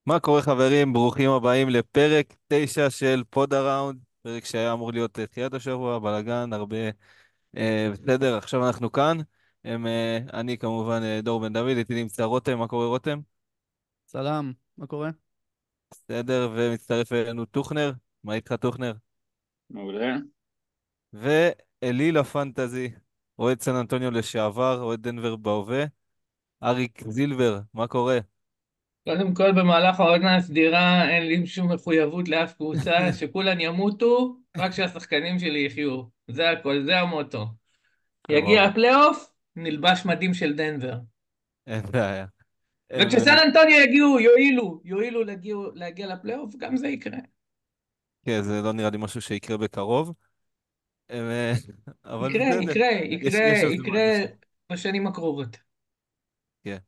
מה קורה חברים? ברוכים הבאים לפרק 9 של פוד אראונד, פרק שהיה אמור להיות תחילת השבוע, בלאגן, הרבה בסדר, עכשיו אנחנו כאן. אני כמובן דור בן דוד, איתי נמצא רותם, מה קורה רותם? סלאם, מה קורה? בסדר, ומצטרף אלינו טוכנר, מה איתך טוכנר? מעולה. ואליל הפנטזי, אוהד סן אנטוניו לשעבר, אוהד דנבר בהווה, אריק זילבר, מה קורה? קודם כל, במהלך העונה הסדירה אין לי שום מחויבות לאף קבוצה, שכולן ימותו, רק שהשחקנים שלי יחיו. זה הכל, זה המוטו. יגיע סבבה, הפלייאוף, נלבש מדים של דנבר. אין בעיה. וכשסן אנטוניו יגיעו, יועילו להגיע לפלייאוף, גם זה יקרה. כן, זה לא נראה לי משהו שיקרה בקרוב. אה, אבל יקרה, בסדר, יקרה, יקרה, יש עוד זמן, יקרה יש עוד. בשנים הקרובות. כן.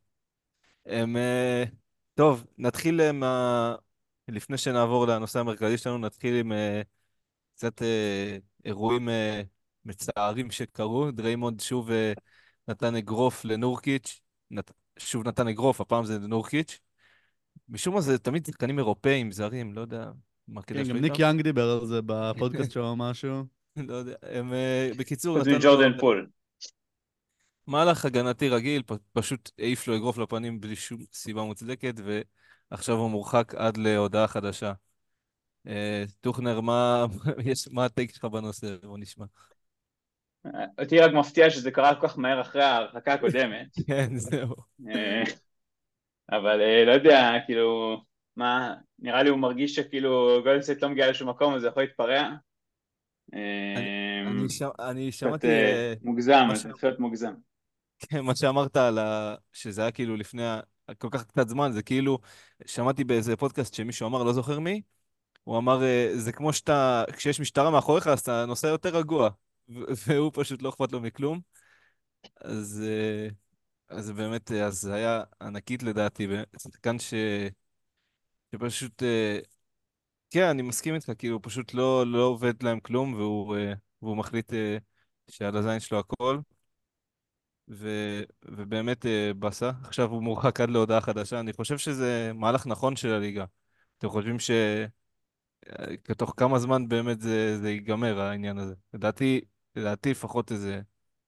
טוב, נתחיל לפני שנעבור לנושא המרכזי שלנו, נתחיל עם קצת אירועים מצערים שקרו. דריימונד שוב נתן אגרוף לנורקיץ', שוב נתן אגרוף, הפעם זה לנורקיץ'. משום מה זה תמיד שחקנים אירופאים, זרים, לא יודע מה הקטע כן, שלו גם ניק איתם. יאנג דיבר על זה בפודקאסט שלו או משהו. לא יודע, בקיצור, חוץ נתן לו מג'ורדן פול. מהלך הגנתי רגיל, פשוט העיף לו אגרוף לפנים בלי שום סיבה מוצדקת, ועכשיו הוא מורחק עד להודעה חדשה. טוכנר, מה הטייק שלך בנושא? בוא נשמע. אותי רק מפתיע שזה קרה כל כך מהר אחרי ההרחקה הקודמת. כן, זהו. אה, אבל לא יודע, כאילו, מה, נראה לי הוא מרגיש שכאילו גולדסטייט לא מגיע לשום מקום, אז זה יכול להתפרע. אני, אה, אני קצת שמעתי מוגזם, מה זה מתחיל להיות מוגזם. כן, מה שאמרת שזה היה כאילו לפני כל כך קצת זמן, זה כאילו, שמעתי באיזה פודקאסט שמישהו אמר, לא זוכר מי, הוא אמר, זה כמו כשיש משטרה מאחוריך, אז אתה נוסע יותר רגוע, והוא פשוט לא אכפת לו מכלום. אז, אז באמת הזיה ענקית לדעתי, שחקן שפשוט, כן, אני מסכים איתך, כאילו, הוא פשוט לא עובד להם כלום, והוא מחליט שעל הזין שלו הכל, ובאמת באסה. עכשיו הוא מורחק עד להודעה חדשה, אני חושב שזה מהלך נכון של הליגה. אתם חושבים שתוך כמה זמן באמת זה ייגמר, העניין הזה? לדעתי לפחות איזה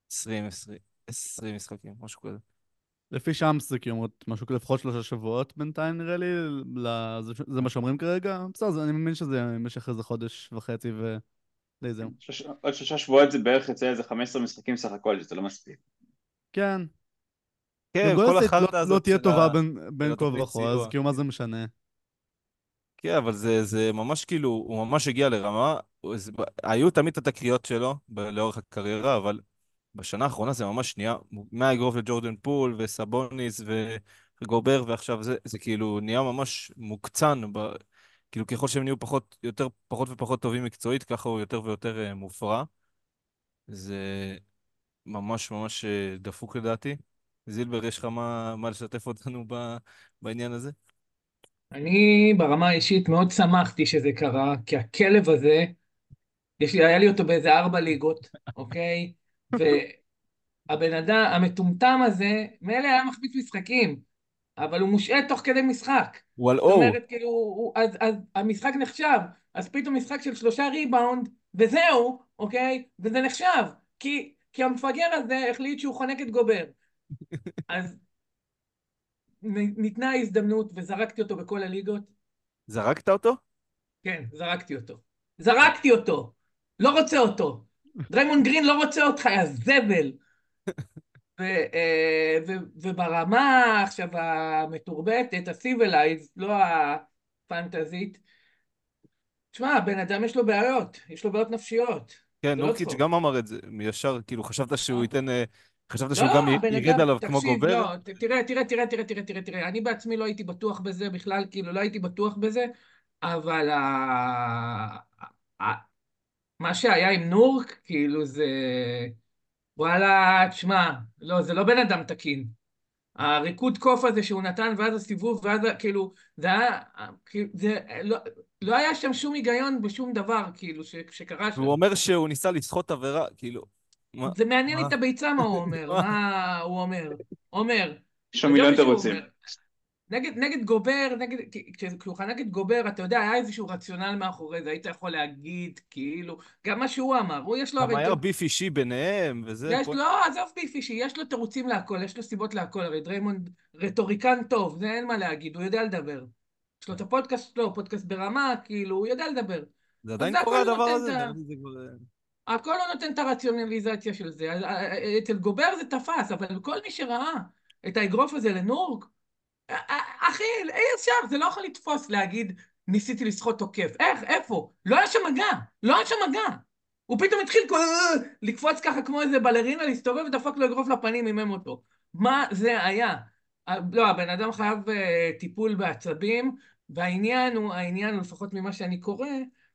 20 משחקים, משהו כזה. לפי שם זה כאילו משהו כזה לפחות 3 שבועות בינתיים נראה לי, זה מה שאומרים כרגע. בסדר, אני מאמין שזה יימשך איזה חודש וחצי ודי זהו. עוד 3 שבועות זה בערך יוצא איזה 15 משחקים סך הכל, שזה לא מספיק. כן, גם כן, כל גולדסטייט החרטא לא הזאת תהיה טובה של בין כה התוכנית וכה, אז סיוע. כאילו מה זה משנה? כן, אבל זה ממש כאילו, הוא ממש הגיע לרמה, היו תמיד את התקריות שלו לאורך הקריירה, אבל בשנה האחרונה זה ממש נהיה, מהאגרוף לג'ורדן פול וסבוניס וגובר, ועכשיו זה כאילו נהיה ממש מוקצן, כאילו ככל שהם נהיו פחות ופחות טובים מקצועית, ככה הוא יותר ויותר מופרע. זה ממש ממש דפוק לדעתי. זילבר, יש לך מה לשתף אותנו בעניין הזה? אני ברמה האישית מאוד שמחתי שזה קרה, כי הכלב הזה, היה לי אותו באיזה 4 ליגות, אוקיי? והבן אדם, המטומטם הזה, מילא היה מחמיץ משחקים, אבל הוא מושעה תוך כדי משחק. הוא על זאת או. אומרת, כאילו, אז המשחק נחשב, אז פתאום משחק של 3 ריבאונד, וזהו, אוקיי? וזה נחשב, כי המפגר הזה החליט שהוא חונק את גובר. אז ניתנה ההזדמנות וזרקתי אותו בכל הליגות. זרקת אותו? כן, זרקתי אותו. זרקתי אותו! לא רוצה אותו. דריימונד גרין לא רוצה אותך, יא זבל. וברמה עכשיו המתורבתת, הסיבילייז, לא הפנטזית, תשמע, הבן אדם יש לו בעיות, יש לו בעיות נפשיות. כן, זה לא נורקיץ' צחוק. גם אמר את זה, ישר, כאילו, חשבת שהוא גם לא, הבן ירד אדם, עליו כמו תקשיב, גובר? לא, תראה, אני בעצמי לא הייתי בטוח בזה, בכלל, כאילו, לא הייתי בטוח בזה, אבל ה- מה שהיה עם נורק, כאילו זה... וואלה, תשמע, לא, זה לא בן אדם תקין. הריקוד קוף הזה שהוא נתן, ואז הסיבוב, ואז כאילו, זה היה, כאילו, זה, לא, לא היה שם שום היגיון בשום דבר, כאילו, שקרה והוא שם. אומר שהוא ניסה לסחוט עבירה, כאילו, מה? זה מעניין מה? את הביצה מה הוא אומר, מה? מה הוא אומר. אומר, יש לו עזוב מיליון לי שהוא תירוצים. אומר. נגד גובר, כשהוא נגד גובר, אתה יודע, היה איזשהו רציונל מאחורי זה, היית יכול להגיד, כאילו, גם מה שהוא אמר, יש לו גם הרי... היה ביף אישי ביניהם, וזה... לא, עזוב ביף אישי, יש לו תירוצים להכל, יש לו סיבות להכל, הרי דריימונד רטוריקן טוב, זה אין מה להגיד, הוא יודע לדבר. יש לו את הפודקאסט שלו, פודקאסט ברמה, כאילו, הוא יודע לדבר. זה אז עדיין זה הכל קורה הדבר נותן הזה? נראה לי זה כבר... הכל לא נותן את הרציונליזציה של זה. אצל גובר זה תפס, אבל כל מי שראה את האגרוף הזה לנורק, אחי, אי אפשר, זה לא יכול לתפוס להגיד, ניסיתי לסחוט תוקף. איך? איפה? לא היה שם מגע, לא היה שם מגע. הוא פתאום התחיל לקפוץ ככה כמו איזה בלרינה, להסתובב ודפק לו אגרוף לפנים, אימם אותו. מה זה היה? לא, הבן אדם חייב טיפול בעצבים, והעניין הוא, לפחות ממה שאני קורא,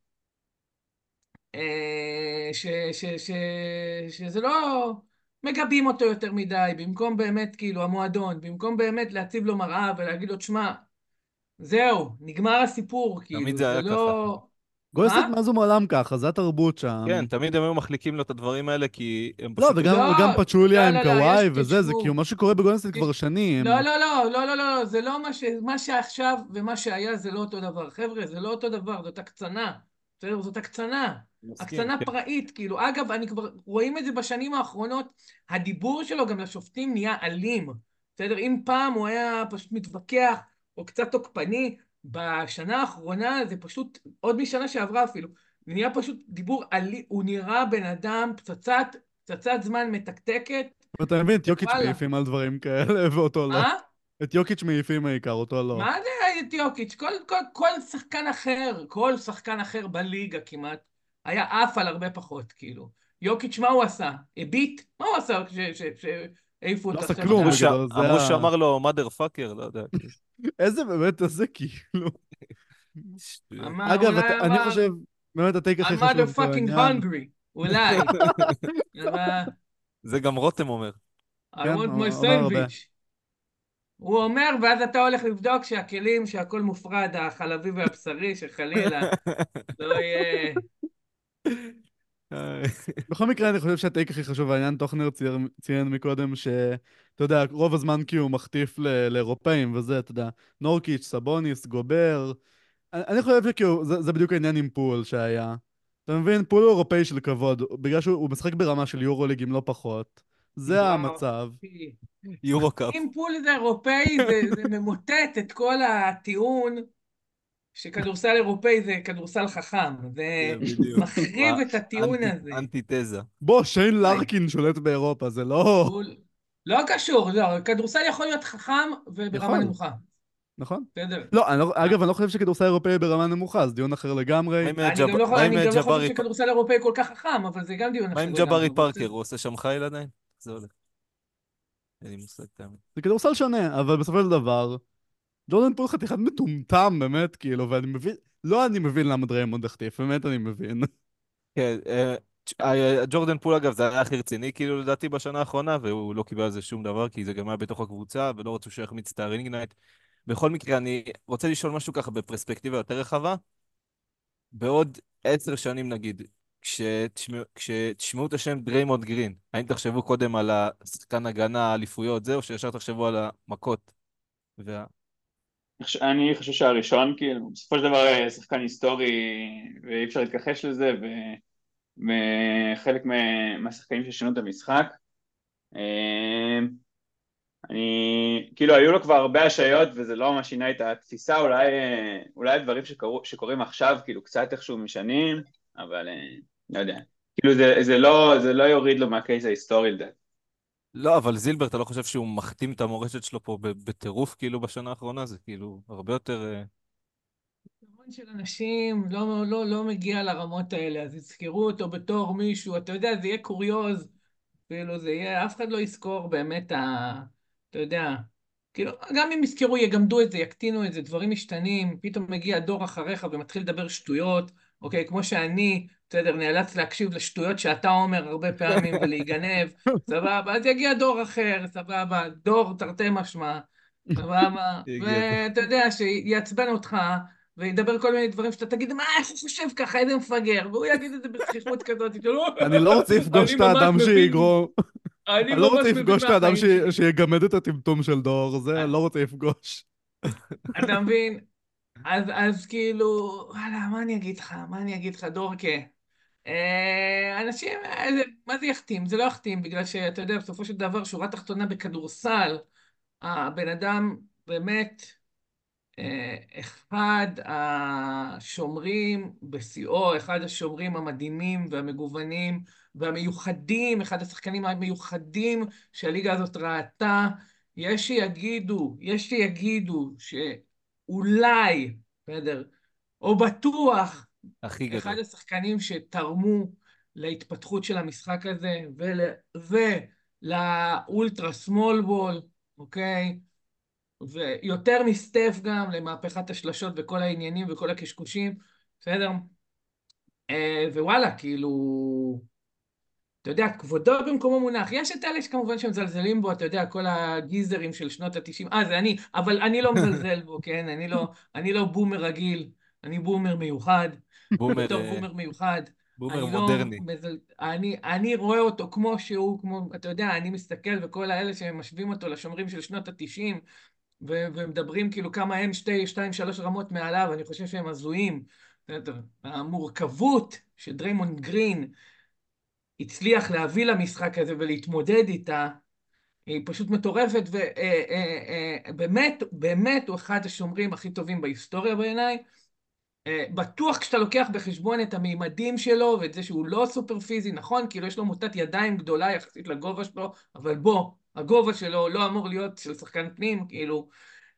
שזה לא מגבים אותו יותר מדי, במקום באמת, כאילו, המועדון, במקום באמת להציב לו מראה ולהגיד לו, תשמע, זהו, נגמר הסיפור, תמיד כאילו, זה זה היה ככה. לא... גולדסטייט מה? מאז ומעולם ככה, זה התרבות שם. כן, תמיד הם היו מחליקים לו את הדברים האלה, כי הם לא, פשוט... וגם פצ'וליה עם קוואי וזה, זה תשמעו, כאילו מה שקורה בגולדסטייט כבר שנים. לא, זה לא מה שעכשיו ומה שהיה זה לא אותו דבר. חבר'ה, זה לא אותו דבר, זאת הקצנה. בסדר? זאת הקצנה. מסכים, הקצנה כן. פראית, כאילו. אגב, אני כבר רואים את זה בשנים האחרונות, הדיבור שלו גם לשופטים נהיה אלים. בסדר? אם פעם הוא היה פשוט מתווכח, או קצת תוקפני, בשנה האחרונה זה פשוט, עוד משנה שעברה אפילו, זה נהיה פשוט דיבור אלים, הוא נראה בן אדם פצצת זמן מתקתקת, ואתה מבין, את יוקיץ' וואלה. מעיפים על דברים כאלה, ואותו לא. מה? את יוקיץ' מעיפים העיקר, אותו לא. מה זה את יוקיץ'? כל שחקן אחר בליגה כמעט, היה עף על הרבה פחות, כאילו. יוקיץ', מה הוא עשה? הביט? מה הוא עשה כשהעיפו לא אותו עשה עכשיו? כלום, אמרו בגדול, זה אמרו ה... שאמר לו mother fucker, לא יודע. איזה באמת, איזה כאילו. שטויות. אגב, אולי אני אמר, חושב, באמת הטייק הכי I'm חשוב פה motherfucking בעניין. hungry, אולי. אבל, זה גם רותם אומר. I כן, want my אומר הרבה. sandwich. הוא אומר, ואז אתה הולך לבדוק שהכלים, שהכל מופרד, החלבי והבשרי, שחלילה לא יהיה... בכל מקרה, אני חושב שהטייק הכי חשוב בעניין, טוכנר ציין מקודם שאתה יודע, רוב הזמן כי הוא מחטיף לאירופאים וזה, אתה יודע, נורקיץ', סבוניס, גובר. אני חושב שכאילו, זה בדיוק העניין עם פול שהיה. אתה מבין? פול הוא אירופאי של כבוד, בגלל שהוא משחק ברמה של יורוליג אם לא פחות. זה וואו, המצב. אחי. יורו קאפ. אם פול זה אירופאי, זה ממוטט את כל הטיעון שכדורסל אירופאי זה כדורסל חכם. זה זה בדיוק. מחריב את הטיעון הזה. אנטיתזה. בוא, שיין די. לארקין שולט באירופה, זה לא... לא קשור, לא, כדורסל יכול להיות חכם וברמה יכול. נמוכה. נכון. בסדר. לא, אגב, אני לא חושב שכדורסל אירופאי ברמה נמוכה, זה דיון אחר לגמרי. מה עם אני גם לא חושב ג'בארי שכדורסל אירופאי כל כך חכם, אבל זה גם דיון מה אחר עם לגמרי. ג'בארי פארקר? הוא עושה שם חייל עדיין? איך זה הולך? אין לי מושג תאמין. זה כדורסל שונה, אבל בסופו של דבר, ג'ורדן פול חתיכת מטומטם, באמת, כאילו, ואני מבין, לא אני מבין למה דריימונד החטיף, באמת אני מבין. כן, ג'ורדן פול אגב זה היה הכי רציני כאילו לדעתי בשנה האחרונה והוא לא קיבל על זה שום דבר כי זה גם היה בתוך הקבוצה ולא רצו שהוא יחמיץ את הרינג נייט. בכל מקרה אני רוצה לשאול משהו ככה בפרספקטיבה יותר רחבה. בעוד 10 שנים נגיד, כשתשמעו את השם דריימונד גרין, האם תחשבו קודם על השחקן הגנה, האליפויות, זה, או שישר תחשבו על המכות? אני חושב שהראשון, כאילו, בסופו של דבר שחקן היסטורי ואי אפשר להתכחש לזה, וחלק מהשחקנים ששינו את המשחק. כאילו, היו לו כבר הרבה השעיות וזה לא ממש שינה את התפיסה, אולי הדברים שקורים עכשיו, כאילו, קצת איכשהו משנים, אבל לא יודע. כאילו, זה לא יוריד לו מהקייס ההיסטורי לדעת. לא, אבל זילבר, אתה לא חושב שהוא מחתים את המורשת שלו פה בטירוף כאילו בשנה האחרונה? זה כאילו הרבה יותר... המון של אנשים לא מגיע לרמות האלה, אז יזכרו אותו בתור מישהו, אתה יודע, זה יהיה קוריוז, כאילו זה יהיה, אף אחד לא יזכור באמת אתה יודע, כאילו, גם אם יזכרו, יגמדו את זה, יקטינו את זה, דברים משתנים, פתאום מגיע דור אחריך ומתחיל לדבר שטויות, אוקיי, כמו שאני, בסדר, נאלץ להקשיב לשטויות שאתה אומר הרבה פעמים ולהיגנב, סבבה, אז יגיע דור אחר, סבבה, דור תרתי משמע, סבבה, ואתה יודע, שיעצבן אותך, וידבר כל מיני דברים שאתה תגיד, מה, איך הוא חושב ככה, איזה מפגר, והוא יגיד את זה בזכיחות כזאת, אני לא רוצה לפגוש את האדם שיגרום... אני אני לא ממש רוצה מבין לפגוש את האדם מהחיים שלי. שיגמד את הטמטום של דור, זה אני לא רוצה לפגוש. אתה מבין? אז כאילו, וואלה, מה אני אגיד לך, דורקה? אנשים, מה זה יחתים? זה לא יחתים, בגלל שאתה יודע, בסופו של דבר, שורה תחתונה בכדורסל, הבן אדם באמת אחד השומרים בשיאו, אחד השומרים המדהימים והמגוונים והמיוחדים, אחד השחקנים המיוחדים שהליגה הזאת ראתה. יש שיגידו שאולי, בסדר, או בטוח, הכי אחד גדול. השחקנים שתרמו להתפתחות של המשחק הזה ולאולטרה סמול בול, אוקיי? ויותר מסטף גם למהפכת השלשות וכל העניינים וכל הקשקושים, בסדר? ווואלה, כאילו, אתה יודע, כבודו במקומו מונח. יש את אלה שכמובן שמזלזלים בו, אתה יודע, כל הגיזרים של שנות ה-90. זה אני, אבל אני לא מזלזל בו, כן? אני לא בומר רגיל, אני בומר מיוחד. בומר, בתור בומר מיוחד, בומר אני לא מודרני. אני רואה אותו כמו שהוא, כמו, אתה יודע, אני מסתכל וכל האלה שמשווים אותו לשומרים של שנות ה-90, ומדברים כאילו כמה הם שתיים, שלוש רמות מעליו, אני חושב שהם הזויים. המורכבות שדריימונד גרין הצליח להביא למשחק הזה ולהתמודד איתה, היא פשוט מטורפת, ובאמת, באמת הוא אחד השומרים הכי טובים בהיסטוריה בעיניי. בטוח כשאתה לוקח בחשבון את המימדים שלו ואת זה שהוא לא סופר פיזי, נכון? כאילו יש לו מוטת ידיים גדולה יחסית לגובה שלו, אבל בוא, הגובה שלו לא אמור להיות של שחקן פנים, כאילו.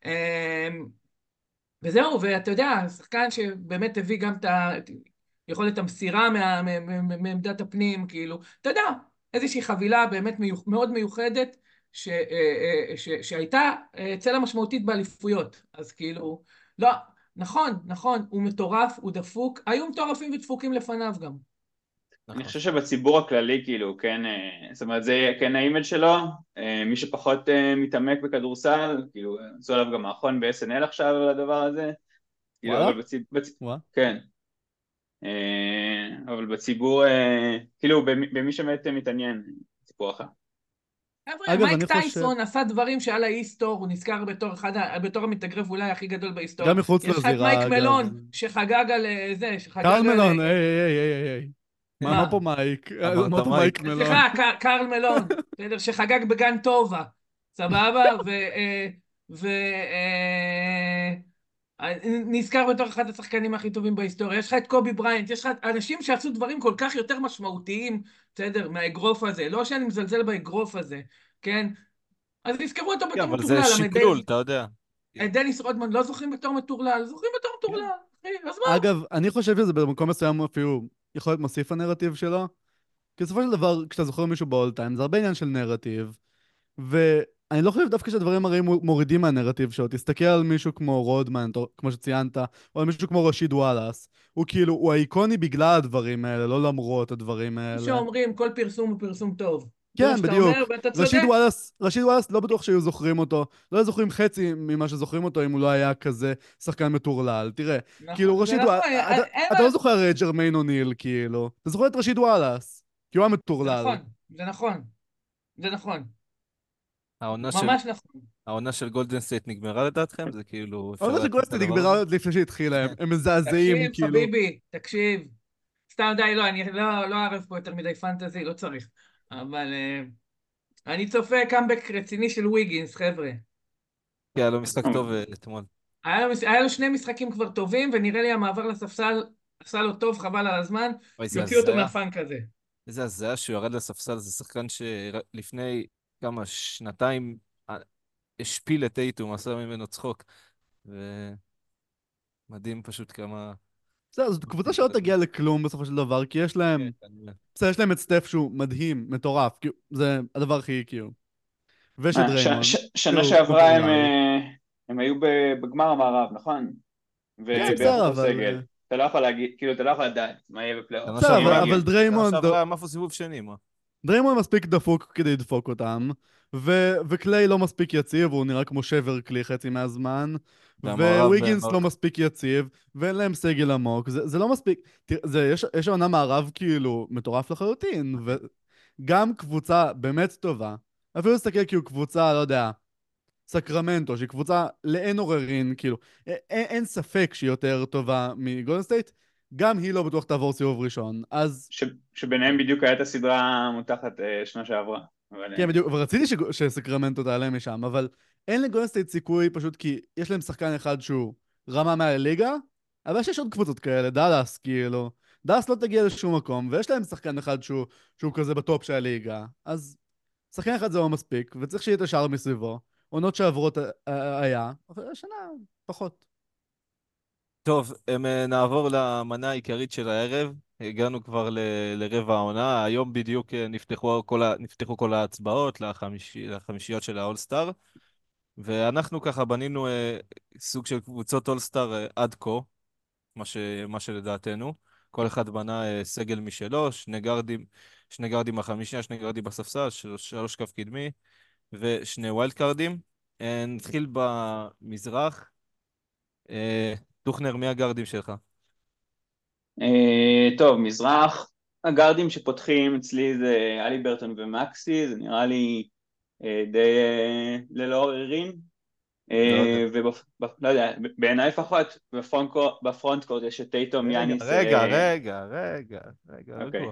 וזהו, ואתה יודע, שחקן שבאמת הביא גם את יכולת המסירה מעמדת הפנים, כאילו, אתה יודע, איזושהי חבילה באמת מאוד מיוחדת שהייתה צלע משמעותית באליפויות. אז כאילו, לא, נכון, הוא מטורף, הוא דפוק, היו מטורפים ודפוקים לפניו גם. אני נכון. חושב שבציבור הכללי, כאילו, כן, זאת אומרת, זה כן האימג' שלו, מי שפחות מתעמק בכדורסל, כאילו, עשו עליו גם מערכון ב-SNL עכשיו על הדבר הזה, כאילו, וואלה? אבל וואלה? כן, אבל בציבור, כאילו, במי שבאמת מתעניין, סיפור אחר. חבר'ה, אגב, מייק אני חושב, טייסון עשה דברים שעל ההיסטור, הוא נזכר בתור המתאגרף אולי הכי גדול בהיסטוריה. גם מחוץ יש לך את מייק לזירה, אגב. מלון, שחגג על זה, קרל שחגג על... מלון, היי. מה? מה פה מייק? אמרת מה פה מייק מייק. מלון? סליחה, קרל מלון, בסדר, שחגג בגן טובה, סבבה? ו... נזכר בתור אחד השחקנים הכי טובים בהיסטוריה. יש לך את קובי בריינט, יש לך אנשים שעשו דברים כל כך יותר משמעותיים, בסדר, מהאגרוף הזה. לא שאני מזלזל באגרוף הזה, כן? אז תזכרו אותו כן, בתור אבל זה מטורלל. שקלול, אתה יודע. את דניס רודמן לא זוכרים בתור מטורלל, זוכרים בתור כן. מטורלל. אחי, אז מה? אגב, אני חושב שזה במקום מסוים אפילו יכול להיות מוסיף הנרטיב שלו. כי בסופו של דבר, כשאתה זוכר מישהו באול טיים, זה הרבה עניין של נרטיב. ואני לא חושב דווקא שהדברים הרעים מורידים מהנרטיב שלו. תסתכל על מישהו כמו רודמן, כמו שציינת, או על מישהו כמו רשיד וואלאס. הוא כאילו, הוא האיקוני בגלל הדברים האלה, לא למרות הדברים כמו האלה. שאומרים, כל פרסום הוא פרסום טוב. זה מה כן, שאתה אומר, בדיוק. ואתה רשיד צודק. וואלאס, רשיד וואלאס לא בטוח שהיו זוכרים אותו. לא היו זוכרים חצי ממה שזוכרים אותו אם הוא לא היה כזה שחקן מטורלל. תראה, כאילו נכון, זה רשיד וואלאס, נכון, אין אתה מה... לא זוכר הרי את ג'רמיין אוניל, כאילו. אתה זוכר את רשיד וואלאס, כי הוא היה זה מטורלל. נכון, זה נכון, זה נכון. העונה של, ממש נכון. העונה של גולדן סטייט נגמרה לדעתכם? זה כאילו, אפשר העונה של להדליף את גולדסטייט הדבר הזה? נגמרה עוד לפני שהתחילה, כן. הם מזעזעים, תקשיב, כאילו. חביבי, תקשיב. סתם די, לא, אני לא אערב פה יותר מדי פנטזי, לא צריך. אבל אני צופה קאמבק רציני של ויגינס, חבר'ה. כן, היה לו משחק טוב אתמול. היה לו שני משחקים כבר טובים, ונראה לי המעבר לספסל עשה לו טוב, חבל על הזמן. אוי, זה יוציא אותו הזיה. מהפאנק הזה. איזה הזיה שהוא ירד לספסל, זה שחקן שלפני כמה שנתיים השפיל את טייטום, עשה ממנו צחוק. ומדהים פשוט כמה... בסדר, זאת קבוצה שלא תגיע לכלום בסופו של דבר, כי יש להם, כן, כנראה. בסדר, יש להם את סטף שהוא מדהים, מטורף, כאילו, זה הדבר הכי כאילו. ושל מה, דריימונד, שנה שהוא שעברה מטורלל. הם היו בגמר המערב, נכון? כן, וביחד בסדר, אותו אבל... סגל. אתה לא יכול להגיד, כאילו, אתה לא יכול לדעת מה יהיה בפלייאוף. שנה בסדר, מי שעברה, אבל מגיע. דריימונד, שנה שעברה הם עפו סיבוב שני, מה? דריימונד מספיק דפוק כדי לדפוק אותם, וקליי לא מספיק יציב, הוא נראה כמו שבר כלי חצי מהזמן, והמערב וויגינס לא מספיק יציב, ואין להם סגל עמוק, זה לא מספיק, תראה, יש עונה מערב כאילו מטורף לחלוטין, וגם קבוצה באמת טובה, אפילו להסתכל כאילו קבוצה, לא יודע, סקרמנטו, שהיא קבוצה לאין עוררין, כאילו, אין ספק שהיא יותר טובה מגולדן סטייט, גם היא לא בטוח תעבור סיבוב ראשון, אז שביניהם בדיוק הייתה סדרה מותחת שנה שעברה. אבל כן, בדיוק, ורציתי שסקרמנטו תעלה משם, אבל אין לגולדן סטייט סיכוי פשוט כי יש להם שחקן אחד שהוא רמה מעל הליגה, אבל יש עוד קבוצות כאלה, דאלאס, כאילו, דאלאס לא תגיע לשום מקום, ויש להם שחקן אחד שהוא כזה בטופ של הליגה, אז שחקן אחד זה לא מספיק, וצריך שיהיה את השאר מסביבו. עונות שעברות היה, אבל השנה פחות. טוב, נעבור למנה העיקרית של הערב. הגענו כבר לרבע העונה. היום בדיוק נפתחו כל ההצבעות לחמישיות של האולסטאר. ואנחנו ככה בנינו סוג של קבוצות אולסטאר עד כה, מה שלדעתנו. כל אחד בנה סגל משלו, שני גרדים בחמישייה, שני גרדים בספסל, שלוש קו קדמי ושני ווילד קרדים. נתחיל במזרח. טוחנר, מי הגרדים שלך? טוב, מזרח, הגארדים שפותחים אצלי זה אלי ברטון ומקסי, זה נראה לי די ללא עוררין, לא יודע. לא יודע, בעיניי לפחות, בפרונט קורט יש את טייטום רגע, יאניס, רגע, רגע, רגע, אוקיי, רגוע.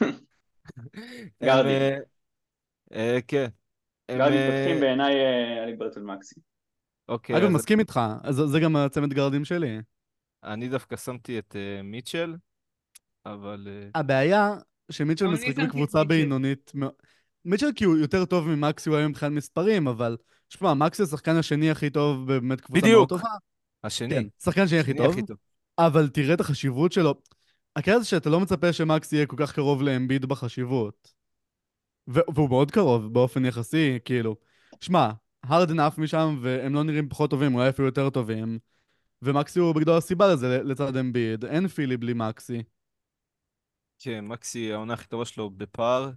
הם, גארדים, כן, הם, גארדים פותחים בעיניי אלי ברטון מקסי. אוקיי, אגב, אז מסכים איתך, אז זה גם הצמד גרדים שלי. אני דווקא שמתי את מיטשל, אבל הבעיה שמיטשל גם אני משחק שמתי את בקבוצה מיטשל. בינונית. מיטשל כי הוא יותר טוב ממקסי הוא היום מבחינת מספרים, אבל שמע, מקסי השחקן השני הכי טוב באמת קבוצה מאוד בדיוק, טובה. כן, השני, שחקן שני הכי השני הכי טוב, טוב. אבל תראה את החשיבות שלו. הקטע זה שאתה לא מצפה שמקסי יהיה כל כך קרוב לאמביד בחשיבות. והוא מאוד קרוב באופן יחסי, כאילו. שמע, הרדן עף משם והם לא נראים פחות טובים, אולי אפילו יותר טובים. ומקסי הוא בגדול הסיבה לזה לצד אמביד, אין פילי בלי מקסי. כן, מקסי, העונה הכי טובה שלו בפער,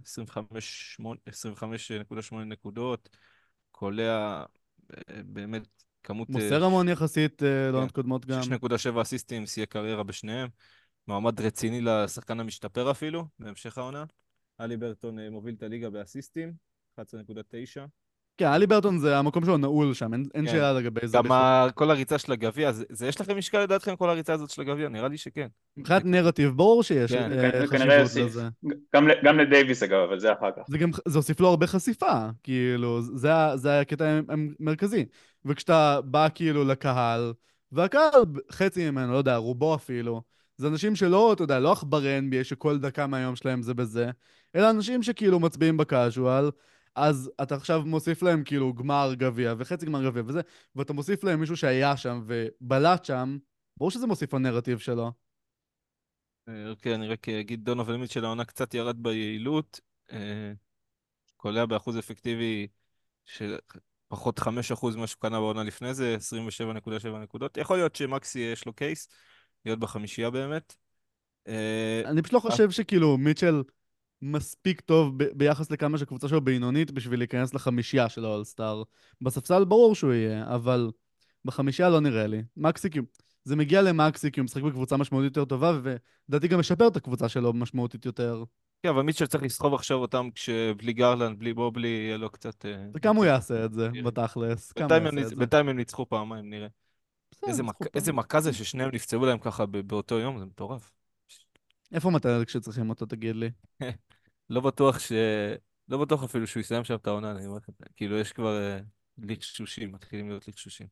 25.8 נקודות, קולע באמת כמות מוסר המון יחסית כן, לעונות קודמות גם. 6.7 אסיסטים, שיא קריירה בשניהם. מעמד רציני לשחקן המשתפר אפילו, בהמשך העונה. אלי ברטון מוביל את הליגה באסיסטים, 11.9. כן, אלי ברטון זה המקום שלו נעול שם, אין כן. שאלה לגבי זה גם בכלל. כל הריצה של הגביע, זה יש לכם משקל לדעתכם כל הריצה הזאת של הגביע? נראה לי שכן. מבחינת נרטיב, ברור שיש כן. וכנראה חשיבות יוסיף, לזה. גם לדייוויס אגב, אבל זה אחר כך. זה הוסיף לו הרבה חשיפה, כאילו, זה הקטע המרכזי. וכשאתה בא כאילו לקהל, והקהל, חצי ממנו, לא יודע, רובו אפילו, זה אנשים שלא, אתה יודע, לא עכברי NBA שכל דקה מהיום שלהם זה בזה, אלא אנשים שכאילו מצביעים בקאז'ואל, אז אתה עכשיו מוסיף להם כאילו גמר גביע וחצי גמר גביע וזה, ואתה מוסיף להם מישהו שהיה שם ובלט שם, ברור שזה מוסיף לנרטיב שלו. אוקיי, אני רק אגיד, דונובל מיטשל העונה קצת ירד ביעילות. קולע באחוז אפקטיבי של פחות 5% ממה שהוא קנה בעונה לפני זה, 27.7 נקודות. יכול להיות שמקסי יש לו קייס, להיות בחמישייה באמת. אה, אני פשוט לא חושב שכאילו מיטשל מספיק טוב ביחס לכמה שהקבוצה שלו בינונית בשביל להיכנס לחמישייה של האולסטאר. בספסל ברור שהוא יהיה, אבל בחמישייה לא נראה לי. מקסי, זה מגיע למקסי כי הוא משחק בקבוצה משמעותית יותר טובה, ולדעתי גם משפר את הקבוצה שלו משמעותית יותר. כן, אבל מיטשל צריך לסחוב עכשיו אותם כשבלי גרלנד, בלי בובלי, יהיה לו קצת... וכמה הוא יעשה את זה, בתכלס? כמה הוא יעשה את זה? בינתיים הם ניצחו פעמיים, נראה. בסדר, ניצחו איזה פעם. מכה זה ששניהם נפצעו להם ככה באותו יום, זה מטורף. איפה מתנאל כשצריכים אותו, תגיד לי? לא בטוח לא בטוח אפילו שהוא יסיים שם את העונה, אני אומר לך. כאילו, יש כבר לחשושים, מתחילים להיות לחשושים.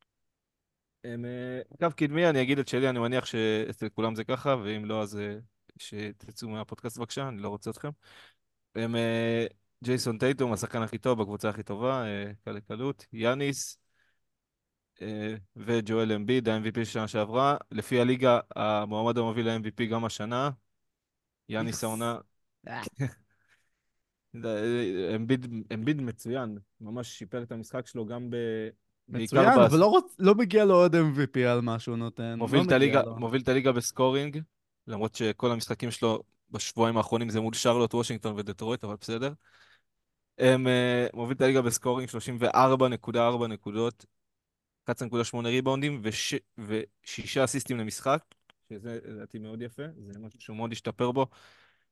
קו קדמי, אני אגיד את שלי, אני מניח שאצל כולם זה ככה, ואם לא, אז שתצאו מהפודקאסט בבקשה, אני לא רוצה אתכם. הם ג'ייסון טייטום, השחקן הכי טוב בקבוצה הכי טובה, קל לקלות. יאניס וג'ואל אמביד, ה-MVP שנה שעברה. לפי הליגה, המועמד המוביל ל-MVP גם השנה. יאניס העונה, אה, אמביד מצוין, ממש שיפר את המשחק שלו גם בעיקר מצוין, אבל לא מגיע לו עוד MVP על מה שהוא נותן. לא מגיע לו. מוביל את הליגה בסקורינג, למרות שכל המשחקים שלו בשבועיים האחרונים זה מול שרלוט, וושינגטון ודטרויט, אבל בסדר. הם מוביל את הליגה בסקורינג, 34.4 נקודות, 11.8 ריבאונדים ושישה אסיסטים למשחק, שזה לדעתי מאוד יפה, זה משהו שהוא מאוד השתפר בו.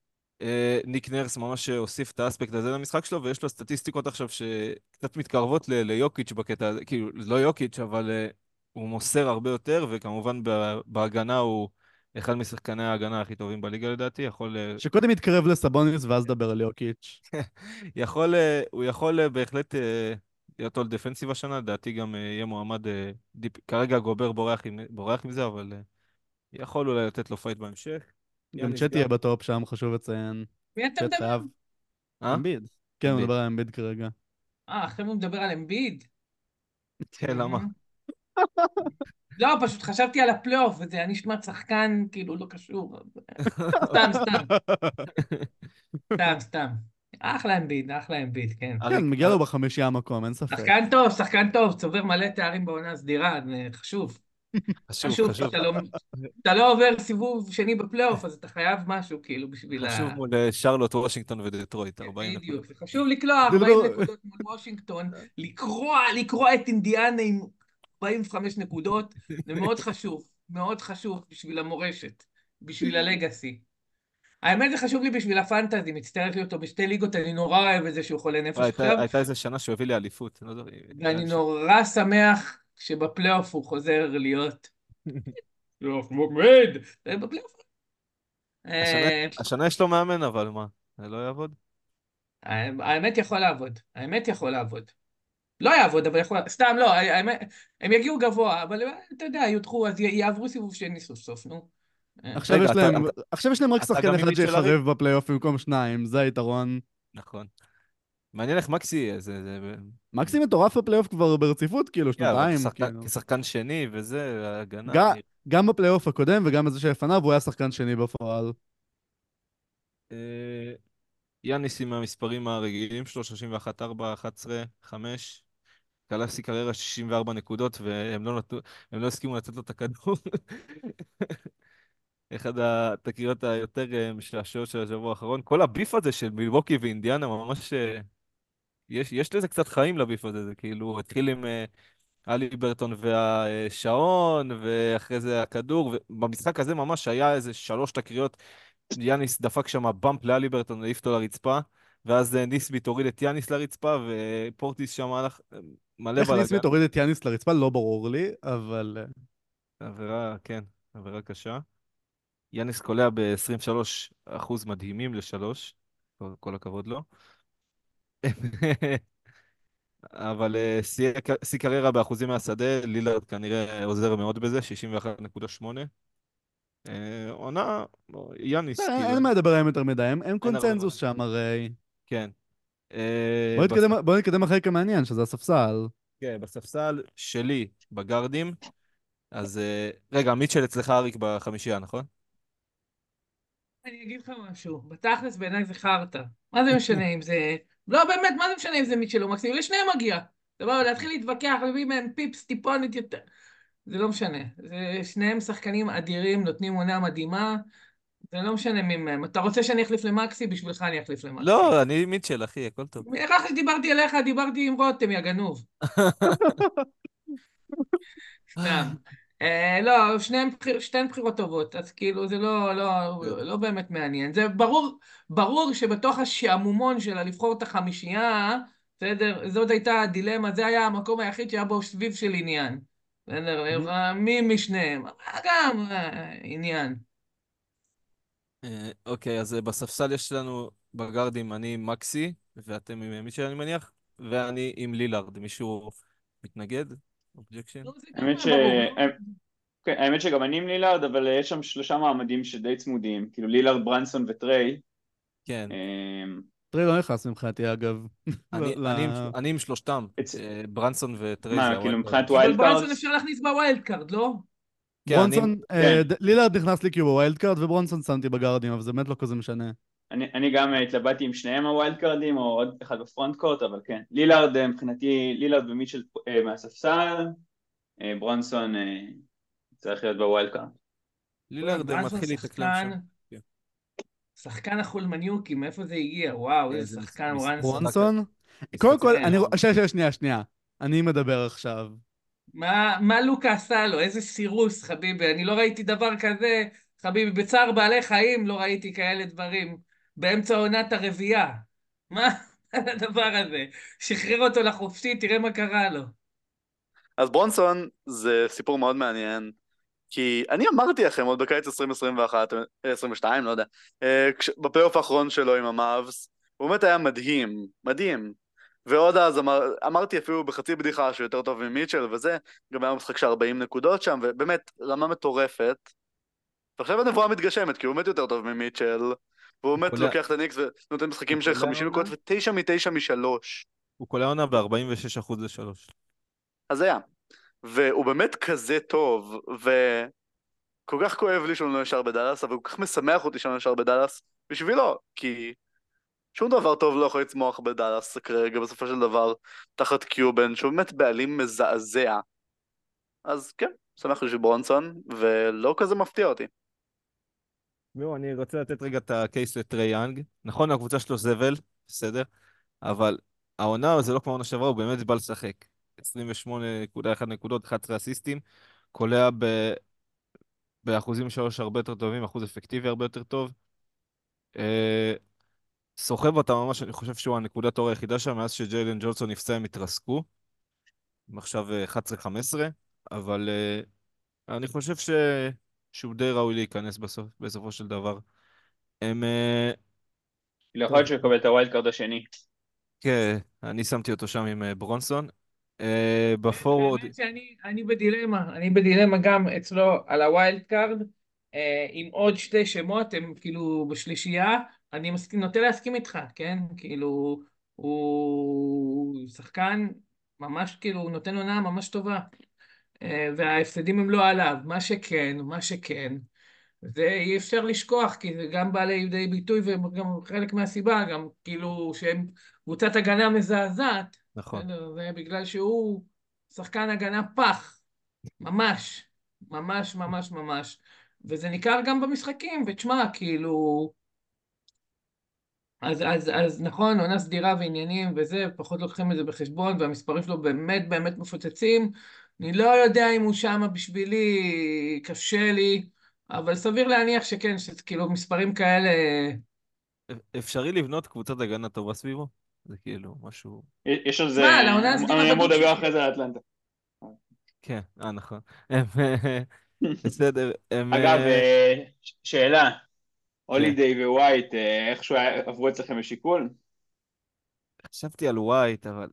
ניק נרס ממש הוסיף את האספקט הזה למשחק שלו, ויש לו סטטיסטיקות עכשיו שקצת מתקרבות ליוקיץ' בקטע הזה, כאילו, לא יוקיץ', אבל הוא מוסר הרבה יותר, וכמובן בהגנה הוא אחד משחקני ההגנה הכי טובים בליגה לדעתי, שקודם יתקרב לסבוניס ואז דבר על יוקיץ'. הוא יכול בהחלט להיות all דפנסיב השנה, לדעתי גם יהיה מועמד, כרגע גובר בורח מזה, אבל יכול אולי לתת לו פייט בהמשך. גם יאניס צ'אט גם. יהיה בטופ שם, חשוב לציין. מי אתה צ'אט מדבר? חייב. אה? אמביד. כן, הוא אמביד. מדבר על אמביד כרגע. עכשיו הוא מדבר על אמביד. כן, למה? לא, פשוט חשבתי על הפלייאוף, וזה היה נשמע שחקן כאילו לא קשור. סתם, סתם, סתם, סתם. אחלה אמביד, אחלה אמביד, כן. כן, מגיע לו בחמישייה המקום, אין ספק. שחקן טוב, צובר מלא תארים בעונה סדירה, זה חשוב. חשוב, חשוב, כי חשוב. אתה לא עובר סיבוב שני בפלייאוף, אז אתה חייב משהו, כאילו, בשביל חשוב מול שרלוט, וושינגטון ודטרויט, 40 נקודות. בדיוק, זה חשוב לקלוע זה 40 לא- נקודות מול וושינגטון, לקרוע את אינדיאנה עם 45 נקודות, זה מאוד חשוב בשביל המורשת, בשביל הלגאסי. האמת זה חשוב לי בשביל הפנטזי, מצטרף לי אותו בשתי ליגות, אני נורא אוהב את זה שהוא חולה נפש עכשיו, הייתה איזה שנה שהוא הביא לי אליפות. אני לא יודע, ואני נורא שמח שבפלייאוף הוא חוזר להיות פלייאוף מוקמד, בפלייאוף. השנה יש לו מאמן, אבל מה? זה לא יעבוד? האמת יכול לעבוד, האמת יכול לעבוד. לא יעבוד, אבל יכול... סתם לא, הם יגיעו גבוה, אבל אתה יודע, יודחו, אז יעברו סיבוב שני סוף סוף, נו. עכשיו רגע, יש להם רק אתה שחקן גם אחד עם מיטשל ארי? שיחרב בפלייאוף במקום שניים, זה היתרון. נכון. מעניין איך מקסי יהיה, מקסי מטורף בפלייאוף כבר ברציפות, כאילו, כן, אבל שנתיים, כאילו. כשחקן שני וזה, ההגנה. גם בפלייאוף הקודם וגם בזה שלפניו הוא היה שחקן שני בפועל. יאניס עם המספרים הרגילים שלו, 31, 4, 11, 5. קלאסי קריירה 64 נקודות, והם לא הסכימו לתת לו את הכדור. אחד התקריות היותר משעשעות של השבוע האחרון. כל הביף הזה של מילווקי ואינדיאנה, ממש... יש לזה קצת חיים לביף הזה, זה כאילו, התחיל עם אלי ברטון והשעון, ואחרי זה הכדור, ובמשחק הזה ממש היה איזה 3 תקריות, יאניס דפק שם באמפ לאלי ברטון, העיף אותו לרצפה, ואז ניסביט הוריד את יאניס לרצפה, ופורטיס שם הלך מלא איך בלאגן. ניסמית הוריד את יאניס לרצפה? לא ברור לי, אבל... עבירה, כן, עבירה קשה. יאניס קולע ב-23% מדהימים ל3, כל הכבוד לו. אבל שיא קריירה באחוזים מהשדה, לילארד כנראה עוזר מאוד בזה, 61.8. עונה, יאניס, כאילו, אין מה לדבר עליהם יותר מדי, הם אין הרבה קונצנזוס מה. שם הרי. כן. בוא נתקדם לחלק המעניין, שזה הספסל. כן, בספסל שלי, בגארדים, אז רגע, מיטשל אצלך אריק בחמישייה, נכון? אני אגיד לך משהו, בתכלס בעיניי זה חרטא. מה זה משנה אם זה... לא, באמת, מה זה משנה אם זה מיטשל או מקסים? לשניהם מגיע. דבר, להתחיל להתווכח, להביא מהם פיפס טיפונת יותר. זה לא משנה. שניהם שחקנים אדירים, נותנים עונה מדהימה. זה לא משנה מי מהם. אתה רוצה שאני אחליף למקסי? בשבילך אני אחליף למקסי. לא, אני מיטשל, אחי, הכל טוב. איך אחרי שדיברתי אליך, דיברתי עם רותם, יא גנוב. סתם. לא, שתיהן בחירות טובות, אז כאילו זה לא באמת מעניין. זה ברור שבתוך השעמומון שלה לבחור את החמישייה, בסדר, זאת הייתה הדילמה, זה היה המקום היחיד שהיה בו סביב של עניין. בסדר, מי משניהם, גם עניין. אוקיי, אז בספסל יש לנו בגארדים, אני עם מקסי, ואתם עם מיטשל, אני מניח, ואני עם לילארד. מישהו מתנגד? אובג'קשן? לא, זה האמת גם ש... ברור, לא? כן, האמת שגם אני עם לילארד, אבל יש שם 3 מעמדים שדי צמודים, כאילו לילארד, ברנסון וטריי. כן. טרי לא נכנס מבחינתי, אגב. אני עם שלושתם, ברנסון וטריי זה מה, כאילו הווילד קארד. מבחינת אבל ווילד ברנסון קארדס? אפשר להכניס בווילד קארד, לא? כן, ברונסון, כן. לילארד נכנס לי כי הוא בווילד קארד, וברונסון שמתי בגארדים, אבל זה באמת לא כזה משנה. אני גם התלבטתי עם שניהם הווילד קארדים, או עוד אחד בפרונט קורט, אבל כן. לילארד, מבחינתי, לילארד ומיטשל מהספסל, ברונסון צריך להיות בווילד קארד. לילארד ברנסון מתחיל להתאקלם שם. כן. שחקן החולמניוקי, מאיפה זה הגיע? וואו, איזה זה שחקן משחק. ברנסון. ברונסון? משחק- קודם כל, כן. שנייה. אני מדבר עכשיו. מה לוקה עשה לו? איזה סירוס, חביבי. אני לא ראיתי דבר כזה, חביבי. בצער בעלי חיים לא ראיתי כאלה דברים. באמצע עונת הרביעייה. מה הדבר הזה? שחרר אותו לחופשי, תראה מה קרה לו. אז ברונסון זה סיפור מאוד מעניין, כי אני אמרתי לכם עוד בקיץ 2021, 22, לא יודע, בפלייאוף האחרון שלו עם המאבס, הוא באמת היה מדהים, מדהים. ועוד אז אמרתי אפילו בחצי בדיחה שהוא יותר טוב ממיטשל וזה, גם היה משחק של 40 נקודות שם, ובאמת רמה מטורפת. ועכשיו הנבואה מתגשמת, כי הוא באמת יותר טוב ממיטשל, והוא באמת קולע- לוקח את הניקס ונותן משחקים הוא של קולע 50 עונה? נקודות ו9 מ-9 מ-3. הוא קולע עונה ב-46% ל-3. אז היה. והוא באמת כזה טוב, וכל כך כואב לי שהוא לא נשאר בדלס, אבל הוא כל כך משמח אותי שהוא לא נשאר בדלס בשבילו, כי שום דבר טוב לא יכול לצמוח בדלס כרגע בסופו של דבר, תחת קיובן, שהוא באמת בעלים מזעזע. אז כן, שמח בשביל ברונסון, ולא כזה מפתיע אותי. זהו, אני רוצה לתת רגע את הקייס לטרי יאנג. נכון, הקבוצה שלו זבל, בסדר, אבל העונה זה לא כמו העונה שעברה, הוא באמת בא לשחק. 28.1 נקודות, 11 אסיסטים, קולע באחוזים שלוש הרבה יותר טובים, אחוז אפקטיבי הרבה יותר טוב. אה, סוחב אותה ממש, אני חושב שהוא הנקודת אור היחידה שם, מאז שג'יילן ג'ונסון נפצע הם התרסקו. הם עכשיו 11-15, אבל אני חושב שהוא די ראוי להיכנס בסופו של דבר. הם... לא יכול טוב, להיות שהוא יקבל את הווילד קארד השני. כן, אני שמתי אותו שם עם ברונסון. בפורוורד, באמת שאני בדילמה, אני בדילמה גם אצלו על הווילד קארד, עם עוד שתי שמות, הם כאילו בשלישייה, אני נוטה להסכים איתך, כן? כאילו, הוא שחקן ממש כאילו, הוא נותן עונה ממש טובה, וההפסדים הם לא עליו, מה שכן, זה אי אפשר לשכוח, כי זה גם בא לידי ביטוי, וגם חלק מהסיבה, גם כאילו שהם קבוצת הגנה מזעזעת, נכון. בסדר? זה בגלל שהוא שחקן הגנה פח, ממש, ממש, ממש, ממש. וזה ניכר גם במשחקים, ותשמע, כאילו... אז נכון, עונה סדירה ועניינים וזה, פחות לוקחים את זה בחשבון, והמספרים שלו באמת באמת מפוצצים. אני לא יודע אם הוא שמה בשבילי, קשה לי, אבל סביר להניח שכן, שכאילו מספרים כאלה... אפשרי לבנות קבוצת הגנה טובה סביבו? זה כאילו משהו... יש על זה, שמע, לעונה הסדירה אני אמור בטוח לדבר שכן. אחרי זה על אטלנטה. כן, נכון. הם, בסדר, הם... אגב, שאלה, כן. הולידיי ווייט, איכשהו עברו אצלכם בשיקול? חשבתי על ווייט, אבל...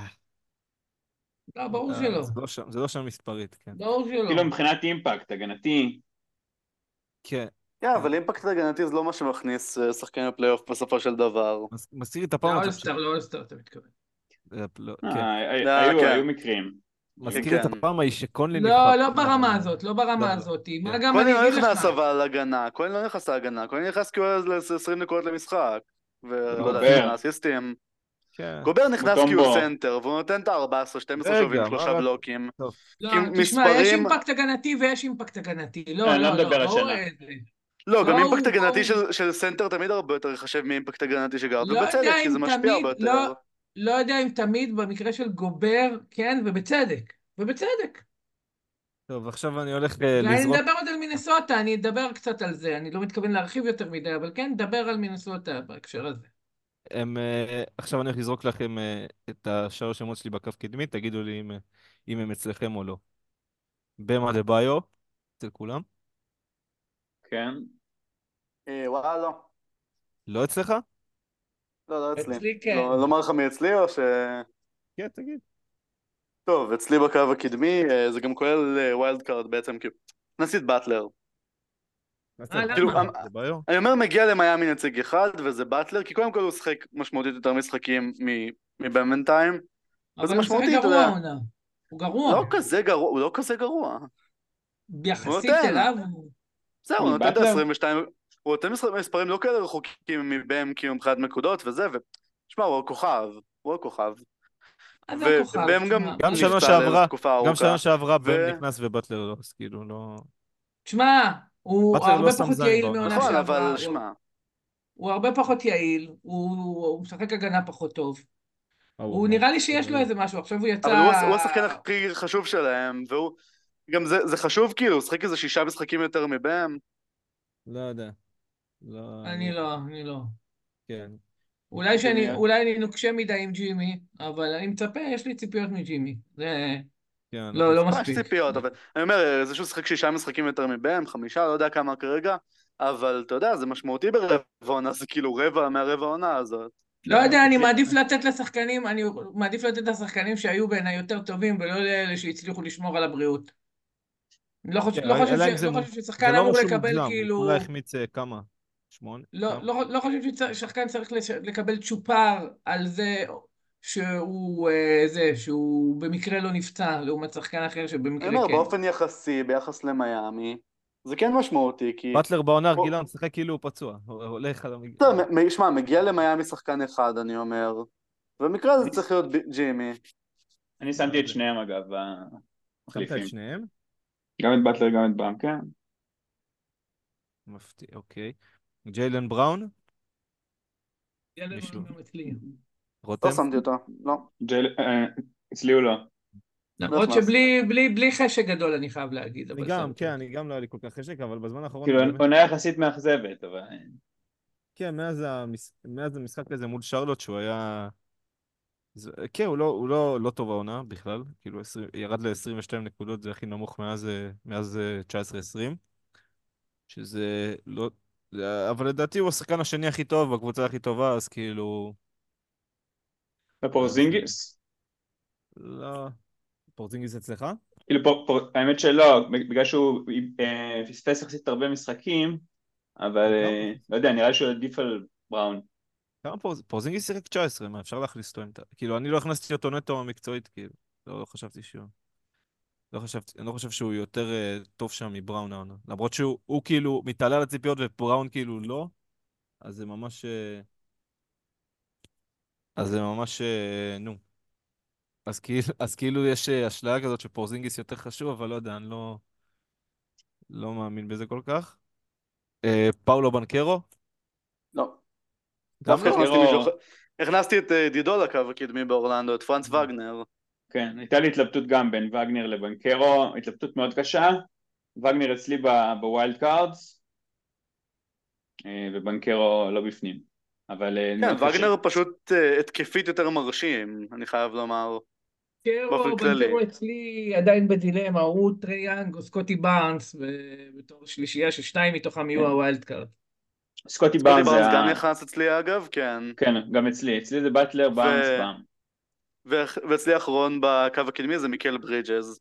לא, ברור שלא. זה לא שם מספרית, כן. ברור שלא. כאילו מבחינת אימפקט, הגנתי, כן. כן, אבל אימפקט הגנתי זה לא מה שמכניס שחקנים לפלייאוף בסופו של דבר. מזכיר לי את הפעם הזאת לאולסטאר, אתה מתכוון. כן. היו כן, מקרים. מזכיר לי את כן. הפעם ההיא שקונלי נבחר. לא ברמה הזאת, לא ברמה לא, הזאת. מה כן. גם קוני אני לא אגיד לך, נכנס אבל להגנה, קוני לא נכנס להגנה, קוני נכנס כי הוא היה ל-20 נקודות למשחק. ולא יודע, גובר. 8 אסיסטים. כן. גובר נכנס כי הוא מוטומבו. סנטר, והוא נותן את ה-14-12 שובים, רגע, מה 3 רק... בלוקים. טוב. לא, כי תשמע, יש מספרים... אימפקט הגנתי ויש אימפקט הגנתי. אני לא מדבר בואו השנה. איזה. לא, גם אימפקט בואו. הגנתי של סנטר תמיד הרבה יותר יחשב מאימפקט הגנתי של גארד, לא יודע ובצדק, כי אם זה משפיע הרבה תמיד, יותר. לא יודע אם תמיד במקרה של גובר, כן, ובצדק. ובצדק. טוב, עכשיו אני הולך ואני לזרוק... מדבר עוד על מינסוטה, אני אדבר קצת על זה, אני לא מתכוון להרחיב יותר מדי, אבל כן, נדבר על מינסוטה בהקשר הזה. עכשיו אני הולך לזרוק לכם את השלוש שמות שלי בכף קדמי, תגידו לי אם הם אצלכם או לא. במה דה ביו, אצל כולם? כן. וואלה, לא. לא אצלך? לא, לא אצלי. אצלי כן. לא לומר לך מי אצלי או ש... כן, תגיד. טוב, אצלי בקו הקדמי, זה גם כולל ווילד קארד בעצם, כאילו, נכנסתי את באטלר. כאילו, למה? דה ביו? אני אומר מגיע למיימי נציג אחד, וזה באטלר, כי קודם כל הוא שחק משמעותית יותר משחקים מבמנטיים, וזה אבל הוא משחק משמעותי, אתה גרוע יודע. העונה. הוא גרוע. לא כזה גרוע, הוא לא כזה גרוע. הוא יחסית נותן. אליו. זהו, הוא נותן את מבטלר? ה-22, הוא נותן מספרים לא כאלה רחוקים מבהם, כאילו מבחינת נקודות וזה, ושמע, הוא הכוכב, הוא הכוכב. אז זה הכוכב. ובהם גם גם שנה נפצע שעברה, לתקופה גם ארוכה. שנה שעברה בם נכנס ובטלר לא, אז כאילו לא... תשמע, הוא באטלר לא הרבה שם פחות זין יעיל בעונה. מעונה נכון, שעברה. אבל שמע, הוא הרבה פחות יעיל, הוא משחק הגנה פחות טוב. הוא ברור. נראה לי שיש לו איזה משהו, עכשיו הוא יצא... אבל הוא השחקן הכי חשוב שלהם, והוא, גם זה חשוב כאילו, הוא שחק איזה 6 משחקים יותר מבהם. לא יודע. לא, אני לא. כן, אולי אני נוקשה מדי עם ג'ימי, אבל אני מצפה, יש לי ציפיות מג'ימי. זה כן, אנחנו לא יש מספיק. ציפיות, אבל אני אומר, זה שהוא שיחק 6 משחקים יותר מבהם, 5, לא יודע כמה כרגע, אבל אתה יודע, זה משמעותי ברבע עונה, זה כאילו רבע מהרבע עונה הזאת. לא יודע, אני מעדיף לתת לשחקנים שהיו בעיניי יותר טובים, ולא לאלה שהצליחו לשמור על הבריאות. אני כן, אלא אם לא חושב זה ששחקן לא אמור משהו לקבל מוגזם, הוא כולה כאילו... החמיץ כמה? 8? כמה? לא חושב ששחקן צריך לקבל צ'ופר על זה שהוא במקרה לא נפצע, לעומת שחקן אחר אני שבמקרה אומר, כן. באופן יחסי, ביחס למיימי, זה כן משמעותי, כי... באטלר בעונה הוא- הרגילה משחק כאילו הוא פצוע, הוא הולך על טוב, המגרש. שמע, מגיע למיימי שחקן אחד, אני אומר, במקרה הזה אני צריך להיות ג'ימי. אני שמתי את שניהם אגב, שמת את במחליפים. שניהם? גם את באטלר, גם את באם, כן. מפתיע, אוקיי. ג'יילן בראון? ילד מישהו? גם אצלי. לא רותם? שמתי אותו, לא, אצלי הוא לא. לא למרות נכנס. בלי חשק גדול, אני חייב להגיד, אני אבל גם, שמתי כן, אותו. אני גם לא היה לי כל כך חשק, אבל בזמן האחרון הוא כאילו, באמת... עונה יחסית מאכזבת, אבל... כן, מאז המשחק הזה מול שרלוט שהוא היה... כן, הוא לא טוב העונה בכלל, כאילו ירד ל-22 נקודות, זה הכי נמוך מאז 19-20, שזה לא... אבל לדעתי הוא השחקן השני הכי טוב, בקבוצה הכי טובה, אז כאילו... אז ופורזינגיס? לא... פורזינגיס אצלך? כאילו, האמת שלא, בגלל שהוא פספס יחסית הרבה משחקים, אבל לא יודע, נראה לי שהוא עדיף על בראון. פורזינגיס שיחק 19, מה אפשר להכניס אותו? כאילו, אני לא הכנסתי אותו נטו מקצועית, כאילו. לא חשבתי שהוא... אני לא חושב שהוא יותר טוב שם מבראון העונה. למרות שהוא כאילו מתעלה על הציפיות ובראון כאילו לא, אז זה ממש... נו. אז כאילו יש אשליה כזאת שפורזינגיס יותר חשוב, אבל לא יודע, אני לא מאמין בזה כל כך. פאולו בנקרו? לא. גם דווקא לא? הכנסתי מישהו אחר. בנקרו, הכנסתי את דידו לקו הקדמי באורלנדו, את פרנץ וגנר. כן, הייתה לי התלבטות גם בין וגנר לבנקרו, התלבטות מאוד קשה. וגנר אצלי בווילד קארדס, ובנקרו לא בפנים. אבל כן, מאוד קשה. וגנר פשוט התקפית יותר מרשים, אני חייב לומר, באופן כללי. בנקרו אצלי עדיין בדילמה, הוא טרי יאנג או סקוטי בארנס, בתור שלישייה ששניים מתוכם יהיו כן. הווילד קארד. סקוטי סקוטי בארנס זה בארנס גם נכנס אצלי אגב, כן. כן, גם אצלי. אצלי זה באטלר, בארנס, באם. ואצלי האחרון בקו הקדמי זה מיקל ברידג'ז.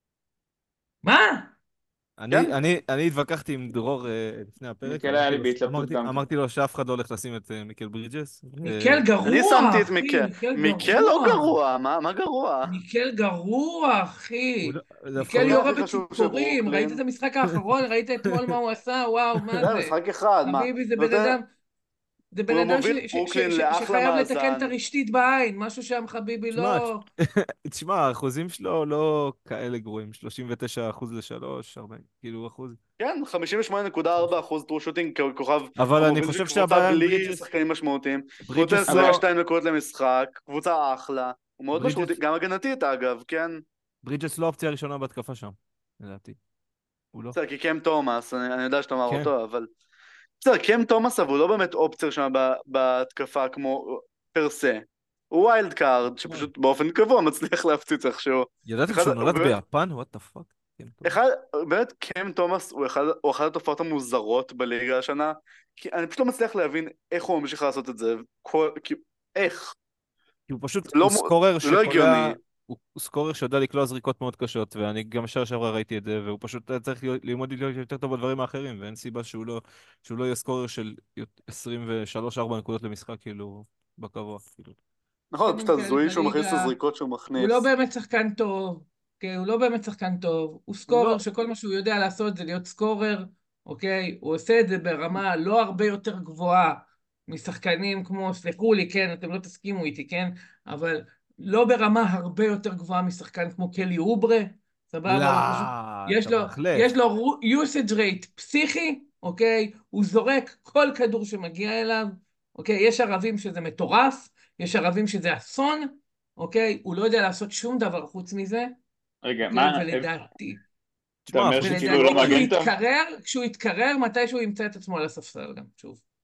מה? כן? אני התווכחתי עם דרור לפני הפרק, מיקל היה לי בהתלבטות גם כן. אמרתי לו שאף אחד לא הולך לשים את מיקל ברידג'ס. מיקל אני גרוע, שמתי את אחי, מיקל. מיקל מיקל לא גרוע. גרוע, מה גרוע? מיקל גרוע, אחי. זה דווקא מיקל השחקן לא... יורה הכי חשוב של בציפורים, ראית את ברוקלין. המשחק האחרון? ראית אתמול מה הוא עשה? וואו, מה זה זה? משחק אחד, מה? חביבי, זה בן נותן... אדם, זה בן הוא אדם מוביל ברוקלין לאחלה שחייב לתקן את מאזן. הרשתית בעין, משהו שם חביבי תשמע, לא... תשמע, האחוזים שלו לא כאלה גרועים, 39% ל-3, 40, כאילו אחוז. כן, 58.4% טרו שוטינג ככוכב אבל אני המוביל של חושב קבוצה שהבעיה עם בלי ברידג'ס, שחקנים משמעותיים. הוא נותן ברידג'ס לא... 22 נקודות למשחק, קבוצה אחלה. הוא מאוד ברידג'ס, משמעותי, גם הגנתית אגב, כן? ברידג'ס לא האופציה הראשונה בהתקפה שם, לדעתי. הוא לא. בסדר, כי קם תומאס, אני יודע שאתה אמר כן. אותו, אבל... בסדר, קם תומאס, אבל הוא לא באמת אופציה שם בהתקפה כמו פרסה. הוא ויילד קארד, שפשוט באופן קבוע מצליח להפציץ איכשהו. ידעתם שהוא נולד ביפן? what the fuck? כן, טוב. באמת קם תומאס הוא אחת התופעות המוזרות בליגה השנה, כי אני פשוט לא מצליח להבין איך הוא ממשיך לעשות את זה, איך? כי הוא פשוט, זה לא, הוא סקורר זה לא הגיוני. הוא סקורר שיודע לקלוע זריקות מאוד קשות, ואני גם בשעה שעברה ראיתי את זה, והוא פשוט היה צריך ללמוד להיות יותר טוב בדברים האחרים, ואין סיבה שהוא לא יהיה סקורר של 23-4 נקודות למשחק, כאילו, בקבוע, כאילו. נכון, פשוט הזוי שהוא מכניס את בליגה. הזריקות שהוא הוא מכניס. לא באמת שחקן טוב, אוקיי? הוא לא באמת שחקן טוב, הוא סקורר לא. שכל מה שהוא יודע לעשות זה להיות סקורר, אוקיי? הוא עושה את זה ברמה לא הרבה יותר גבוהה משחקנים כמו, סלחו לי, כן, אתם לא תסכימו איתי, כן? אבל לא ברמה הרבה יותר גבוהה משחקן כמו קלי אוברה, סבבה? לא, הוא פשוט, אתה מחלף. יש לו usage rate פסיכי, אוקיי? הוא זורק כל כדור שמגיע אליו, אוקיי? יש ערבים שזה מטורף, יש ערבים שזה אסון, אוקיי? הוא לא יודע לעשות שום דבר חוץ מזה. רגע, אוקיי? מה? ולדעתי, אתה אומר אחוזים שכאילו הוא לא מגן טוב? כשהוא יתקרר, מתישהו ימצא את עצמו על הספסל גם, שוב.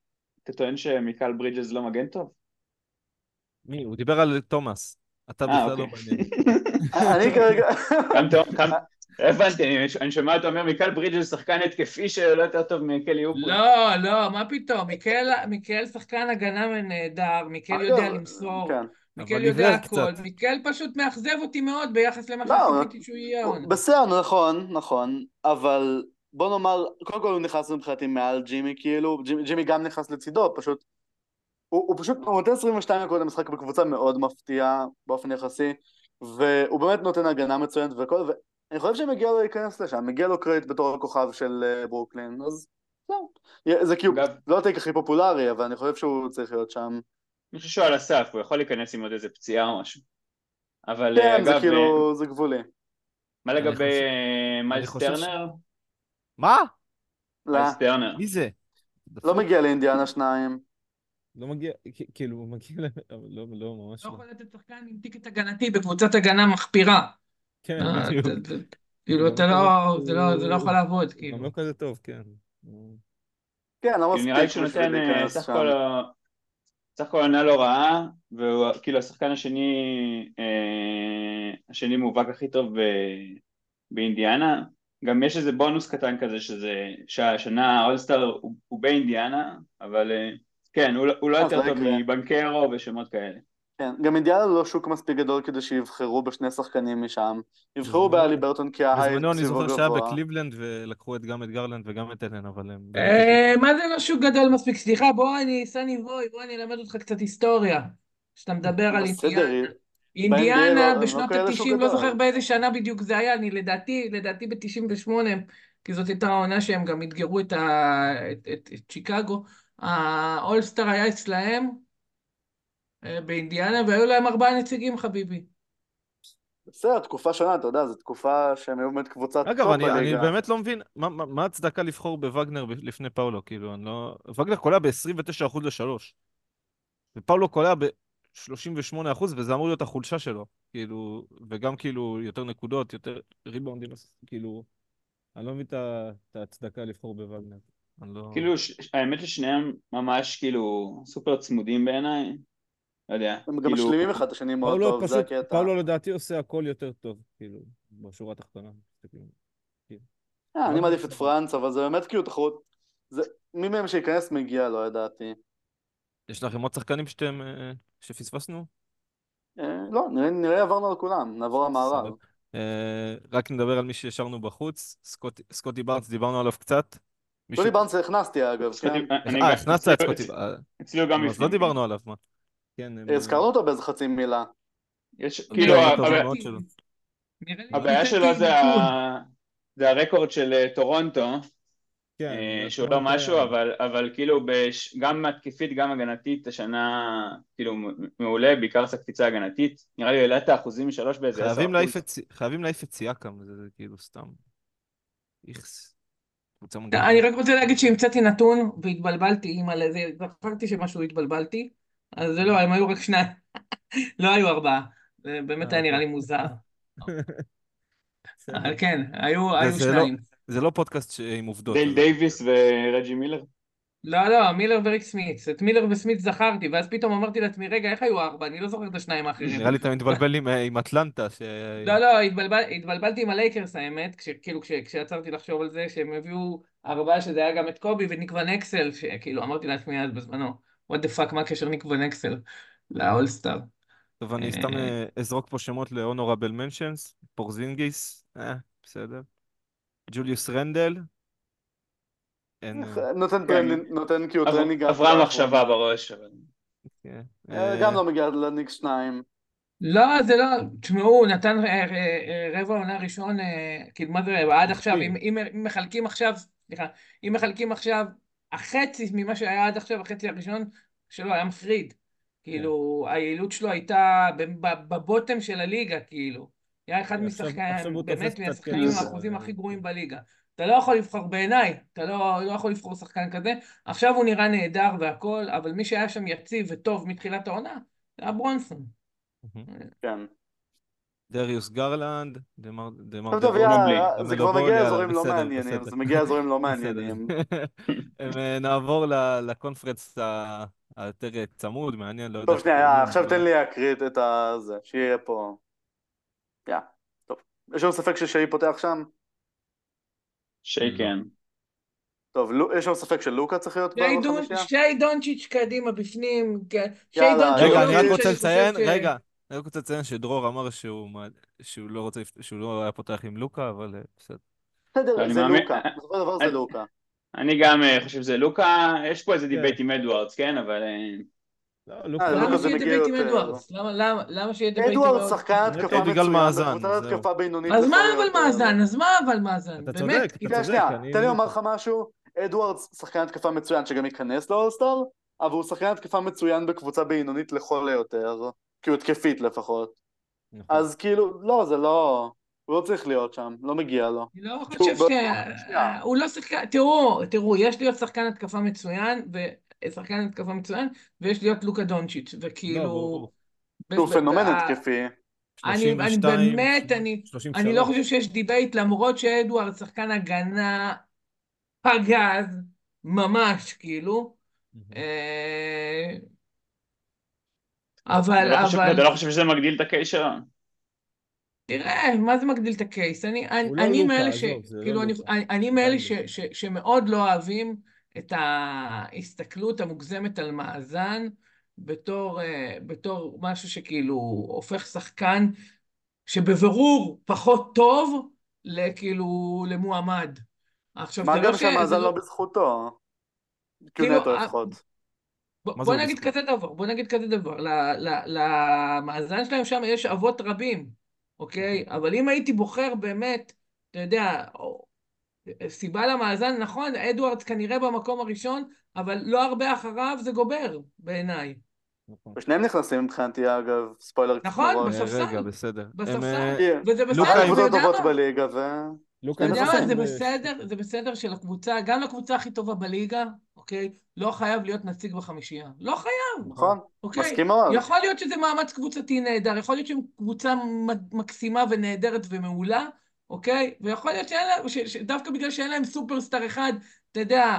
אתה טוען שמיקל ברידג'ס לא מגן טוב? מי? הוא דיבר על תומאס. אתה בכלל לא אוקיי. מעניין. אני כרגע... הבנתי, אני שומע אותו אומר, מיקל ברידג'ס שחקן התקפי שלא יותר טוב מקלי אופרה. לא, לא, מה פתאום? מיקל שחקן הגנה נהדר, מיקל יודע אגב, למסור, כן. מיקל אבל יודע עיוור הכל, קצת. מיקל פשוט מאכזב אותי מאוד ביחס למה לא, שציפיתי שהוא יהיה העונה. בסדר, נכון, אבל בוא נאמר, קודם כל הוא נכנס מבחינתי מעל ג'ימי, כאילו, ג'ימי גם נכנס לצידו, פשוט, הוא פשוט הוא נותן 22 נקודות למשחק בקבוצה מאוד מפתיעה באופן יחסי, והוא באמת נותן הגנה מצוינת וכל, ואני חושב שמגיע לו להיכנס לשם, מגיע לו קרדיט בתור הכוכב של ברוקלין, אז זהו, זה כאילו, אגב, לא הטייק הכי פופולרי, אבל אני חושב שהוא צריך להיות שם. אני חושב שהוא על הסף, הוא יכול להיכנס עם עוד איזה פציעה או משהו. אבל כן, זה אגב, כאילו, זה גבולי. מה אני לגבי חושב... אני מיילס חושב טרנר? מה? לא, מיילס טרנר. מי זה? לא דפוק. מגיע לאינדיאנה שניים. לא מגיע, כאילו, הוא מגיע אבל לא, לא, ממש לא לא. יכול לתת שחקן עם טיקט הגנתי בקבוצת הגנה מחפירה. כן, בדיוק. הוא כאילו, גם לא אתה כזה... לא, זה לא יכול לעבוד, הוא גם כאילו. לא כזה טוב, כן. כן, לא כאילו נראה לי מספיק שהוא בשביל נותן להיכנס שם. סך הכל עונה לא רעה, והוא כאילו השחקן השני מובהק הכי טוב באינדיאנה. גם יש איזה בונוס קטן כזה, שהשנה האולסטאר הוא באינדיאנה, אבל כן, הוא לא אז יותר לא טוב יקרה. מבנקרו ושמות כאלה. כן, גם אינדיאנה לא שוק מספיק גדול כדי שיבחרו בשני שחקנים משם. יבחרו באלי בזמנו, ברטון כי ההייט בזמנו אני סביבו זוכר שהיה גבוה. בקליבלנד ולקחו גם את גרלנד וגם את אלן, אבל הם באמת הגיעו. מה זה לא שוק גדול מספיק? סליחה, בוא אני אלמד אותך קצת היסטוריה. כשאתה מדבר על בסדר, אינדיאנה. ב-NBA אינדיאנה לא, הם לא בשנות כאלה שוק ה-90, לא זוכר גדול. באיזה שנה בדיוק זה היה, לדעתי ב-98, כי זאת הייתה העונה שהם גם אתגרו את שיקגו. האולסטאר היה אצלהם באינדיאנה, והיו להם 4 נציגים, חביבי. בסדר, תקופה שונה, אתה יודע, זו תקופה שהם היו באמת קבוצת אגב, טופ אני בליגה. באמת לא מבין, מה ההצדקה לבחור בווגנר לפני פאולו? כאילו, אני לא... וגנר קולע ב-29% ל-3, ופאולו קולע ב-38%, וזה אמור להיות החולשה שלו. כאילו, וגם כאילו יותר נקודות, יותר ריבאונדים, כאילו, אני לא מבין את ההצדקה לבחור בווגנר. אני לא... כאילו, האמת ששניהם ממש כאילו סופר צמודים בעיניי, לא יודע, הם גם כאילו, משלימים אחד את השני מאוד פאולו טוב, זה פשוט, הקטע. פאולו לדעתי עושה הכל יותר טוב, כאילו, בשורה התחתונה. כאילו, אני וגנר מעדיף את בסדר. פרנץ, אבל זה באמת כאילו תחרות. מי מהם שייכנס מגיע לו, לדעתי. יש לכם עוד שחקנים שפספסנו? לא, נראה עברנו על כולם, נעבור סבבה. למערב. רק נדבר על מי שהשארנו בחוץ, סקוטי בארנס, דיברנו עליו קצת. טוני מישהו... בארנס הכנסתי אגב, כן? הכנסת את סקוטי בארנס. אצלי הוא גם נו, אז לא בפנים, כן. דיברנו עליו, מה? כן, הזכרנו אותו באיזה חצי מילה. כאילו, עונה טובה מאוד שלו. נראה לי הבעיה שלו שהמצאתי נתון. זה הרקורד של טורונטו, כן, שהוא לא אתמול זה משהו, היה... אבל כאילו גם התקפית, גם הגנתית, השנה כאילו מעולה, בעיקר עשה קפיצה הגנתית, נראה לי העלה את האחוזים משלוש באיזה 10%. חייבים להעיף את סייקם, זה כאילו סתם. איכס. קבוצה אני מגעילה. רק רוצה להגיד שהמצאתי נתון והתבלבלתי על איזה, זכרתי שמשהו התבלבלתי, אז זה לא, הם היו רק 2, לא היו 4, זה באמת היה נראה אוקיי. לי מוזר. בסדר. אבל כן, היו זה לא, 2. זה לא פודקאסט עם עובדות, דייל אז... דייביס ורג'י מילר. לא, מילר וריק סמית, את מילר וסמית זכרתי, ואז פתאום אמרתי לעצמי, רגע, איך היו 4? אני לא זוכר את השניים האחרים. נראה לי אתה מתבלבל עם אטלנטה, לא, התבלבלתי עם הלייקרס האמת, כאילו כשיצרתי לחשוב על זה, שהם הביאו 4, שזה היה גם את קובי וניק ון אקסל, שכאילו אמרתי לעצמי אז בזמנו, what the fuck, מה הקשר ניק ון אקסל לאולסטאר? טוב, אני סתם אזרוק פה שמות ל-Honorable Mentions, פורזינגיס, בסדר. ג'וליוס רנדל, אין... כן, נותן כאילו טרנינג עברה ההפתעה מחשבה האחרונה. בראש. כן. גם לא מגיע לניקס 2. לא, זה לא, תשמעו, הוא נתן רבע עונה ראשון, כאילו מה זה, עד עכשיו, הכפיל. אם מחלקים עכשיו, סליחה, אם מחלקים עכשיו, החצי ממה שהיה עד עכשיו, החצי הראשון שלו היה מחריד. כן. כאילו, היעילות שלו הייתה בבוטם של הליגה, כאילו. היה אחד עכשיו הוא משחקנים, תופס באמת קצת מהשחקנים עם קרדיט. האחוזים הכי גרועים בליגה. אתה לא יכול לבחור בעיניי, אתה לא יכול לבחור שחקן כזה. עכשיו הוא נראה נהדר והכל, אבל מי שהיה שם יציב וטוב מתחילת העונה, זה היה ברונסון. כן. דריוס גרלנד, דמר טוב, טוב, דרוזן, מובלי. זה למלו כבר בול, מגיע יאללה, לאזורים לא בסדר, מעניינים, בסדר. זה מגיע לאזורים לא בסדר. מעניינים. נעבור לקונפרנס היותר צמוד, מעניין, לא יודע טוב, איך קוראים שנייה, לו, עכשיו תן אבל... לי להקריא את זה, שיהיה פה... טוב. יש לנו ספק ששי פותח שם? לא. שייקן. טוב, יש לנו ספק שלוקה צריך להיות בחמישייה? שי דונצ'יץ' קדימה בפנים, שי יאללה, דונצ'יץ' רגע, הוא אני לא רק מישהו יוקיץ'. רוצה שאני חושב לציין, אני רק רוצה לציין שדרור אמר שהוא לא היה פותח עם לוקה, אבל בסדר. בסדר, אני זה מאמין, לוקה, בסופו של דבר זה לוקה. אני גם חושב שזה לוקה, יש פה איזה כן. דיבייט עם אדוארדס, כן, אבל לא, לוקה... לוקה למה זה שיהיה מגיע דיבייט עם יותר. אדוארדס? למה שיהיה דיבייט עם אדוארד אדוארדס? שחקן התקפה נטו בגלל מצוין, מאזן, בקבוצת זהו. התקפה בינונית אז מה לכל אבל היותר. מאזן? אז מה אבל מאזן? אתה באמת, צודק, כאילו... שנייה, אני תן לי עם לומר לוקה. לך משהו, אדוארד שחקן התקפה מצוין שגם ייכנס לאולסטאר, אבל הוא שחקן התקפה מצוין בקבוצה בינונית לכל היותר, כאילו התקפית לפחות. נכון. אז כאילו, לא, זה לא, הוא לא צריך להיות שם, לא מגיע לו. אני לא שהוא חושב שנייה. הוא לא שחקן... תראו, יש להיות שחקן התקפה מצוין, ושחקן התקפה מצוין, ויש להיות לוקה דונצ'יץ', לא, וכאילו... ברור. שהוא פנומן התקפי. אני 32, באמת, אני לא 33. חושב שיש דיבייט, למרות שאדוארד שחקן הגנה פגז, ממש, כאילו. אה, אתה אבל, לא חושב שזה מגדיל את הקייס שלו? תראה, מה זה מגדיל את הקייס? הוא לא אני לוקה, מאלה עזוב, זה לא כאילו, לוקה. אני מאלה עדיין לא. שמאוד לא אוהבים את ההסתכלות המוגזמת על מאזן בתור משהו שכאילו הופך שחקן שבבירור פחות טוב לכאילו למועמד. עכשיו, מה זה לא גם ש... זה שהמאזן לא... לא בזכותו, כאילו כאילו, נטו לפחות. מה זה בוא לא נגיד בזכות? כזה דבר, למאזן שלהם שם יש אבות רבים, אוקיי? אבל אם הייתי בוחר באמת, אתה יודע, סיבה למאזן, נכון, אדוארדס כנראה במקום הראשון, אבל לא הרבה אחריו זה גובר, בעיניי. נכון. ושניהם נכנסים מבחינתי אגב, ספוילר נכון, מראש. רגע, בספסל, בסדר. בספסל, כי וזה לוקה אחת בסדר, עם... הקבוצות ויודע הטובות מה? בליגה לוקה אתה ושניהם עם יודע מה, נכנסים. זה בסדר של הקבוצה, גם לקבוצה הכי טובה בליגה, אוקיי? לא חייב להיות נציג בחמישייה. לא חייב, נכון. נכון? אוקיי? מסכים מאוד. יכול להיות שזה מאמץ קבוצתי נהדר, יכול להיות שהם קבוצה מקסימה ונהדרת ומעולה, אוקיי? ויכול להיות שאין להם, דווקא בגלל שאין להם סופרסטאר אחד, אתה יודע,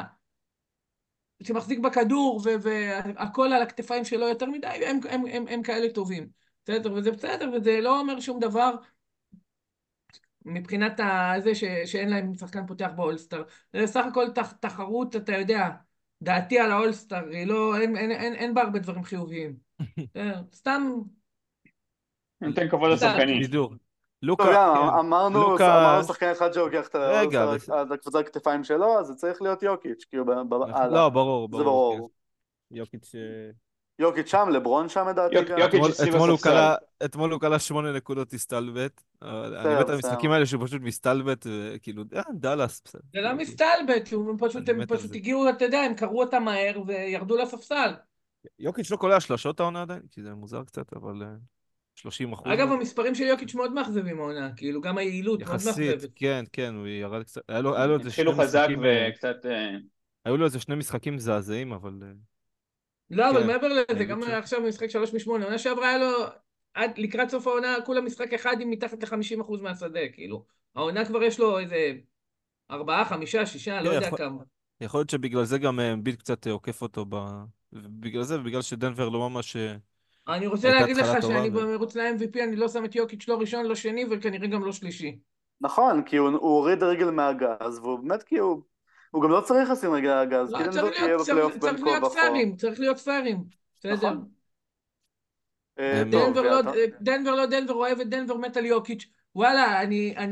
שמחזיק בכדור והכל על הכתפיים שלו יותר מדי, הם כאלה טובים. בסדר, וזה בסדר, וזה לא אומר שום דבר. מבחינת זה שאין להם שחקן פותח באולסטאר. זה סך הכל תחרות, אתה יודע, דעתי על האולסטאר, היא לא, אין בה הרבה דברים חיוביים. סתם, ניתן כבוד סתם. לשחקנים. בידור. טוב, לוקה, כן. יאללה, אמרנו לוקה... שחקן אחד שלוקח את רגע, האולסטאר על הקבוצה הכתפיים שלו, אז זה צריך להיות יוקיץ', כאילו, הלאה. לא, ברור, זה ברור. ברור. יוקיץ'... יוקיץ' שם, לברון שם לדעתי גם. יוקיץ' אצלי בספסל. אתמול הוא קלע 8 נקודות הסתלבט. אני בסדר, מת על המשחקים האלה שהוא פשוט מסתלבט, כאילו, דאלאס, בסדר. זה לא מסתלבט, אני הם מת על פשוט זה. הגיעו, אתה יודע, הם קראו אותה מהר וירדו לספסל. יוקיץ' לא קולע שלשות העונה עדיין, כי זה מוזר קצת, אבל 30%. אגב, המספרים של יוקיץ' מאוד מאכזבים העונה, כאילו גם היעילות מאוד יחסית, מאכזבת. כן, כן, הוא ירד קצת, היה לו איזה שני התחילו חזק משחקים, וקצת... היו לו איזה שני משחקים מזעזעים, אבל לא, אבל כן, מעבר לזה, גם העילות שלו. עכשיו במשחק 3 מ-8, העונה שעברה היה לו, עד לקראת סוף העונה, כולה משחק אחד עם מתחת ל-50% מהשדה, כאילו. העונה כבר יש לו איזה 4, 5, 6, לא כן, יודע כמה. יכול להיות שבגלל זה גם אמביט קצת עוקף אותו, בגלל זה, ובגלל שדנבר לא ממש אני רוצה הייתה להגיד התחלה לך טובה. שאני במרוץ ל-MVP, אני לא שם את יוקיץ' לא ראשון, לא שני, וכנראה גם לא שלישי. נכון, כי הוא הוריד רגל מהגז, והוא באמת כי הוא גם לא צריך לשים רגל מהגז, לא, כי דנבר תהיה בפלייאוף בין כה וכה. צריך להיות פיירים, בסדר. נכון. טוב, דנבר לא דנבר, אוהב את דנבר, מת על יוקיץ'. וואלה,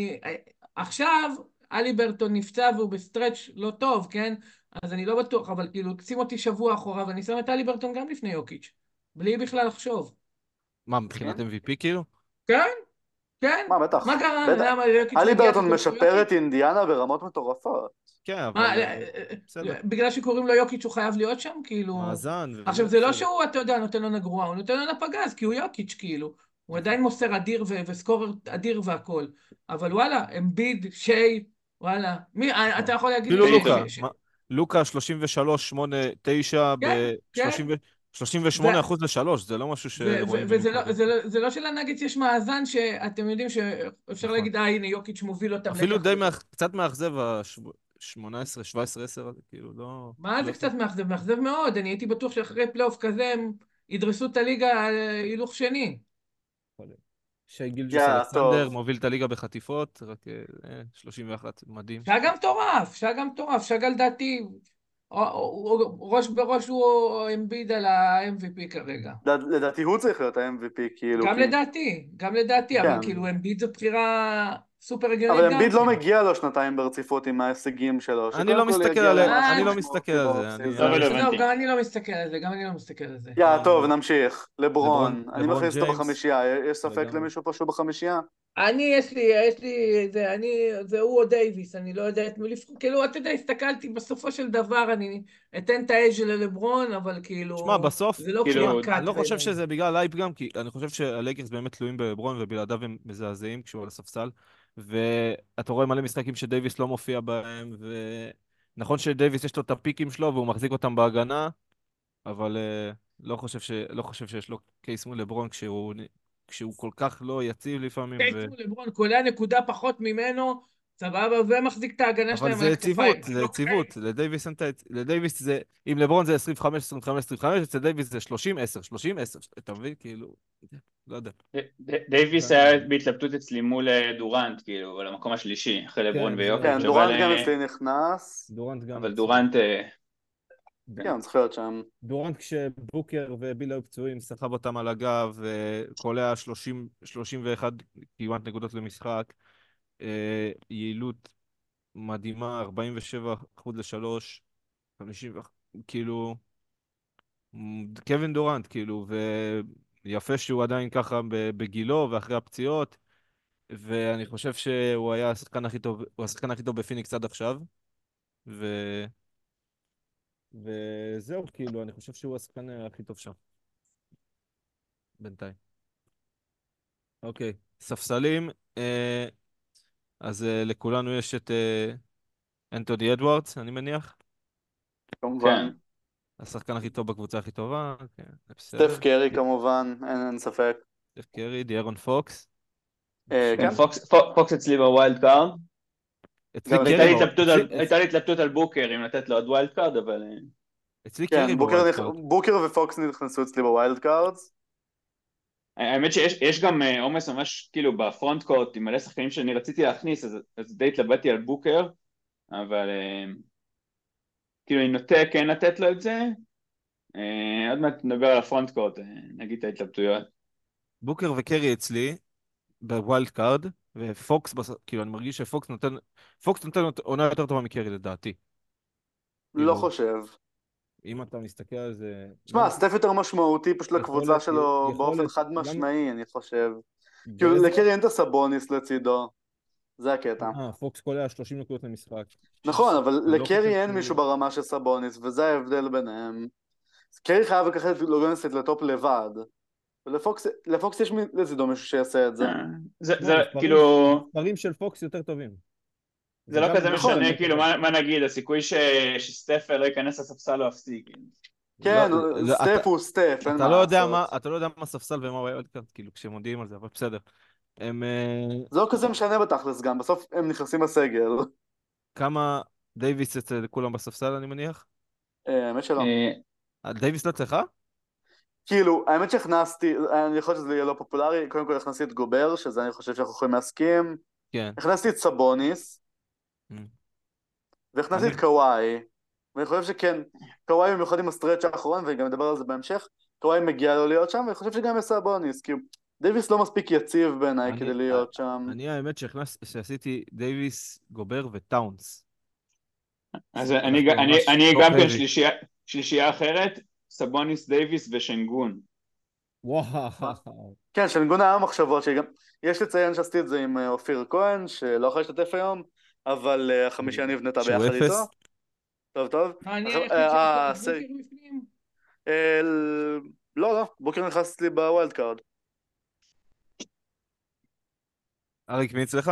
עכשיו, אלי ברטון נפצע והוא בסטרץ' לא טוב, כן? אז אני לא בטוח, אבל כאילו, שים אותי שבוע אחורה, ואני שם את אלי ברטון גם לפני יוקיץ', בלי בכלל לחשוב. מה, מבחינת MVP כאילו? כן, כן. מה, בטח. מה קרה? בטח. למה יוקיץ' לא אלי הגיע ברטון כי קוראים לו משפר יוקיץ'? את אינדיאנה ברמות מטורפות. כן, מה, אבל בסדר. בגלל שקוראים לו יוקיץ' הוא חייב להיות שם? כאילו... מאזן עכשיו, וזה, זה לא בסדר. שהוא, אתה יודע, נותן לו נגרועה, הוא נותן לו נפגז, כי הוא יוקיץ', כאילו. הוא עדיין מוסר אדיר וסקורר אדיר והכל. אבל וואלה, אמביד, שי, וואלה. נכון. אתה יכול להגיד אפילו לי... לוקה, לוקה 33, 8, 9, כן, כן. 38% ל-3, זה לא משהו שרואים במיוחד. וזה לא שלנגץ יש מאזן שאתם יודעים שאפשר נכון. להגיד, הנה יוקיץ' מוביל אותם אפילו לכך. די קצת מאכזב ה-18, 17, 10, כאילו לא... מה זה לא קצת מאכזב? מאכזב מאוד. אני הייתי בטוח שאחרי פלייאוף כזה הם ידרסו את הליגה על הילוך שני. יכול להיות. שי גילג'וס יאללה, אלכסנדר טוב. מוביל את הליגה בחטיפות, רק 31, מדהים. שגה מטורף, שגה מטורף, שגה לדעתי, ראש בראש הוא אמביד על ה-MVP כרגע. לדעתי הוא צריך להיות ה-MVP, כאילו, כי... גם לדעתי, אבל כן. כאילו אמביד זו בחירה סופר הגיונית אבל גם אמביד לא כן. מגיע לו שנתיים ברציפות עם ההישגים שלו, אני שקודם לא כל מסתכל יגיע על למשהו אני לא מסתכל משמעותי על זה, באופסיזון. לא זהו, רלוונטי. גם אני לא מסתכל על זה, גם אני לא מסתכל על זה. יאללה, טוב, נמשיך. לברון, אני לברון מכניס אותו ג'יימס, בחמישייה, יש ספק לגמרי. למישהו פה שהוא בחמישייה? זה הוא או דייוויס, אני לא יודע את מי לבחור, כאילו, אתה יודע, הסתכלתי, בסופו של דבר אני אתן את האש ללברון, אבל שמע, כאילו, בסוף, זה לא כאילו, קליר קאט אני לא חושב בעיניי. שזה בגלל הייפ גם, כי אני חושב שהלייקרס באמת תלויים בברון ובלעדיו הם מזעזעים כשהוא על הספסל, ואתה רואה מלא משחקים שדייוויס לא מופיע בהם, ונכון שדייוויס יש לו את הפיקים שלו והוא מחזיק אותם בהגנה, אבל לא חושב שיש לו קייס מול לברון כשהוא כל כך לא יציב לפעמים, טייט מול לברון, קולע נקודה פחות ממנו, סבבה, ומחזיק את ההגנה אבל שלהם על זה יציבות, הכתפיים. זה יציבות. לדייוויס זה, אם לברון זה 25, 25, 25, אצל דייוויס זה 30, 10, 30, 10. אתה מבין? כאילו, לא יודע. דייוויס היה בהתלבטות אצלי מול דורנט, כאילו, על המקום השלישי, אחרי לברון כן, כן, ויוקיץ', דורנט גם אצלי נכנס. דורנט גם אבל אצלי. דורנט, כן. כן, צריך להיות שם. דורנט כשבוקר וביל היו פצועים, סחב אותם על הגב, קולע 31 כמעט נקודות למשחק, יעילות מדהימה, 47% ל-3, 50, כאילו, קווין דורנט, כאילו, ויפה שהוא עדיין ככה בגילו ואחרי הפציעות, ואני חושב שהוא היה השחקן הכי טוב, הוא השחקן הכי טוב בפיניקס עד עכשיו, ו... וזהו, כאילו, אני חושב שהוא השחקן הכי טוב שם, בינתיים. אוקיי, ספסלים, אז לכולנו יש את אנתוני אדוארדס, אני מניח, כמובן. כן. השחקן הכי טוב בקבוצה הכי טובה, כן, זה בסדר. סטף קרי כמובן, אין ספק. סטף קרי, דיארון פוקס. כן, פוקס אצלי בווילד קארד, אצלי גם קרי, הייתה לי התלבטות על בוקר אם לתת לו עוד ווילד קארד, אבל אצלי קרי כן, בווילד קארד. בוקר ופוקס נכנסו אצלי בווילד קארדס. האמת שיש גם עומס ממש כאילו בפרונט קורט עם מלא שחקנים שאני רציתי להכניס, אז די התלבטתי על בוקר, אבל כאילו אני נוטה כן לתת לו את זה. עוד מעט נדבר על הפרונט קורט, נגיד את ההתלבטויות. בוקר וקרי אצלי בווילד קארד, ופוקס, כאילו אני מרגיש פוקס נותן עונה יותר טובה מקרי לדעתי. לא כאילו, חושב. אם אתה מסתכל על זה, שמע, סטף יותר משמעותי פשוט לקבוצה שלו באופן יכולת, חד גם משמעי, אני חושב. כאילו באיזה... לקרי אין את הסבוניס לצידו. זה הקטע. פוקס קולע 30 נקודות למשחק. נכון, אבל אני לא חושב לקרי אין שהוא... מישהו ברמה של סבוניס, וזה ההבדל ביניהם. קרי חייב לקחת את לוגנסט לטופ לבד. ולפוקס יש לצידו מישהו שיעשה את זה. זה לא, כאילו, המספרים של פוקס יותר טובים. זה לא גם כזה נכון. משנה, כאילו מה נגיד, הסיכוי שסטף לא ייכנס לספסל או אפסי, כאילו. כן, לא, סטף הוא סטף, אין אתה מה לא יודע לעשות. אתה לא יודע מה ספסל ומה ווילד קארד, כאילו, כשמודיעים על זה, אבל בסדר. הם... זה לא כזה משנה בתכלס גם, בסוף הם נכנסים לסגל. כמה דייוויס אצל כולם בספסל, אני מניח? האמת שלא. דייוויס לא צריכה? כאילו, האמת שהכנסתי, אני חושב שזה יהיה לא פופולרי, קודם כל הכנסתי את גובר, שזה אני חושב שאנחנו יכולים להסכים. כן. הכנסתי את סבוניס, Mm. והכנסתי אני- את קוואי, ואני חושב שכן, קוואי במיוחד עם הסטרץ' האחרון, וגם נדבר על זה בהמשך, קוואי מגיע לו להיות שם, ואני חושב שגם יש סבוניס, כי דייוויס לא מספיק יציב בעיניי כדי להיות שם. אני האמת שעשיתי דייוויס, גובר וטאונס. אז הלכתי ממש אני טופ גם כן heavy. שלישייה אחרת, סבוניס, דייוויס ושנגון. וואו. כן, שנגון היה מחשבות, שגם, יש לציין שעשיתי את זה עם אופיר כהן, שלא יכול להשתתף היום, אבל החמישייה נבנתה שהוא ביחד איתו. אפס? טוב, טוב. אני עכשיו, היחיד שיש לו בוקר בפנים. אה, לא, בוקר נכנס לי בווילד קארד. אריק, מי אצלך?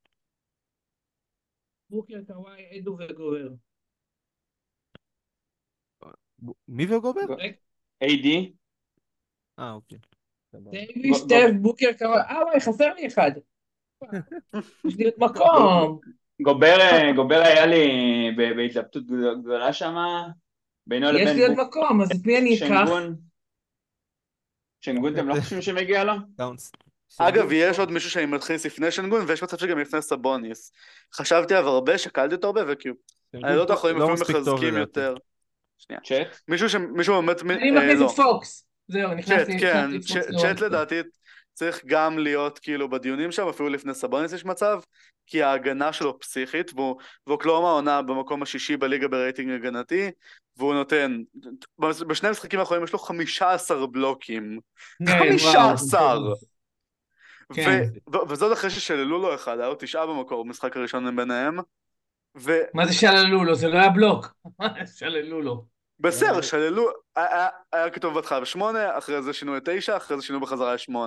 בוקר, קוואי, אדו וגובר. מי וגובר? רגע, AD, אוקיי. סבבה. דייוויס, סטף, בוקר, וואי, חסר לי אחד. יש לי עוד גו- מקום. גובר היה לי בהתלבטות גדולה שמה, בינו יש לבין לי עוד מקום, אז את מי אני אקח? שנגון. שנגון אתם לא חושבים שמגיע לו? טאונס. אגב, יש עוד מישהו שאני מתחיל לפני שנגון, ויש מצב שגם לפני סבוניס. חשבתי עליו הרבה, שקלתי אותו הרבה, וכאילו, הלילות האחרונים לא אפילו מספיק טוב מחזקים לדעתי. יותר. שנייה. צ'אט? מישהו באמת, אני מכניס לא. את פוקס. זהו, צ'אט, כן, הכנסתי את פוקס צ'אט לרוב. לדעתי צריך גם להיות כאילו בדיונים שם, אפילו לפני סבוניס יש מצב, כי ההגנה שלו פסיכית, ואוקלאומה עונה במקום השישי בליגה ברייטינג הגנתי, והוא נותן, בשני המשחקים האחרונים יש לו 15 בלוקים. כן, וואו. 15! כן. וזאת אחרי ששללו לו אחד, היה לו 9 במקור במשחק הראשון ביניהם, מה זה שללו לו? זה לא היה בלוק. שללו לו. בסדר, שללו, היה כתוב בהתחלה ב8, אחרי זה שינו ל9, אחרי זה שינו בחזרה ל8.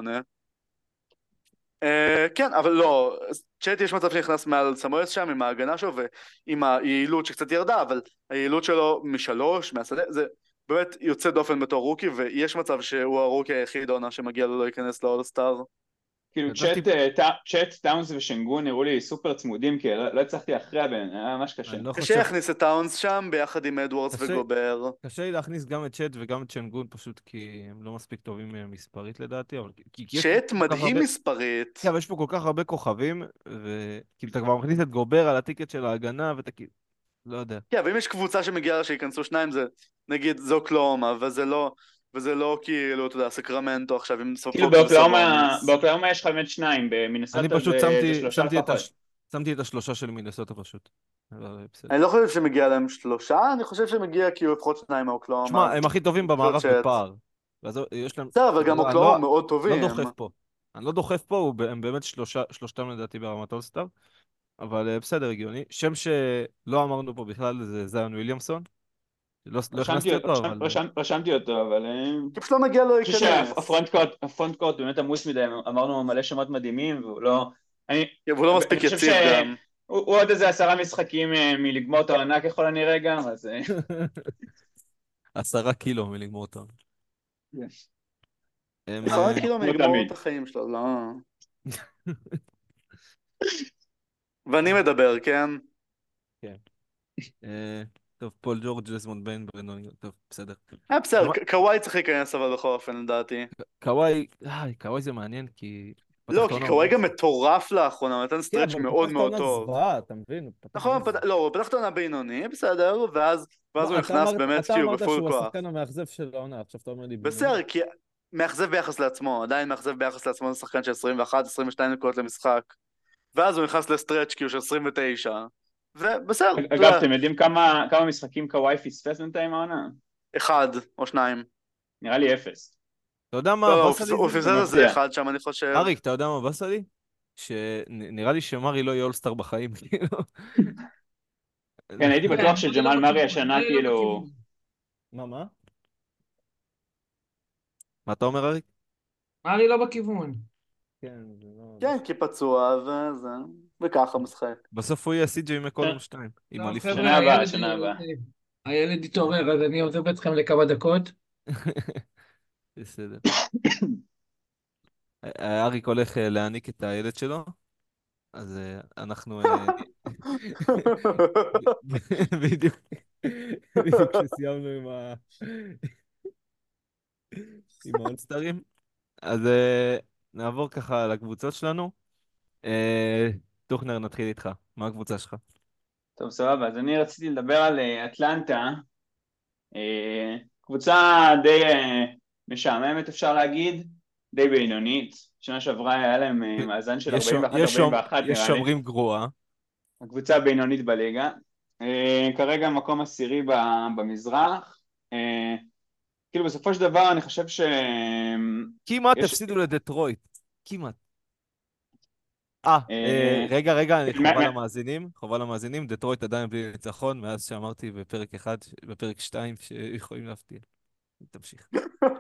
כן, אבל לא, צ'אט יש מצב שנכנס מעל סמואלס שם עם ההגנה שלו ועם היעילות שקצת ירדה, אבל היעילות שלו משלוש, מהשדה, זה באמת יוצא דופן בתור רוקי, ויש מצב שהוא הרוקי היחיד העונה שמגיע לו לא להיכנס לאולסטאר. כאילו צ'אט, טאונס ושנגון נראו לי סופר צמודים, כי לא הצלחתי להכריע ביניהם, היה ממש קשה. אני לא קשה חושב... להכניס את טאונס שם ביחד עם אדוורדס וגובר. קשה לי להכניס גם את צ'אט וגם את שנגון, פשוט כי הם לא מספיק טובים מספרית לדעתי, אבל... צ'אט מדהים מספרית. כן, אבל יש פה כל כך הרבה כוכבים, וכאילו אתה כבר מכניס את גובר על הטיקט של ההגנה, ואתה כאילו... לא יודע. כן, אבל אם יש קבוצה שמגיעה לה שיכנסו שניים, זה נגיד זו אוקלאומה, וזה לא כאילו, אתה יודע, סקרמנטו עכשיו עם סוף כאילו באוקלאומה יש לך באמת שניים, במינסוטה אני פשוט זה שלושה לפחות. שמתי את השלושה של מינסוטה פשוט. אני לא חושב שמגיע להם שלושה, אני חושב שמגיע כאילו לפחות שניים מאוקלאומה. שמע, הם הכי טובים במערב בפער. בסדר, אבל גם אוקלאומה מאוד טובים. לא דוחף פה. אני לא דוחף פה, הם באמת שלושתם לדעתי ברמת אולסטאר. אבל בסדר, הגיוני. שם שלא אמרנו פה בכלל זה זיון וויליאמסון. לא הכנסתי אותו, אבל... רשמתי אותו, אבל... פשוט לא מגיע לו להיכנס. הפרונט קורט באמת עמוס מדי, אמרנו מלא שמות מדהימים, והוא לא... והוא לא מספיק יציב גם. הוא עוד איזה 10 משחקים מלגמור את העונה ככל הנראה גם, אז... 10 קילו מלגמור את העונה. 10 קילו מלגמור את החיים שלו, לא... ואני מדבר, כן? כן. טוב, פול ג'ורג', דזמונד ביין, ברנדון, טוב, בסדר. בסדר, קוואי צריך להיכנס אבל בכל אופן לדעתי. קוואי זה מעניין כי... לא, כי קוואי גם מטורף לאחרונה, הוא נתן סטרץ' מאוד מאוד טוב. אתה מבין? נכון, לא, הוא פתח את העונה בינוני, בסדר, ואז הוא נכנס באמת כאילו בפול כוח. אתה אמרת שהוא השחקן המאכזב של העונה, עכשיו אתה אומר לי... בסדר, כי מאכזב ביחס לעצמו, עדיין מאכזב ביחס לעצמו, זה שחקן של 21-22 נקודות למשחק. ואז הוא נכנס לסטרץ' כאילו של 29, ובסדר. אגב, אתם יודעים כמה משחקים קוואי פספס בינתיים העונה? 1 או 2. נראה לי 0. אתה יודע מה הבאסה לי? הוא פספס על זה 1 שם, אני חושב. אריק, אתה יודע מה הבאסה לי? שנראה לי שמרי לא יהיה אולסטאר בחיים, כאילו. כן, הייתי בטוח שג'מאל מרי השנה כאילו... מה? מה אתה אומר, אריק? מרי לא בכיוון. כן, כי פצוע וזה, וככה משחק. בסוף הוא יהיה סי.ג'יי מקולום 2. שנה הבאה. הילד התעורר, אז אני עוזב אתכם לכמה דקות. בסדר. אריק הולך להעניק את הילד שלו, אז אנחנו... בדיוק כשסיימנו עם האולסטרים. אז נעבור ככה לקבוצות שלנו. טוכנר, נתחיל איתך. מה הקבוצה שלך? טוב, סבבה. אז אני רציתי לדבר על אטלנטה. קבוצה די משעממת, אפשר להגיד. די בינונית. שנה שעברה היה להם מאזן של 41-41 נראה לי. יש שומרים גרועה. הקבוצה הבינונית בליגה. כרגע מקום עשירי במזרח. כאילו בסופו של דבר אני חושב ש... כמעט הפסידו לדטרויט. כמעט. רגע, חובה למאזינים, דטרויט עדיין בלי ניצחון, מאז שאמרתי בפרק 2 שיכולים להפתיע. תמשיך.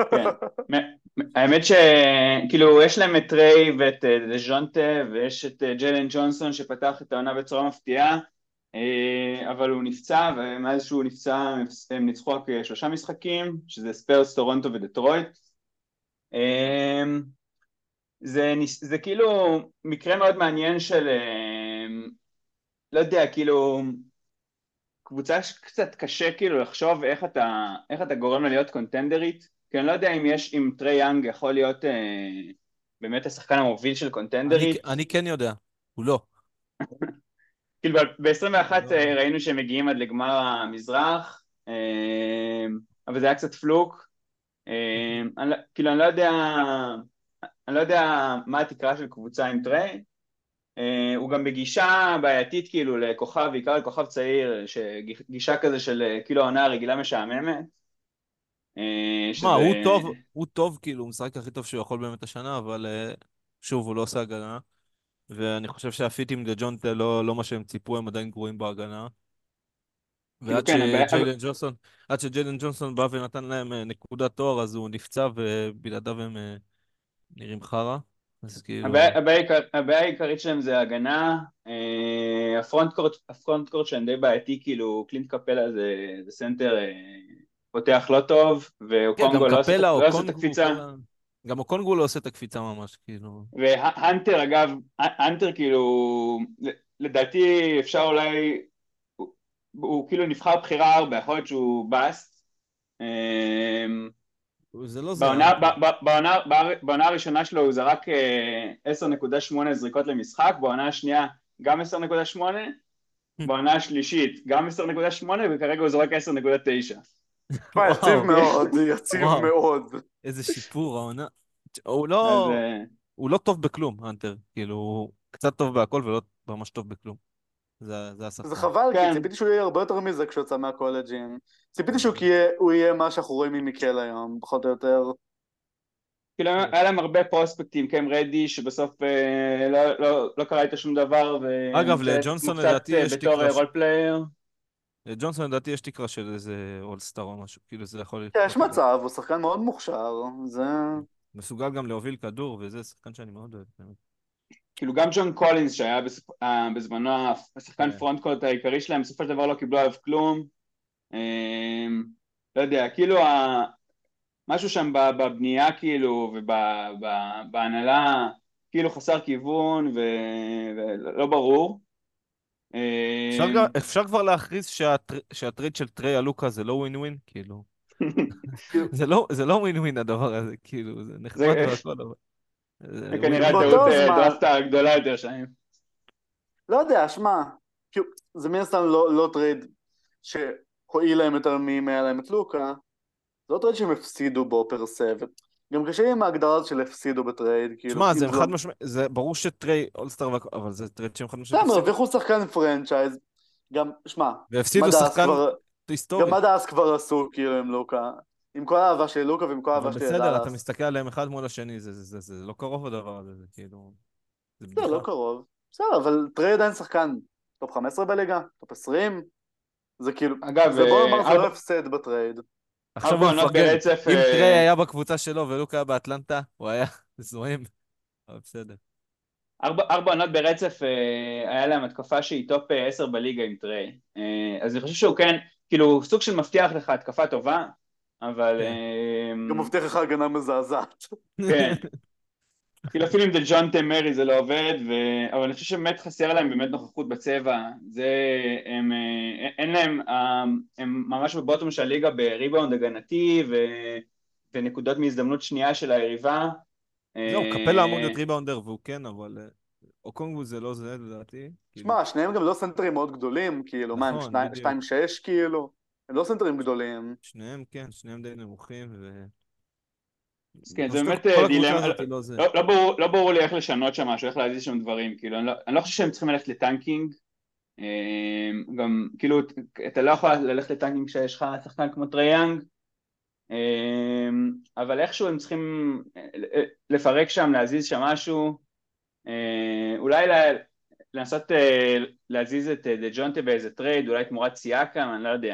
האמת שכאילו יש להם את ריי ואת דז'ונטה, ויש את ג'לן ג'ונסון שפתח את העונה בצורה מפתיעה, אבל הוא נפצע, ומאז שהוא נפצע הם ניצחו רק 3 משחקים, שזה ספרס, טורונטו ודטרויט. זה כאילו מקרה מאוד מעניין של, לא יודע, כאילו, קבוצה שקצת קשה כאילו לחשוב איך אתה גורם לה להיות קונטנדרית, כי אני לא יודע אם טרי יאנג יכול להיות באמת השחקן המוביל של קונטנדרית. אני כן יודע, הוא לא. כאילו ב-21 לא. ראינו שהם מגיעים עד לגמר המזרח, אבל זה היה קצת פלוק. כאילו אני לא יודע מה התקרה של קבוצה עם טרי. הוא גם בגישה בעייתית כאילו לכוכב, בעיקר לכוכב צעיר, גישה כזה של כאילו העונה הרגילה משעממת. מה, שזה... הוא טוב, כאילו, הוא משחק הכי טוב שהוא יכול באמת השנה, אבל שוב, הוא לא עושה הגנה. ואני חושב שהפיטים לג'ונטה לא מה שהם ציפו, הם עדיין גרועים בהגנה. כאילו ועד כן, שג'יילן ג'ונסון בא ונתן להם נקודת תואר, אז הוא נפצע ובלעדיו הם נראים חרא. אז כאילו... הבעיה העיקרית שלהם זה הגנה. הפרונט קורט שלהם די בעייתי, כאילו קלינט קפלה זה סנטר פותח לא טוב, כן, גם ואוקונגו קפלה או לא עושה את קונגו, הקפיצה. גם אוקונגו לא עושה את הקפיצה ממש, כאילו... והאנטר אגב, האנטר כאילו, לדעתי אפשר אולי, הוא כאילו נבחר בחירה 4, יכול להיות שהוא באסט. זה לא זה, האנטר. בעונה הראשונה שלו הוא זרק 10.8 זריקות למשחק, בעונה השנייה גם 10.8, בעונה השלישית גם 10.8, וכרגע הוא זורק 10.9. יציב מאוד, יציב וואו. מאוד. איזה שיפור העונה. אז הוא לא טוב בכלום, האנטר. כאילו, הוא קצת טוב בהכל ולא ממש טוב בכלום. זה השחקן. זה חבל, כי כן. ציפיתי שהוא יהיה הרבה יותר מזה כשהוא יצא מהקולג'ים. ציפיתי שהוא יהיה מה שאנחנו רואים ממיקל היום, פחות או יותר. כאילו היה להם הרבה פרוספקטים, קם רדי, שבסוף לא קרה איתו שום דבר, אגב, לג'ונסון קצת לדעתי יש בתור תקרה רול פלייר. לג'ונסון לדעתי יש תקרה של איזה אולסטאר או משהו, כאילו זה יכול כן, יש לקרות. מצב, הוא שחקן מאוד מוכשר, זה... מסוגל גם להוביל כדור, וזה שחקן שאני מאוד אוהב. באמת. כאילו גם ג'ון קולינס שהיה בזמנו השחקן כן. פרונט קורט העיקרי שלהם, בסופו של דבר לא קיבלו עליו כלום. לא יודע, כאילו משהו שם בבנייה כאילו ובהנהלה כאילו חסר כיוון ולא ברור. אפשר כבר להכריז שהטרייד של טריי אלוקה זה לא ווין ווין? כאילו, זה לא ווין ווין הדבר הזה, כאילו, זה נחמד והכל, אבל... זה כנראה באותו הטעות זמן- דראפט הגדולה יותר שלהם. לא יודע, שמע, כאילו, זה מן הסתם לא טרייד שהועיל להם יותר מהיה להם את לוקה, זה לא טרייד שהם הפסידו בו פרסה, וגם קשה לי עם ההגדרה הזאת של הפסידו בטרייד, כאילו... שמע, אם זה לא- חד משמעי, זה ברור שטריי אולסטאר, אבל זה טרייד שהם חד משמעית הם הפסידו. הרוויחו שחקן פרנצ'ייז, גם, שמע, והפסידו מדעס שחקן כבר- היסטורי. גם מדעס כבר עשו כאילו עם לוקה, עם כל האהבה שלי לוקה ועם כל אבל האהבה שלי בסדר, אתה לדאלאס. מסתכל עליהם אחד מול השני, זה לא קרוב הדבר הזה, זה כאילו... זה זה בדיחה. לא קרוב, בסדר, אבל טריי עדיין שחקן טופ 15 בליגה, טופ 20, זה כאילו, אגב, זה בוא נאמר זה לא הפסד בטרייד. עכשיו 4 הוא עונות מפרגן. ברצף, אם טריי היה בקבוצה שלו ולוקה היה באטלנטה, הוא היה זוהם. אבל בסדר. 4 עונות ברצף היה להם התקפה שהיא טופ 10 בליגה עם טריי. אז אני חושב שהוא כן, כאילו סוג של מבטיח לך התקפה טובה, אבל... גם מבטיח לך הגנה מזעזעת. כן. כאילו אפילו אם זה ג'ון טמרי זה לא עובד, אבל אני חושב שבאמת חסר להם באמת נוכחות בצבע. אין להם, הם ממש בבוטום של הליגה בריבאונד הגנתי ונקודות מהזדמנות שנייה של היריבה. זהו, קפלה אמור להיות ריבאונדר והוא כן, אבל אוקונגו זה לא זה לדעתי. שמע, שניהם גם לא סנטרים מאוד גדולים, כאילו, מה, נכון, הם בדיוק. 2-6 כאילו? הם לא סנטרים גדולים. שניהם כן, שניהם די נמוכים ו... אז כן, זה פשוט באמת כל הקבוצה דילמה, הזאת היא לא זה. לא ברור לי איך לשנות שם משהו, איך להזיז שם דברים, כאילו, אני לא חושב שהם צריכים ללכת לטנקינג, גם, כאילו, אתה לא יכול ללכת לטנקינג כשיש לך שחקן כמו טריי יאנג, אבל איכשהו הם צריכים לפרק שם, להזיז שם משהו, אולי לנסות להזיז את דג'ונטה באיזה טרייד, אולי תמורת סיאקם, אני לא יודע.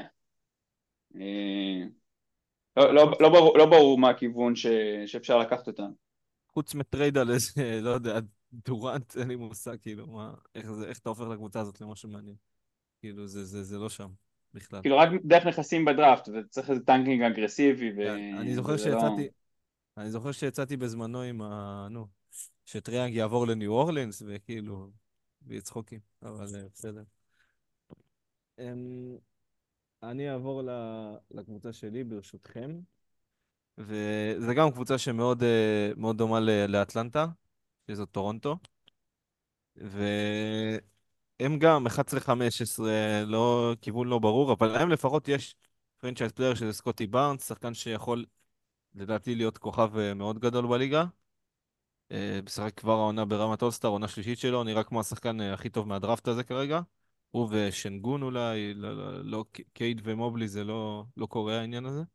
לא ברור מה הכיוון שאפשר לקחת אותם. חוץ מטרייד על איזה, לא יודע, דורנט, אין לי מושג, כאילו, איך אתה הופך לקבוצה הזאת למשהו מעניין. כאילו זה לא שם בכלל. כאילו רק דרך נכסים בדראפט, וצריך איזה טנקינג אגרסיבי, כן, וזה לא... אני זוכר שיצאתי בזמנו נו, שטריאנג יעבור לניו אורלינס, וכאילו, ויצחוקים, אבל בסדר. אמ, אני אעבור לקבוצה שלי, ברשותכם, וזה גם קבוצה שמאוד מאוד דומה לאטלנטה, שזאת טורונטו, והם גם 11-15, לא, כיוון לא ברור, אבל להם לפחות יש פרנצ'ייז פלייר שזה סקוטי בארנס, שחקן שיכול לדעתי להיות כוכב מאוד גדול בליגה. משחק כבר העונה ברמת אולסטאר, עונה שלישית שלו, נראה כמו השחקן הכי טוב מהדראפט הזה כרגע. הוא ושנגון אולי, לא, קייד ומובלי זה לא קורה העניין הזה.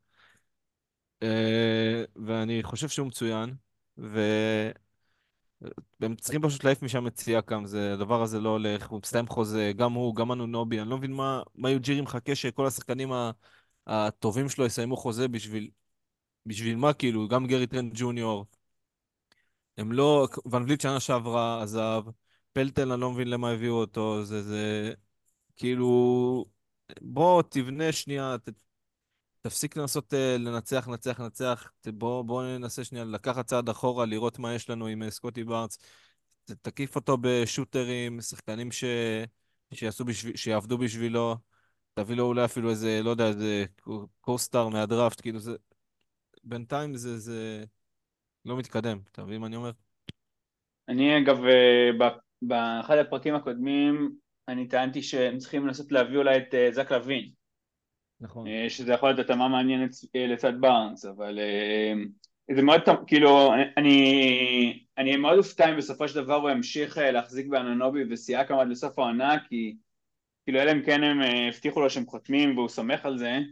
ואני חושב שהוא מצוין, והם צריכים פשוט להעיף משם את סייקם, הדבר הזה לא הולך, הוא מסתיים חוזה, גם הוא, גם אנונובי, אני לא מבין מה יוג'ירי מחכה שכל השחקנים הטובים שלו יסיימו חוזה בשביל מה, כאילו, גם גרי טרנט ג'וניור. הם לא, ון וליט שנה שעברה עזב, פלטל אני לא מבין למה הביאו אותו, זה כאילו, בוא תבנה שנייה, תפסיק לנסות לנצח, נצח, נצח, בוא ננסה שנייה לקחת צעד אחורה, לראות מה יש לנו עם סקוטי בארנס, תקיף אותו בשוטרים, שחקנים שיעבדו בשבילו, תביא לו אולי אפילו איזה, לא יודע, איזה קוסטאר מהדראפט, כאילו זה, בינתיים זה לא מתקדם, אתה מבין מה אני אומר? אני אגב, באחד הפרקים הקודמים, אני טענתי שהם צריכים לנסות להביא אולי את זק לוין, נכון. שזה יכול להיות התאמה מעניינת לצד בארנס, אבל זה מאוד, כאילו, אני מאוד אופתע אם בסופו של דבר הוא ימשיך להחזיק באנונובי וסייקם עד לסוף העונה, כי כאילו אלה אם כן הם הבטיחו לו שהם חותמים והוא סומך על זה,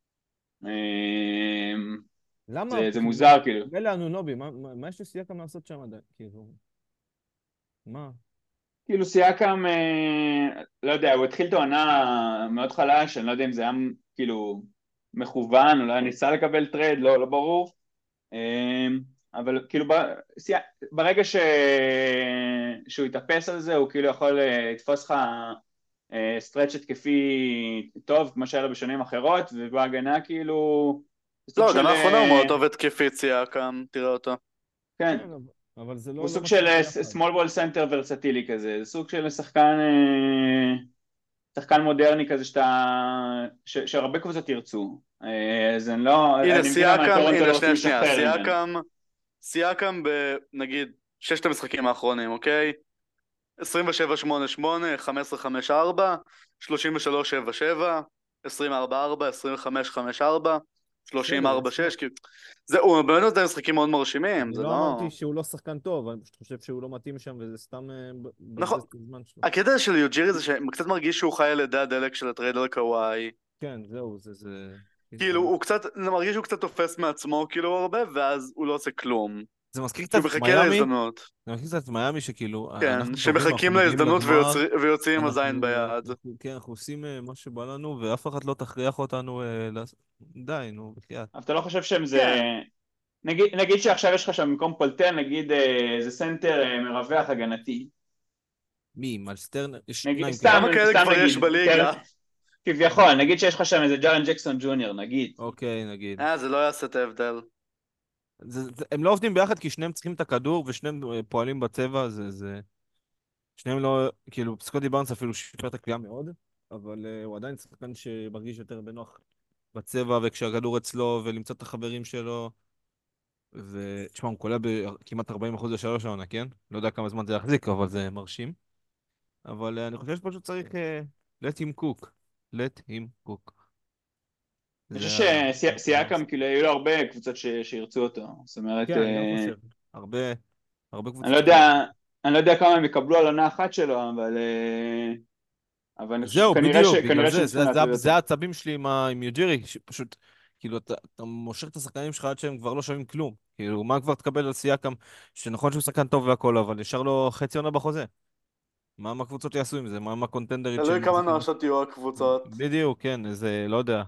אה, למה? זה מוזר כאילו. מילא אנונובי, מה יש לסייקם לעשות שם עדיין? כאילו, מה? כאילו סייקם, לא יודע, הוא התחיל את העונה מאוד חלש, אני לא יודע אם זה היה כאילו מכוון, אולי ניסה לקבל טרייד, לא ברור, אבל כאילו ברגע שהוא יתאפס על זה, הוא כאילו יכול לתפוס לך סטרץ' התקפי טוב, כמו שהיה לו בשנים אחרות, ובהגנה כאילו סוג לא, של... הגנה האחרונה הוא מאוד טוב התקפית, סייקם, תראה אותו. כן, כן, אבל זה הוא לא סוג של מתאים ביחד. small ball center ורסטילי כזה, זה סוג של שחקן מודרני כזה שהרבה קבוצות ירצו, אז אני לא, הנה אני מבין למה סייקם, טורונטו לא הנה רוצים שנייה, להשתחרר ממנו. סייקם בנגיד ששת המשחקים האחרונים, אוקיי? 27-8-8, 15-5-4, 33-7-7, 24-4, 25-5-4, בסדר, בסדר. 30-4-6, הוא באמת נותן משחקים מאוד מרשימים, אני זה לא לא... אמרתי שהוא לא שחקן טוב, אני פשוט חושב שהוא לא מתאים שם, וזה סתם נכון, מבזבז את הזמן שלו. הקטע של יוג'ירי זה שקצת מרגיש שהוא חי על ידי הדלק של הטרייד על קוואי. כן, זהו, זה... כאילו, הוא קצת, זה מרגיש שהוא קצת תופס מעצמו, כאילו, הרבה, ואז הוא לא עושה כלום. זה מזכיר כי קצת הוא את מחכה מיאמי, להזדמנות. זה מזכיר קצת את מיאמי שכאילו, כן, אנחנו טובים, אנחנו שמחכים מגיעים להזדמנות לגמר, ויוצאים עם הזין אנחנו, ביד. כן, אנחנו עושים מה שבא לנו, ואף אחד לא תכריח אותנו, די, נו, בחייאת. אבל אתה לא חושב שהם זה... כן, נגיד שעכשיו יש לך שם במקום פולטן, נגיד זה סנטר מרווח הגנתי. מי, מלסטרנר? יש נגיד, שניים סתם, כאלה. כמה כאלה סתם כבר יש נגיד, בליגה? כביכול, נגיד שיש לך שם איזה ג'ארן ג'קסון ג'וניור, נגיד. אוקיי, נגיד. זה לא יעשה את ההבדל. הם לא עובדים ביחד כי שניהם צריכים את הכדור ושניהם פועלים בצבע, שניהם לא, כאילו, סקוטי בארנס אפילו שיפר את הקליעה מאוד, אבל הוא עדיין שחקן שמרגיש יותר בנוח בצבע וכשהכדור אצלו ולמצוא את החברים שלו. ותשמע, הוא קולע בכמעט 40% לשלוש העונה, כן? לא יודע כמה זמן זה יחזיק, אבל זה מרשים. אבל אני חושב שפשוט צריך let him cook. let him cook. אני זה חושב שסייקם, כאילו, היו לו הרבה קבוצות שירצו אותו. זאת אומרת, כן, אני גם חושב. הרבה, הרבה אני לא קבוצות יודע, כאלה. אני לא יודע כמה הם יקבלו על עונה אחת שלו, אבל אני חושב, זהו, בדיוק, בגלל כנראה שהם זה, צריכים להטריד אותו. זה העצבים שלי עם יוג'ירי, שפשוט, כאילו, אתה מושך את השחקנים שלך עד שהם כבר לא שווים כלום. כאילו, מה כבר תקבל על סייקם, שנכון שהוא שחקן טוב והכל, אבל נשאר לו חצי עונה בחוזה. מה הקבוצות יעשו עם זה? מה הקונטנדרית תלוי כמה שמחזיקים? נואשות יהיו הקבוצות. בדיוק, כן, איזה, לא יודע.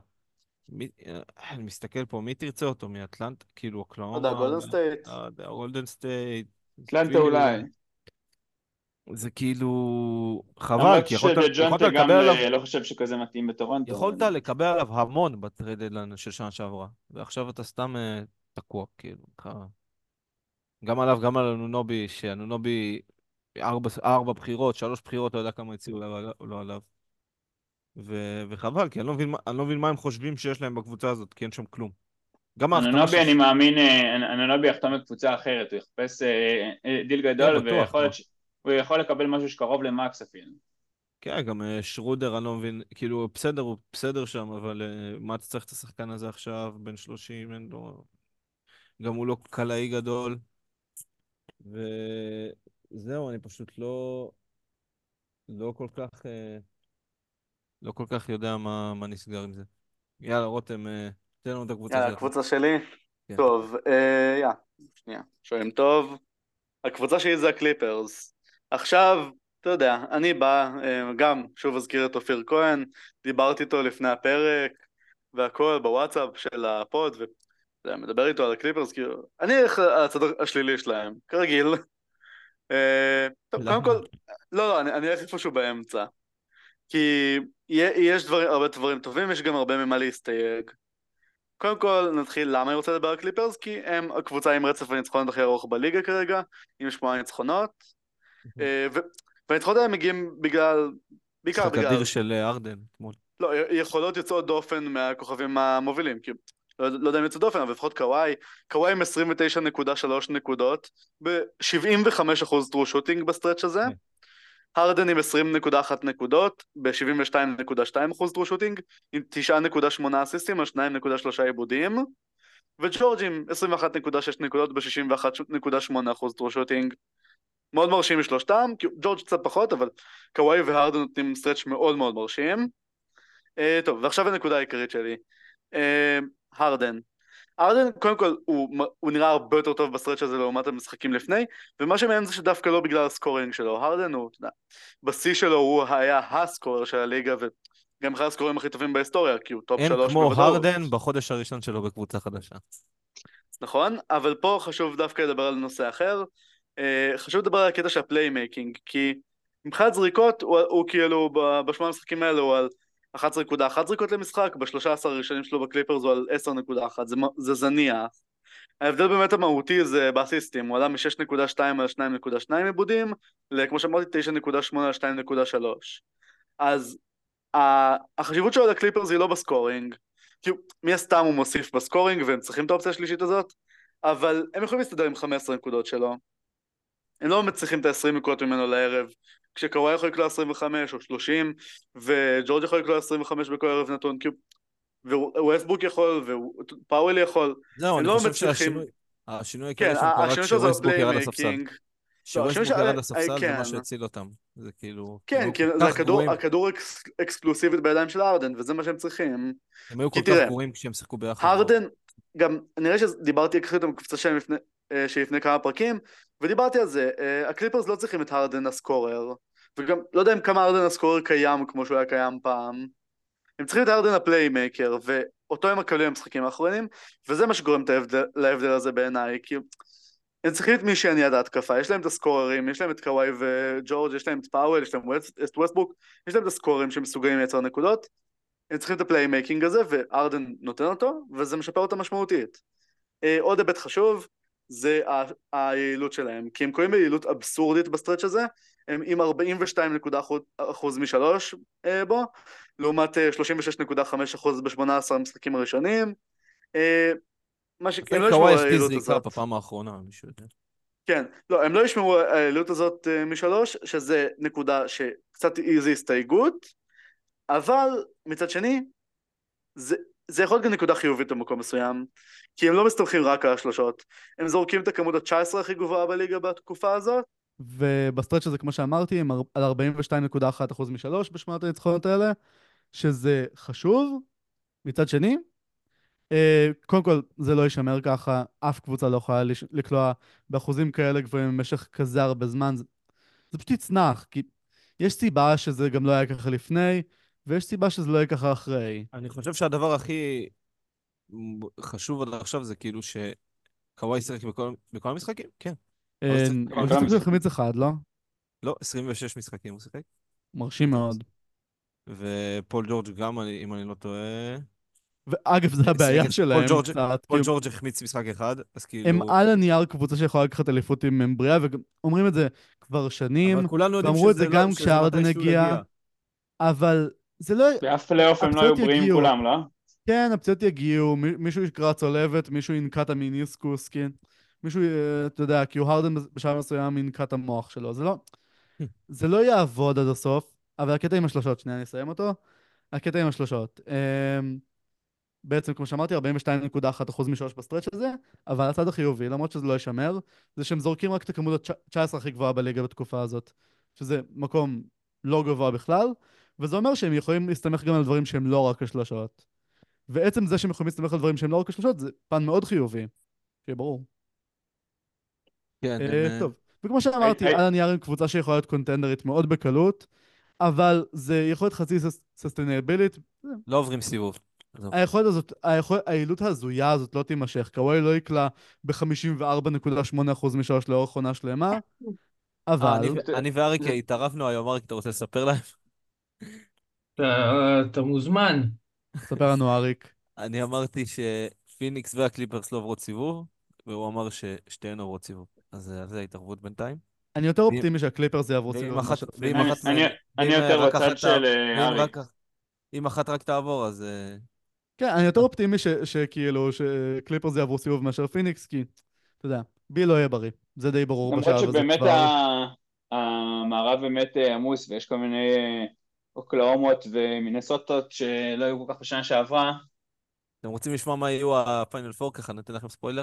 אני מסתכל פה, מי תרצה אותו? מאטלנט? כאילו, לא יודע, אוקלאומה, גולדן סטייט. לא יודע, גולדן סטייט, אטלנטה פילי אולי. אולי. זה כאילו חבל, למרות כי יכולת שדג'ונטה לקבל גם עליו, לא חושב שכזה מתאים בטורונטו. יכולת לקבל עליו המון בטרייד דדליין של שנה שעברה, ועכשיו אתה סתם תקוע, כאילו. גם עליו, גם על אנונובי, שאנונובי 4 בחירות, 3 בחירות, לא יודע כמה הציעו לו עליו. וחבל, כי אני לא מבין מה הם חושבים שיש להם בקבוצה הזאת, כי אין שם כלום. גם ההחתמה אנונובי, של... אני מאמין, אנונובי יחתום בקבוצה אחרת, הוא יחפש דיל כן, גדול, בטוח ויכול כבר. להיות שהוא יכול לקבל משהו שקרוב למקס אפילו. כן, גם שרודר, אני לא מבין, כאילו, הוא בסדר שם, אבל מה אתה צריך את השחקן הזה עכשיו, בן 30, אין לו... גם הוא לא קלעי גדול, וזהו, אני פשוט לא כל כך, לא כל כך יודע מה נסגר עם זה. יאללה, רותם, תן לנו את הקבוצה יאללה, שלך. הקבוצה שלי? כן. טוב, שנייה, שואלים טוב. הקבוצה שלי זה הקליפרס. עכשיו, אתה יודע, אני בא, גם, שוב אזכיר את אופיר כהן, דיברתי איתו לפני הפרק, והכל בוואטסאפ של הפוד, ומדבר איתו על הקליפרס, כאילו, אני אלך על הצד השלילי שלהם, כרגיל. טוב, קודם למה? כל, לא, אני אלך איפשהו באמצע. כי יש הרבה דברים טובים, יש גם הרבה ממה להסתייג. קודם כל נתחיל למה אני רוצה לדבר על קליפרס, כי הם הקבוצה עם רצף הניצחונות הכי ארוך בליגה כרגע, עם 8 ניצחונות, והניצחונות האלה מגיעים בעיקר משחק אדיר בגלל, של ארדן אתמול. לא, יכולות יוצאות דופן מהכוכבים המובילים, כי לא יודע אם יוצאות דופן, אבל לפחות קוואי עם 29.3 נקודות, ב-75% טרו שוטינג בסטרץ' הזה, כן. הרדן עם 20.1 נקודות, ב-72.2% טרו שוטינג, עם 9.8 אסיסטים על 2.3 עיבודים, וג'ורג' עם 21.6 נקודות ב-61.8% טרו שוטינג. מאוד מרשים משלושתם, ג'ורג' קצת פחות, אבל קוואי והרדן נותנים סטרץ' מאוד מאוד מרשים. טוב, ועכשיו הנקודה העיקרית שלי. הרדן. הרדן, קודם כל, הוא נראה הרבה יותר טוב בסטרץ' הזה לעומת המשחקים לפני, ומה שמעניין זה שדווקא לא בגלל הסקורינג שלו. הרדן הוא, אתה יודע, בשיא שלו הוא היה הסקורר של הליגה, וגם אחד הסקוררים הכי טובים בהיסטוריה, כי הוא טופ אין 3 כמו בוודאות. הרדן בחודש הראשון שלו בקבוצה חדשה. נכון, אבל פה חשוב דווקא לדבר על נושא אחר. חשוב לדבר על הקטע של הפליימייקינג, כי מבחינת זריקות הוא כאילו בשמונה המשחקים האלה הוא על 11.1 זריקות למשחק, ב-13 הראשונים שלו בקליפרס הוא על 10.1, זה זניח. ההבדל באמת המהותי זה באסיסטים, הוא עלה מ-6.2 על 2.2 עיבודים, כמו שאמרתי 9.8 על 2.3. אז החשיבות שלו לקליפרס היא לא בסקורינג, כי מי הסתם הוא מוסיף בסקורינג והם צריכים את האופציה השלישית הזאת, אבל הם יכולים להסתדר עם 15 נקודות שלו. הם לא מצליחים את ה-20 נקודות ממנו לערב, כשקוואי יכול לקלוע 25 או 30 וג'ורג' יכול לקלוע 25 בכל ערב נתון, וווסטברוק יכול ופאוול יכול. זהו, הם אני לא חושב מצליחים. השינוי כן, העיקרי שם קרה השינוי שלו זה כשווסטברוק ירד לספסל. הפליימייקינג. לא, השינוי כשווסטברוק ירד לספסל זה כן, מה שהציל אותם. זה כאילו, הם כן, היו כי כל זה כך גרועים. הכדור אקסקלוסיבית בידיים של ארדן, וזה מה שהם צריכים. הם היו כי כל כך תראה, גרועים כשהם שיחקו ביחד. הרדן, גם נראה שדיברתי איתכם בקבוצה שלפני כמה פרקים, ודיברתי על זה, הקליפרס לא צריכים את הרדן הסקורר, וגם לא יודע אם כמה הרדן הסקורר קיים כמו שהוא היה קיים פעם, הם צריכים את הרדן הפליימייקר, ואותו הם מקבלים במשחקים האחרונים, וזה מה שגורם להבדל הזה בעיניי, כי הם צריכים את מי שיניע את ההתקפה, יש להם את הסקוררים, יש להם את קוואי וג'ורג', יש להם את פאוול, יש להם את ווסטברוק, יש להם את הסקוררים שמסוגלים לייצר נקודות, הם צריכים את הפליימייקינג הזה, וארדן נותן אותו, וזה משפר אותה משמעותית. עוד היבט חשוב, זה היעילות שלהם, כי הם קוראים ביעילות אבסורדית בסטרץ' הזה, הם עם 42% משלוש בו, לעומת 36.5% ב-18 המשחקים הראשונים. הם לא ישמעו קוואי על החטיא היעילות זריקה הזאת. בפעם האחרונה, מישהו יודע. כן, לא, הם לא ישמעו על היעילות הזאת משלוש, שזה נקודה שקצת איזו הסתייגות, אבל מצד שני, זה יכול להיות גם נקודה חיובית במקום מסוים, כי הם לא מסתמכים רק על השלושות, הם זורקים את הכמות ה-19 הכי גבוהה בליגה בתקופה הזאת, ובסטרץ' הזה כמו שאמרתי, הם על 42.1% משלוש בשמונת הניצחונות האלה, שזה חשוב. מצד שני, קודם כל זה לא יישמר ככה, אף קבוצה לא יכולה לקלוע באחוזים כאלה גבוהים במשך כזה הרבה זמן, זה פשוט יצנח, כי יש סיבה שזה גם לא היה ככה לפני, ויש סיבה שזה לא יהיה ככה אחרי. אני חושב שהדבר הכי חשוב עד עכשיו זה כאילו שקוואי שיחק בכל המשחקים? כן. אני חושב שזה חמיץ אחד, לא? לא, 26 משחקים הוא שיחק. מרשים מאוד. ופול ג'ורג' גם, אם אני לא טועה. ואגב, זה שיחק הבעיה את פול שלהם ג'ורג'. קצת, כי פול ג'ורג' החמיץ משחק אחד, אז הם כאילו... על הנייר קבוצה שיכולה לקחת אליפות אם הם בריאה, ואומרים את זה כבר אבל שנים, כולנו יודעים ואמרו את זה שזה לא, גם שזה כשארדן מתישהו הגיע, יגיע. אבל זה לא... באף פלייאוף הם לא היו הפציעות בריאים יגיעו. כולם, לא? כן, הפציעות יגיעו, מישהו יקרא צולבת, מישהו ינקע את המיניסקוס, כן. מישהו, אתה יודע, כי הוא הרדן בשלב מסוים ינקע את המוח שלו. זה לא יעבוד עד הסוף, אבל הקטע עם השלושות, שנייה, אני אסיים אותו. הקטע עם השלושות. בעצם, כמו שאמרתי, 42.1% משלוש בסטרץ' הזה, אבל הצד החיובי, למרות שזה לא יישמר, זה שהם זורקים רק את הכמות ה-19 הכי גבוהה בליגה בתקופה הזאת, שזה מקום לא גבוה בכלל, וזה אומר שהם יכולים להסתמך גם על דברים שהם לא רק השלושות. ועצם זה שהם יכולים להסתמך על דברים שהם לא רק השלושות, זה פן מאוד חיובי. שיהיה ברור. כן, הם... טוב, וכמו הי- שאמרתי, הי- על הנייר הם קבוצה שיכולה להיות קונטנדרית מאוד בקלות, אבל זה יכול להיות חצי ססטיינבילית. לא עוברים סיבוב. עזוב. היכולת הזאת, היעילות ההזויה הזאת לא תימשך. קוואי לא יקלע ב-54.8% משלוש לאורך עונה שלמה, אבל... אני ואריק התערבנו היום, אריק, אתה רוצה לספר להם? אתה מוזמן. ספר לנו אריק. אני אמרתי שפיניקס והקליפרס לא עוברות סיבוב, והוא אמר ששתיהן עוברות סיבוב. אז על זה ההתערבות בינתיים. אני יותר ואם אופטימי שהקליפרס יעברו ואם סיבוב אחת, מאשר ואם אני, אחת פיניקס. אני, מהן, אני ואם יותר רק בצד אחת, של ואם ארי. רק, אם אחת רק תעבור, אז... כן, אני יותר אופטימי שכאילו, שקליפרס יעברו סיבוב מאשר פיניקס, כי, אתה יודע, בי לא יהיה בריא. זה די ברור למרות בשלב הזה שבאמת כבר. המערב באמת עמוס ויש כל מיני אוקלאומות ומינסוטות שלא היו כל כך בשנה שעברה. אתם רוצים לשמוע מה יהיו הפיינל פור? ככה נתן לכם ספוילר.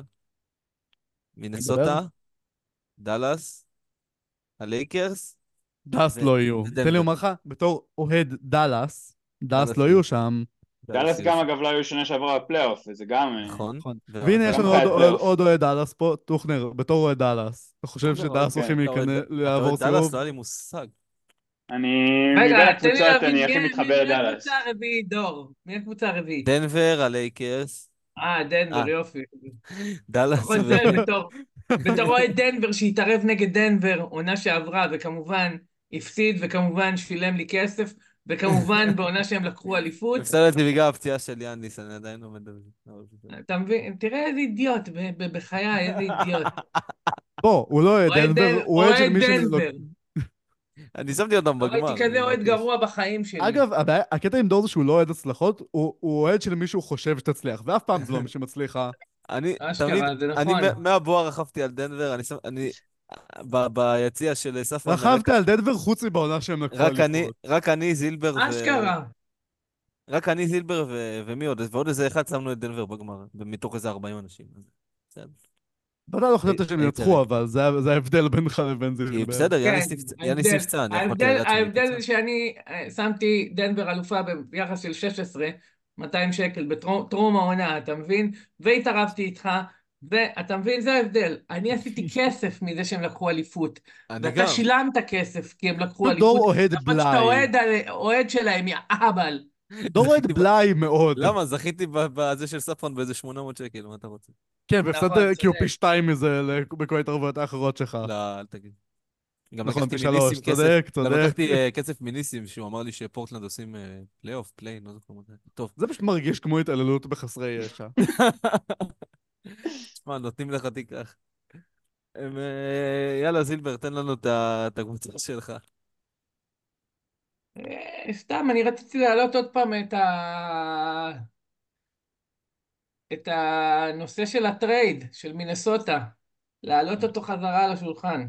דבר. מינסוטה, דאלאס, הלייקרס דאלאס לא יהיו. תן לי ודנבר. לומר לך, בתור אוהד דאלאס, דאלאס דאלאס לא יהיו. יהיו שם. דאלאס דאלאס יהיו גם שם. אגב לא היו שנה שעברה בפלייאוף וזה גם נכון. נכון. והנה יש גם לנו חיית פלייאוף. עוד אוהד דאלאס פה, טוכנר, בתור אוהד דאלאס. אתה חושב שדאלאס כן. הולכים אתה אוהד לעבור דאלאס? סיבוב? לא היה לי מושג. אני רגע, מבין תן לי הקבוצות להבין אני הכי מתחבר מי לדאלאס. הקבוצה הרביעית, דור. מי הקבוצה הרביעית? דנבר, הלייקרס, דנבר, אה, יופי. דאלאס לפחות זה, בתור אוהד דנבר שהתערב נגד דנבר עונה שעברה, וכמובן הפסיד, וכמובן שילם לי כסף, וכמובן בעונה שהם לקחו אליפות. הפסדתי בגלל הפציעה של יאניס, אני עדיין עומד על זה. אתה מבין? תראה איזה אידיוט, בחיי, איזה אידיוט. בוא, הוא לא אוהד דנבר, הוא אוהד של אוהד מי דנבר. אני שמתי אותם לא ראיתי בגמר, אני כזה אוהד מבקש. גרוע בחיים שלי. אגב, הקטע עם דור זה שהוא לא אוהד הצלחות, הוא אוהד של מישהו חושב שתצליח, ואף פעם זה לא מי שמצליחה. אני תמיד, אשכרה, זה אני נכון. מהבואה רכבתי על דנבר, אני ביציע של ספרן, רכבת על דנבר חוץ מבעונה שהם לקחו אליפות. רק אני, זילבר אשכרה. רק אני, זילבר ומי עוד? ועוד איזה אחד שמנו את דנבר בגמר, מתוך איזה 40 אנשים. אז בסדר. אתה לא חשבת שהם היתרים. ינצחו, אבל זה ההבדל בינך לבין כי זילבר. בסדר, כן, יאניס נפצע, אני יכולתי לדעת שאני ההבדל נפצע. זה שאני שמתי דנבר אלופה ביחס של 16, 200 שקל בטרום העונה, אתה מבין? והתערבתי איתך, ואתה מבין, זה ההבדל. אני עשיתי כסף מזה שהם לקחו אליפות, אני ואתה גם. שילמת כסף כי הם לקחו דור אליפות, אוהד למרות שאתה בלאי. אוהד שלהם, יא אהבל. דור אוהד בלאי מאוד. למה? זכיתי בזה של ספרן באיזה 800 שקל, מה אתה רוצה? כן, נכון, והפסדת כאילו צודק. פי 2 מזה בכל ההתערבויות האחרות שלך. לא, אל תגיד. גם נכון, לקחתי פי 3, מניסים כסף, צודק, גם צודק. לקחתי כסף מניסים, שהוא אמר לי שפורטלנד עושים פלייאוף, פליין, לא זוכר מה זה. טוב, זה פשוט מרגיש כמו התעללות בחסרי ישע. תשמע, נותנים לך תיקח. יאללה, זילבר, תן לנו את הקבוצה שלך. סתם, אני רציתי להעלות עוד פעם את הנושא של הטרייד, של מינסוטה. להעלות אותו חזרה על השולחן.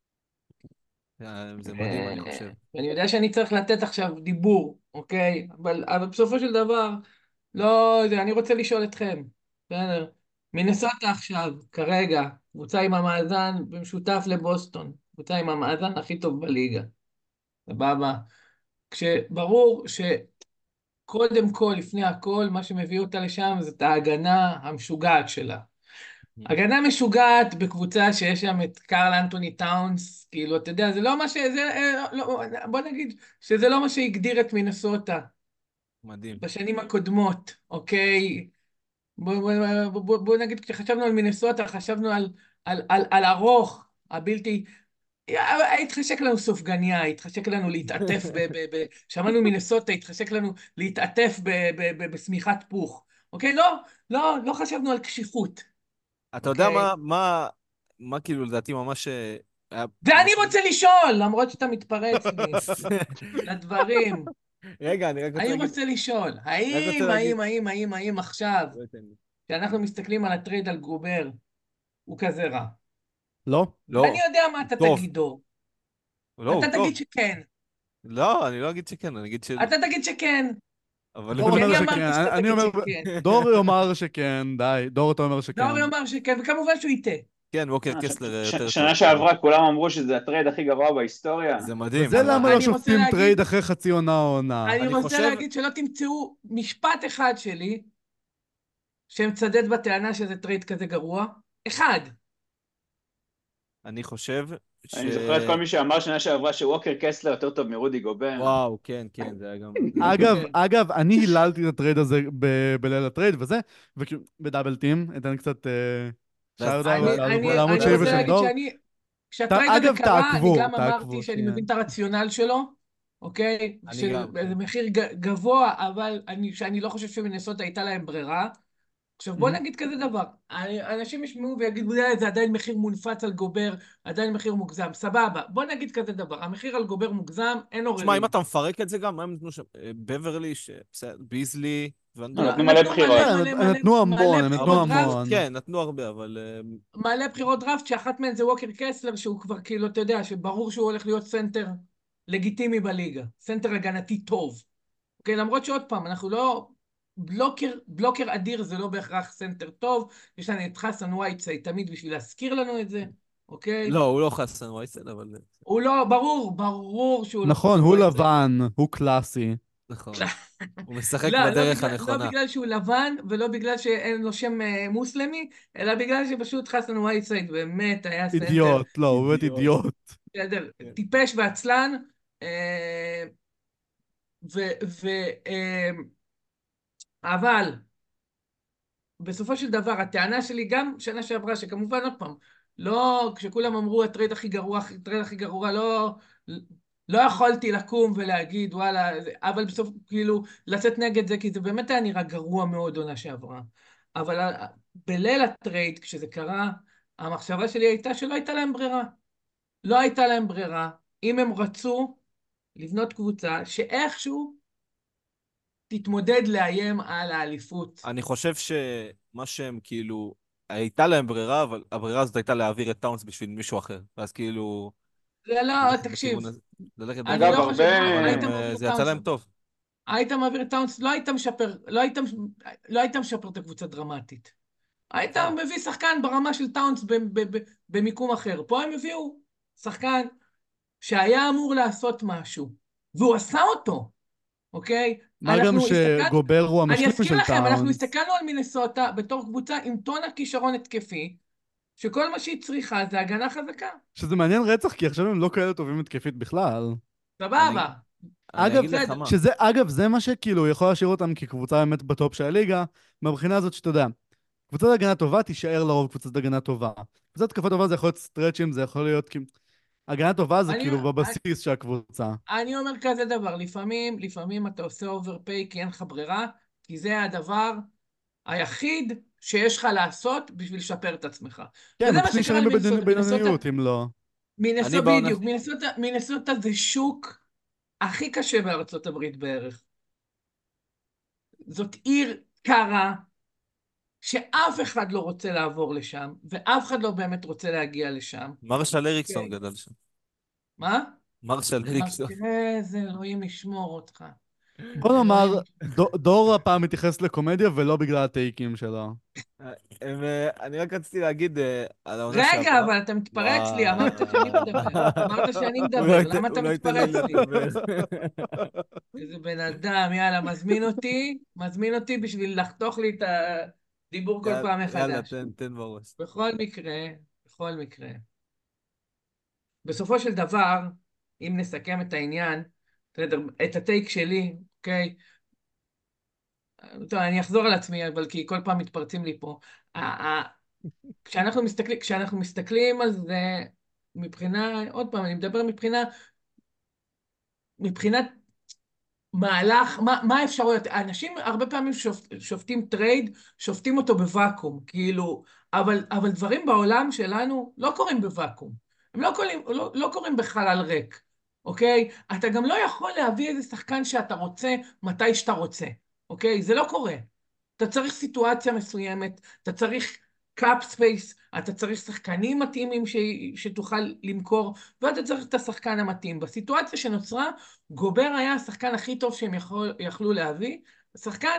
זה מדהים, אני חושב. ואני יודע שאני צריך לתת עכשיו דיבור, אוקיי? אבל בסופו של דבר, לא, אני רוצה לשאול אתכם, בסדר? מינסוטה עכשיו, כרגע, קבוצה עם המאזן במשותף לבוסטון, קבוצה עם המאזן הכי טוב בליגה, סבבה? כשברור שקודם כל, לפני הכל, מה שמביא אותה לשם זאת ההגנה המשוגעת שלה. הגנה משוגעת בקבוצה שיש שם את קרל אנטוני טאונס, כאילו, אתה יודע, זה לא מה לא, בוא נגיד שזה לא מה שהגדיר את מינסוטה מדהים. בשנים הקודמות, אוקיי? בוא נגיד, כשחשבנו על מינסוטה, חשבנו על ארוך, הבלתי, התחשק לנו סופגניה, התחשק לנו להתעטף שמענו מינסוטה, התחשק לנו להתעטף בשמיכת פוך. אוקיי? לא חשבנו על קשיחות. אתה יודע אוקיי? מה כאילו לדעתי ממש... היה ואני ממש- רוצה לשאול, למרות שאתה מתפרץ לי לדברים. רגע, אני רק רוצה אני להגיד... רוצה לשאול, רק רוצה האם עכשיו, כשאנחנו מסתכלים על הטרייד על גובר, הוא כזה רע? לא? ואני לא, יודע מה אתה טוב. תגיד, דור. לא, אתה הוא טוב. תגיד שכן. לא, אני לא אגיד שכן, אני אגיד שלא. אתה תגיד שכן. אבל... דור כי אומר אני שכן, אמרתי שאתה אני תגיד אומר, שכן. דור יאמר שכן, די, דור אתה אומר שכן. דור אמר שכן, וכמובן שהוא יטעה. כן, ווקר קסלר יותר טוב. שנה שעברה כולם אמרו שזה הטרייד הכי גרוע בהיסטוריה. זה מדהים. וזה למה לא אני רוצה שופטים להגיד- טרייד אחרי חצי עונה או עונה. אני אני רוצה חושב- להגיד שלא תמצאו משפט אחד שלי שמצדד בטענה שזה טרייד כזה גרוע. אחד. אני חושב אני זוכר את כל מי שאמר שנה שעברה שווקר קסלר יותר טוב מרודי גובר. וואו, כן, כן, זה היה גם... אגב, אני היללתי את הטרייד הזה בליל הטרייד וזה, וכאילו, בדאבל טים, אתן קצת שאוט לעמוד שלי אני רוצה ושל להגיד דור. כשהטרייד הזה אגב, קרה, אני תעקבו, גם אמרתי תעקבו, שאני שנייה. מבין את הרציונל שלו, אוקיי? אני גם, כן. שזה מחיר גבוה, אבל שאני לא חושב שמנסות הייתה להם ברירה. עכשיו בוא נגיד כזה דבר, אנשים ישמעו ויגידו, זה עדיין מחיר מונפץ על גובר, עדיין מחיר מוגזם, סבבה, בוא נגיד כזה דבר, המחיר על גובר מוגזם, אין עוררין. תשמע, אם אתה מפרק את זה גם, מה הם נתנו שם? בברלי, ביזלי, נתנו מלא בחירות. הם נתנו המון, הם נתנו המון. כן, נתנו הרבה, אבל... מלא בחירות דראפט, שאחת מהן זה ווקר קסלר, שהוא כבר כאילו, אתה יודע, שברור שהוא הולך להיות סנטר לגיטימי בליגה, סנטר הגנתי טוב. אוקיי, למרות שעוד פעם, אנחנו לא... בלוקר אדיר זה לא בהכרח סנטר טוב, יש לנו את חסן וייטסייד תמיד בשביל להזכיר לנו את זה, אוקיי? לא, הוא לא חסן וייסד, אבל... הוא לא, ברור שהוא לא... נכון, הוא לבן, הוא קלאסי. נכון. הוא משחק לא, בדרך לא הנכונה. בגלל שהוא לבן, ולא בגלל שאין לו שם מוסלמי, אלא בגלל שפשוט חסן וייטסייד באמת היה סנטר. אידיוט, לא, הוא באמת אידיוט. בסדר, טיפש ועצלן, ו... ו... אבל בסופו של דבר, הטענה שלי גם שנה שעברה, שכמובן עוד פעם, לא, כשכולם אמרו הטרייד הכי גרוע, הטרייד הכי גרוע, לא יכולתי לקום ולהגיד וואלה, אבל בסוף כאילו לצאת נגד זה, כי זה באמת היה נראה גרוע מאוד עונה שעברה. אבל בליל הטרייד, כשזה קרה, המחשבה שלי הייתה שלא הייתה להם ברירה. לא הייתה להם ברירה. אם הם רצו לבנות קבוצה שאיכשהו תתמודד לאיים על האליפות. אני חושב שמה שהם כאילו... הייתה להם ברירה, אבל הברירה הזאת הייתה להעביר את טאונס בשביל מישהו אחר. ואז כאילו... זה לא, ללכת תקשיב, בכיוון הזה. ללכת אני אגב, לא חושב, הרבה- היית אבל מעביר זה יצא טאונס, להם טוב. היית מעביר את טאונס, לא היית משפר את הקבוצה דרמטית. היית מביא שחקן ברמה של טאונס במיקום אחר. פה הם הביאו שחקן שהיה אמור לעשות משהו, והוא עשה אותו, אוקיי? מה גם שגובר הוא אני המשלים אזכיר של לכם, אנחנו טאונס. הסתכלנו על מינסוטה בתור קבוצה עם טון הכישרון התקפי, שכל מה שהיא צריכה זה הגנה חזקה. שזה מעניין רצח, כי עכשיו הם לא כאלה טובים התקפית בכלל. סבבה. אני אגיד לך מה. אגב, זה מה שכאילו יכול להשאיר אותם כקבוצה באמת בטופ של הליגה, מהבחינה הזאת שאתה יודע, קבוצת הגנה טובה תישאר לרוב קבוצת הגנה טובה. קבוצת התקפה טובה זה יכול להיות סטרצ'ים, זה יכול להיות כאילו... הגנה טובה זה כאילו בבסיס של הקבוצה. אני אומר כזה דבר, לפעמים אתה עושה אוברפיי כי אין לך ברירה, כי זה הדבר היחיד שיש לך לעשות בשביל לשפר את עצמך. כן, הם פשוט נשארים בבינוניות, אם לא. בדיוק, מינסוטה זה שוק הכי קשה בארצות הברית בערך. זאת עיר קרה, שאף אחד לא רוצה לעבור לשם, ואף אחד לא באמת רוצה להגיע לשם. מרשל אריקסון גדל שם. מה? מרשל אריקסון. איזה אלוהים ישמור אותך. בוא נאמר, דור הפעם מתייחס לקומדיה ולא בגלל הטייקים שלו. אני רק רציתי להגיד על העונה שעברה. רגע, אבל אתה מתפרץ לי, אמרת שאני מדבר. אמרת שאני מדבר, למה אתה מתפרץ לי? איזה בן אדם, יאללה, מזמין אותי בשביל לחתוך לי את הדיבור כל פעם יאללה, מחדש. תן בראש. בכל מקרה. בסופו של דבר, אם נסכם את העניין, את הטייק שלי, אוקיי? טוב, אני אחזור על עצמי, אבל כי כל פעם מתפרצים לי פה. כשאנחנו מסתכלים על זה, עוד פעם, אני מדבר מבחינת מהלך, מה האפשרויות? אנשים הרבה פעמים שופטים טרייד, שופטים אותו בוואקום, כאילו, אבל דברים בעולם שלנו לא קורים בוואקום. הם לא קורים בחלל ריק, אוקיי? אתה גם לא יכול להביא איזה שחקן שאתה רוצה מתי שאתה רוצה, אוקיי? זה לא קורה. אתה צריך סיטואציה מסוימת, אתה צריך קאפ ספייס, אתה צריך שחקנים מתאימים שתוכל למכור, ואתה צריך את השחקן המתאים. בסיטואציה שנוצרה, גובר היה השחקן הכי טוב שהם יכלו להביא, שחקן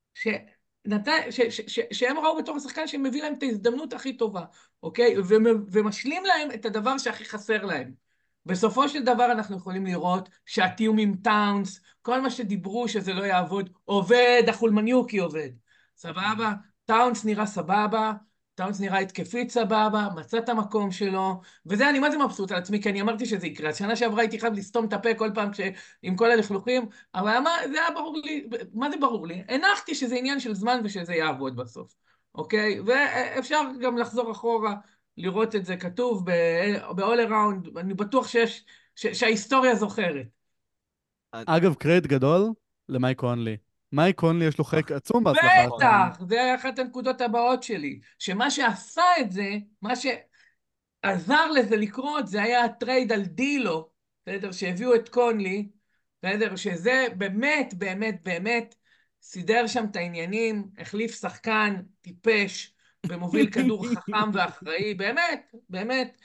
שהם ראו בתור השחקן שמביא להם את ההזדמנות הכי טובה, אוקיי? ומשלים להם את הדבר שהכי חסר להם. בסופו של דבר אנחנו יכולים לראות שהתיאום עם טאונס, כל מה שדיברו שזה לא יעבוד, עובד, החולמניוקי עובד. סבבה? טאונס נראה סבבה, טאונס נראה התקפית סבבה, מצא את המקום שלו, וזה אני מה זה מבסוט על עצמי, כי אני אמרתי שזה יקרה. השנה שעברה הייתי חייב לסתום את הפה כל פעם עם כל הלכלוכים, אבל זה היה ברור לי, מה זה ברור לי? הנחתי שזה עניין של זמן ושזה יעבוד בסוף, אוקיי? ואפשר גם לחזור אחורה, לראות את זה כתוב ב-all around, אני בטוח שההיסטוריה זוכרת. אגב, קרדיט גדול למייק קונלי. מייק קונלי יש לו חלק עצום בהצלחה. בטח, זה היה אחת הנקודות הבאות שלי, שמה שעשה את זה, מה שעזר לזה לקרות, זה היה הטרייד על דילו, בסדר, שהביאו את קונלי, בסדר, שזה באמת, באמת, באמת, סידר שם את העניינים, החליף שחקן טיפש, ומוביל כדור חכם ואחראי, באמת, באמת.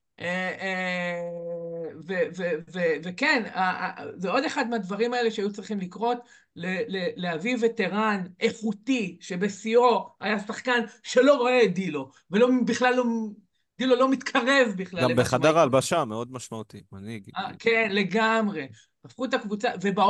וכן, זה עוד אחד מהדברים האלה שהיו צריכים לקרות, להביא וטרן איכותי, שבשיאו היה שחקן שלא רואה את דילו, בכלל לא, דילו לא מתקרב בכלל. גם בחדר ההלבשה מאוד משמעותי, מנהיג. כן, לגמרי. הפכו את הקבוצה,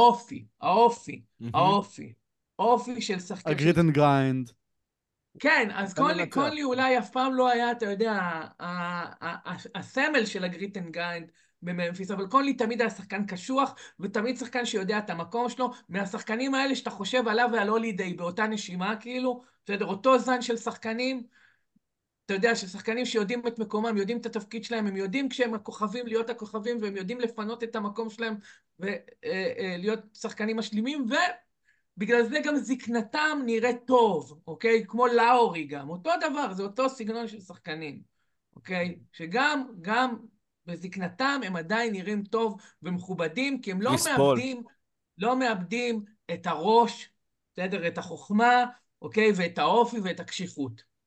האופי של שחקן. הגריט אנד גריינד. כן, אז קונלי אולי אף פעם לא היה, אתה יודע, הסמל של הגריט אנד גריינד בממפיס, אבל קונלי תמיד היה שחקן קשוח, ותמיד שחקן שיודע את המקום שלו, מהשחקנים האלה שאתה חושב עליו ועל הולידיי באותה נשימה, כאילו, בסדר, אותו זן של שחקנים, אתה יודע, ששחקנים שיודעים את מקומם, יודעים את התפקיד שלהם, הם יודעים כשהם הכוכבים להיות הכוכבים, והם יודעים לפנות את המקום שלהם, ולהיות שחקנים משלימים, בגלל זה גם זקנתם נראית טוב, אוקיי? כמו לאורי גם, אותו דבר, זה אותו סגנון של שחקנים, אוקיי? שגם בזקנתם הם עדיין נראים טוב ומכובדים, כי הם לא מאבדים את הראש, בסדר? את החוכמה, אוקיי? ואת האופי ואת הקשיחות.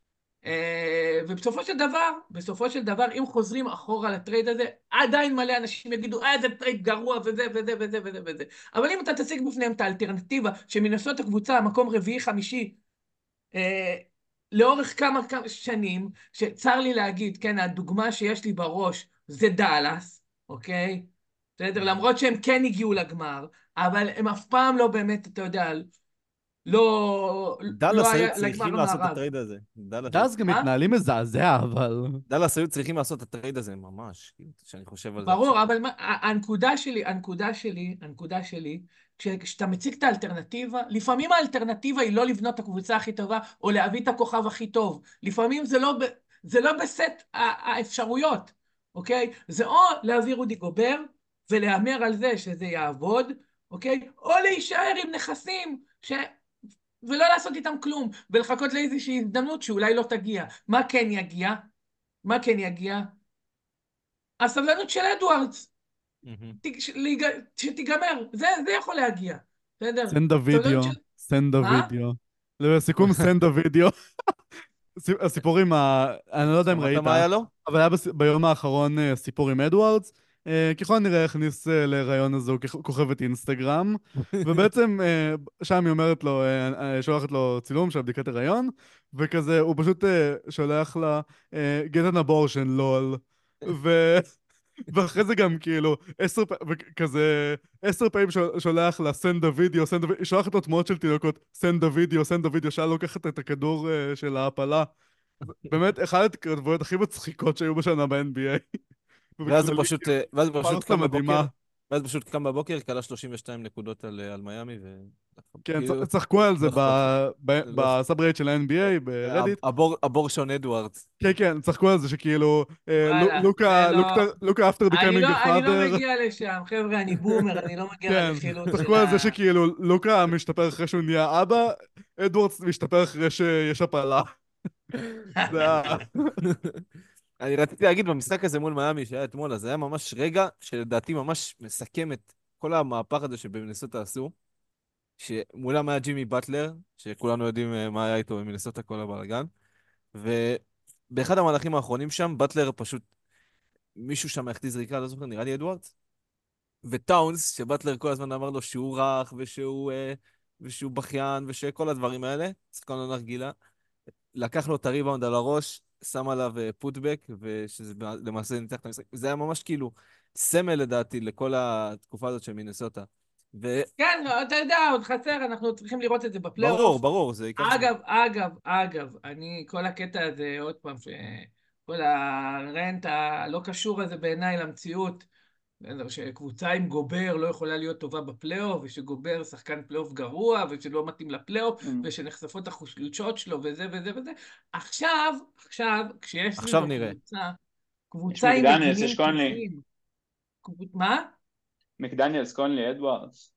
ובסופו של דבר, אם חוזרים אחורה לטרייד הזה, עדיין מלא אנשים יגידו, זה טרייד גרוע וזה וזה וזה וזה וזה. אבל אם אתה תציג בפניהם את האלטרנטיבה, שמנסות הקבוצה, מקום רביעי חמישי, לאורך כמה שנים, שצר לי להגיד, כן, הדוגמה שיש לי בראש, זה דאלאס, אוקיי? בסדר, למרות שהם כן הגיעו לגמר, אבל הם אף פעם לא באמת, אתה יודע, דאלאס היו צריכים לעשות את הטרייד הזה. דאלאס גם מתנהלים מזעזע, אבל... דאלאס היו צריכים לעשות את הטרייד הזה ממש, שאני חושב על זה. ברור, אבל הנקודה שלי, כשאתה מציג את האלטרנטיבה, לפעמים האלטרנטיבה היא לא לבנות את הקבוצה הכי טובה, או להביא את הכוכב הכי טוב. לפעמים זה לא בסט האפשרויות, אוקיי? זה או להביא רודי גובר, ולאמר על זה שזה יעבוד, אוקיי? או להישאר עם נכסים ולא לעשות איתם כלום, ולחכות לאיזושהי הזדמנות שאולי לא תגיע. מה כן יגיע? הסבלנות של אדוארדס, שתיגמר, זה יכול להגיע. סנד הווידאו. לסיכום סנד הווידאו. הסיפורים, אני לא יודע אם ראית, אבל היה ביום האחרון סיפור עם אדוארדס, ככל נראה הכניס להיריון הזו כוכבת אינסטגרם, ובעצם שם היא אומרת לו, שולחת לו צילום של בדיקת הריון, וכזה הוא פשוט שולח לה get an abortion lol, ואחרי זה גם כאילו 10 פעמים שולח לה send a video, היא שולחת לו תמונות של תינוקות send a video, שעה לוקחת את הכדור של ההפלה. באמת אחת הכתבויות הכי מצחיקות שהיו בשנה ב-NBA. ואז הוא פשוט קם בבוקר, ואז פשוט קם בבוקר, קלה 32 נקודות על מיאמי, כן, כאילו, צחקו על זה לא אכפת לו. לא אכפת. בסאברייט של ה-NBA, ברדיט. הבור שון אדוארדס. כן, כן, צחקו על זה שכאילו, וואלה, זה לוקה, לא... לוקה after becoming a אני לא father. מגיע לשם, חבר'ה, אני בומר, אני לא מגיע כן, לרכילות של צחקו על זה שכאילו לוקה משתפר אחרי שהוא נהיה אבא, אדוארדס משתפר אחרי שיש הפלה. זה אני רציתי להגיד במשחק הזה מול מיאמי שהיה אתמול, אז זה היה ממש רגע שלדעתי ממש מסכם את כל המהפך הזה שבמינסוטה עשו, שמולם היה ג'ימי באטלר, שכולנו יודעים מה היה איתו במינסוטה כל הבלגן, ובאחד המהלכים האחרונים שם, באטלר פשוט, מישהו שם החטיא זריקה, לא זוכר, נראה לי אדוארדס, וטאונס, שבאטלר כל הזמן אמר לו שהוא רך, ושהוא בכיין, ושכל הדברים האלה, שחקן עונה רגילה, לקח לו את הריבאונד על הראש, שם עליו פוטבק, ושזה למעשה ניצח את המשחק. זה היה ממש כאילו סמל לדעתי לכל התקופה הזאת של מינסוטה. כן, אתה יודע, עוד חסר, אנחנו צריכים לראות את זה ברור, בפלייאוף. ברור, זה ייקח זמן. אגב, כל הקטע הזה, עוד פעם, כל הרנט הלא קשור הזה בעיניי למציאות, שקבוצה עם גובר לא יכולה להיות טובה בפלייאוף, ושגובר שחקן פלייאוף גרוע, ושלא מתאים לפלייאוף, ושנחשפות החולשות שלו, וזה וזה וזה. עכשיו, כשיש עכשיו סביבו נראה. יש קבוצה עם מקדניאלס, מגינים יש קונלי. טובים. מה? מקדניאלס, קונלי, אדוארדס.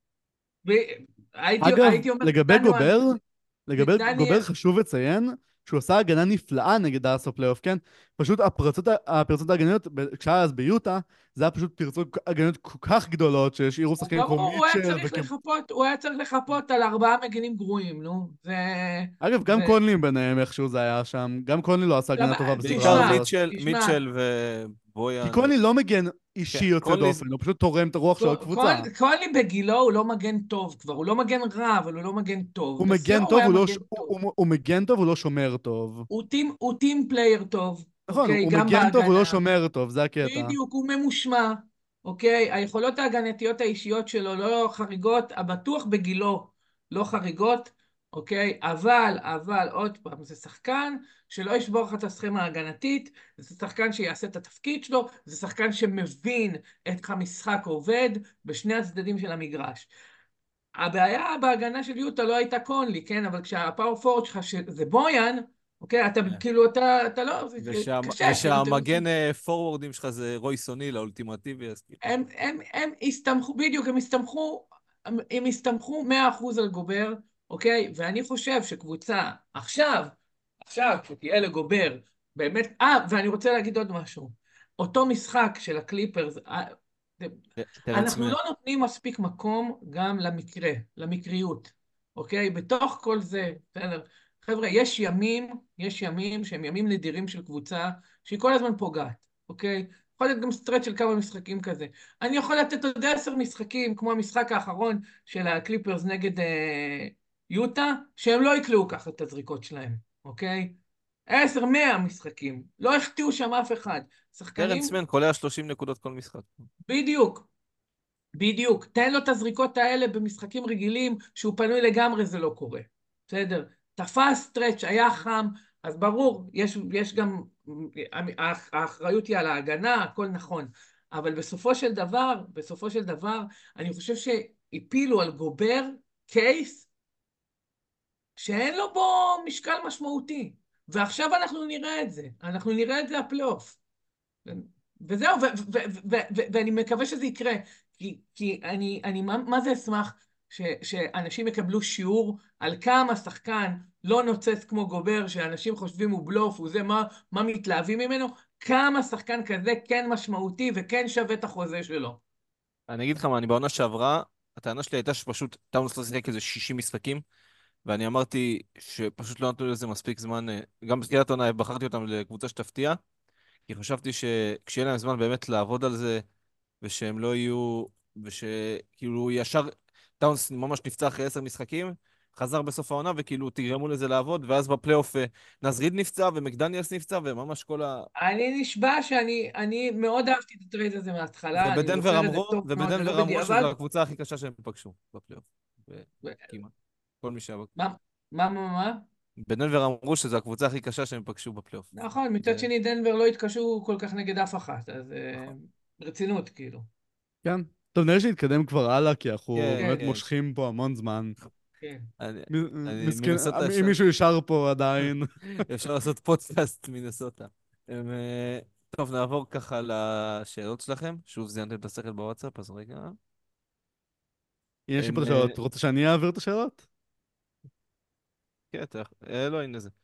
אגב, הייתי אומר, לגבי גובר, מקדניאל, חשוב לציין שהוא עשה הגנה נפלאה נגד הארס בפלייאוף, כן? פשוט הפרצות ההגניות, כשהיה אז ביוטה, זה היה פשוט פרצות הגניות כל כך גדולות שהשאירו שחקנים כמו ברור, מיטשל הוא היה צריך לחפות על 4 מגינים גרועים, נו. אגב, גם קונלי ביניהם איכשהו זה היה שם, גם קונלי לא עשה הגנה טובה בסדרה בעיקר הזאת. מיטשל כי ובויאן. קונלי לא מגן אישי כן, יוצא דופן, הוא פשוט תורם את הרוח של הקבוצה. קונלי בגילו הוא לא מגן טוב כבר, הוא לא מגן רע, אבל הוא לא מגן טוב. הוא בשיאו מגן הוא טוב, היה מגן טוב. הוא מגן טוב, הוא לא שומר טוב. הוא טים פלייר טוב, נכון, אוקיי? הוא גם מגן טוב, הוא לא בהגנה. שומר טוב, זה הקטע. בדיוק, הוא ממושמע, אוקיי? היכולות ההגנתיות האישיות שלו לא חריגות, הבטוח בגילו לא חריגות, אוקיי? אבל, עוד פעם, זה שחקן שלא ישבור לך את הסכמה ההגנתית, זה שחקן שיעשה את התפקיד שלו, זה שחקן שמבין איך המשחק עובד בשני הצדדים של המגרש. הבעיה בהגנה של יוטה לא הייתה קונלי, כן? אבל כשהפאור פורד שלך זה בויאן, אוקיי? אתה כאילו, אתה לא... קשה. ושהמגן פורוורדים שלך זה רוי סוניל, האולטימטיבי, אז כאילו. הם הסתמכו, בדיוק, הם הסתמכו 100% על גובר, אוקיי? ואני חושב שקבוצה, עכשיו, שתהיה לגובר, באמת, ואני רוצה להגיד עוד משהו. אותו משחק של הקליפרס, אנחנו לא נותנים מספיק מקום גם למקריות, אוקיי? בתוך כל זה, בסדר? חבר'ה, יש ימים שהם ימים נדירים של קבוצה, שהיא כל הזמן פוגעת, אוקיי? יכול להיות גם סטרט של כמה משחקים כזה. אני יכול לתת עוד 10 משחקים, כמו המשחק האחרון של הקליפרס נגד יוטה, שהם לא יקלעו ככה את הזריקות שלהם, אוקיי? 100 משחקים, לא החטיאו שם אף אחד. שחקנים... טרנס מן קולע 30 נקודות כל משחק. בדיוק. תן לו את הזריקות האלה במשחקים רגילים, שהוא פנוי לגמרי, זה לא קורה. בסדר? תפס סטרץ', היה חם, אז ברור, יש גם, האחריות היא על ההגנה, הכל נכון. אבל בסופו של דבר, אני חושב שהפילו על גובר קייס, שאין לו בו משקל משמעותי. ועכשיו אנחנו נראה את זה הפלייאוף. וזהו, ואני מקווה שזה יקרה, כי אני מה זה אשמח שאנשים יקבלו שיעור על כמה שחקן לא נוצץ כמו גובר, שאנשים חושבים הוא בלוף, הוא זה, מה מתלהבים ממנו, כמה שחקן כזה כן משמעותי וכן שווה את החוזה שלו. אני אגיד לך מה, אני בעונה שעברה, הטענה שלי הייתה שפשוט טאונס לא שיחק איזה 60 משחקים, ואני אמרתי שפשוט לא נתנו לזה מספיק זמן, גם בתחילת העונה בחרתי אותם לקבוצה שתפתיע, כי חשבתי שכשיהיה להם זמן באמת לעבוד על זה, ושהם לא יהיו, ושכאילו ישר, טאונס ממש נפצע אחרי 10 משחקים, חזר בסוף העונה, וכאילו תגרמו לזה לעבוד, ואז בפלייאוף נזריד נפצע, ומקדניאלס נפצע, וממש כל אני נשבע שאני מאוד אהבתי את הטרייד הזה מההתחלה, אני זוכר את זה טוב מאוד, ובדנבר אמרו שזו הקבוצה הכי קשה שהם פגשו בפלייאוף. כמעט. כל מי שהיה... מה? בדנבר אמרו שזו הקבוצה הכי קשה שהם פגשו בפלייאוף. נכון, מצד שני דנבר לא התקשו כל כך נגד אף אחת, אז רצינות כאילו. כן. טוב, נראה שנתקדם כבר הלאה, כי אנחנו כן, באמת כן. מושכים פה המון זמן. כן. מסכן, מינסוטה אם אפשר, מישהו נשאר פה עדיין. אפשר לעשות פודקאסט מינסוטה. טוב, נעבור ככה לשאלות שלכם. שוב, זיינתם את השכל בוואטסאפ, אז רגע. יש לי פה את הם, השאלות. רוצה שאני אעביר את השאלות? כן, לא, הנה זה.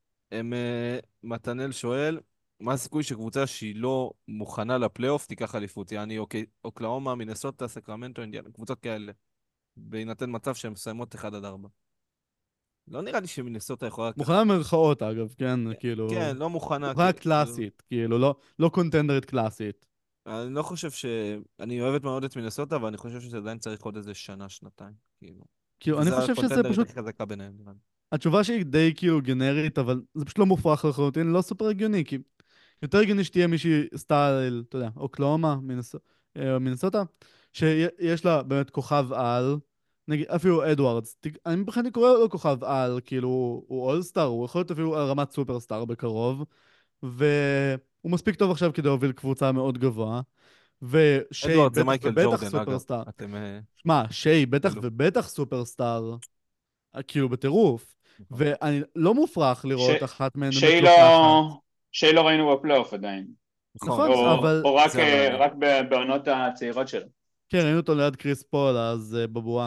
מתנאל שואל, מה הסיכוי שקבוצה שהיא לא מוכנה לפלייאוף תיקח אליפות? יעני, אוקלאומה, מינסוטה, סקרמנטו, אינדיאנה, קבוצות כאלה. בהינתן מצב שהן מסיימות 1-4. לא נראה לי שמינסוטה יכולה לקחת. מוכנה במרכאות, אגב, כן, כאילו... כן, לא מוכנה. מוכנה כאילו, קלאסית, כאילו, לא קונטנדרית קלאסית. אני לא חושב אני אוהבת מאוד את מינסוטה, אבל אני חושב שזה עדיין צריך עוד איזה שנה, שנתיים. כאילו. כאילו, אני וזו חושב שזה הקונטנדרית פשוט... הכי חזקה ביניהם, נראה לי. התשובה שהיא די כאילו גנרית, אבל זה פשוט לא מופרך לחלוטין, לא סופר הגיוני, כי יותר הגיוני שתהיה מישהי סטייל, אתה יודע, אוקלאומה, מינסוטה, שיש לה באמת כוכב על, נגיד, אפילו אדוארדס, אני בכלל קורא לו כוכב על, כאילו, הוא אולסטאר, הוא יכול להיות אפילו על רמת סופרסטאר בקרוב, והוא מספיק טוב עכשיו כדי להוביל קבוצה מאוד גבוה, ושיי אדוארד זה בטח מייקל ובטח ג'ורדן, אגב. סופרסטאר. אתם... שמע, שיי בטח אלו. ובטח סופרסטאר, כאילו בטירוף. נכון. ואני לא מופרך ש- לראות אחת מהן באמת שיי לוקחת. לא ראינו בפלייאוף עדיין. נכון, נכון, אבל... או רק, זה המעניין. רק בעונות הצעירות שלו. כן, ראינו אותו ליד קריס פול, אז בבועה.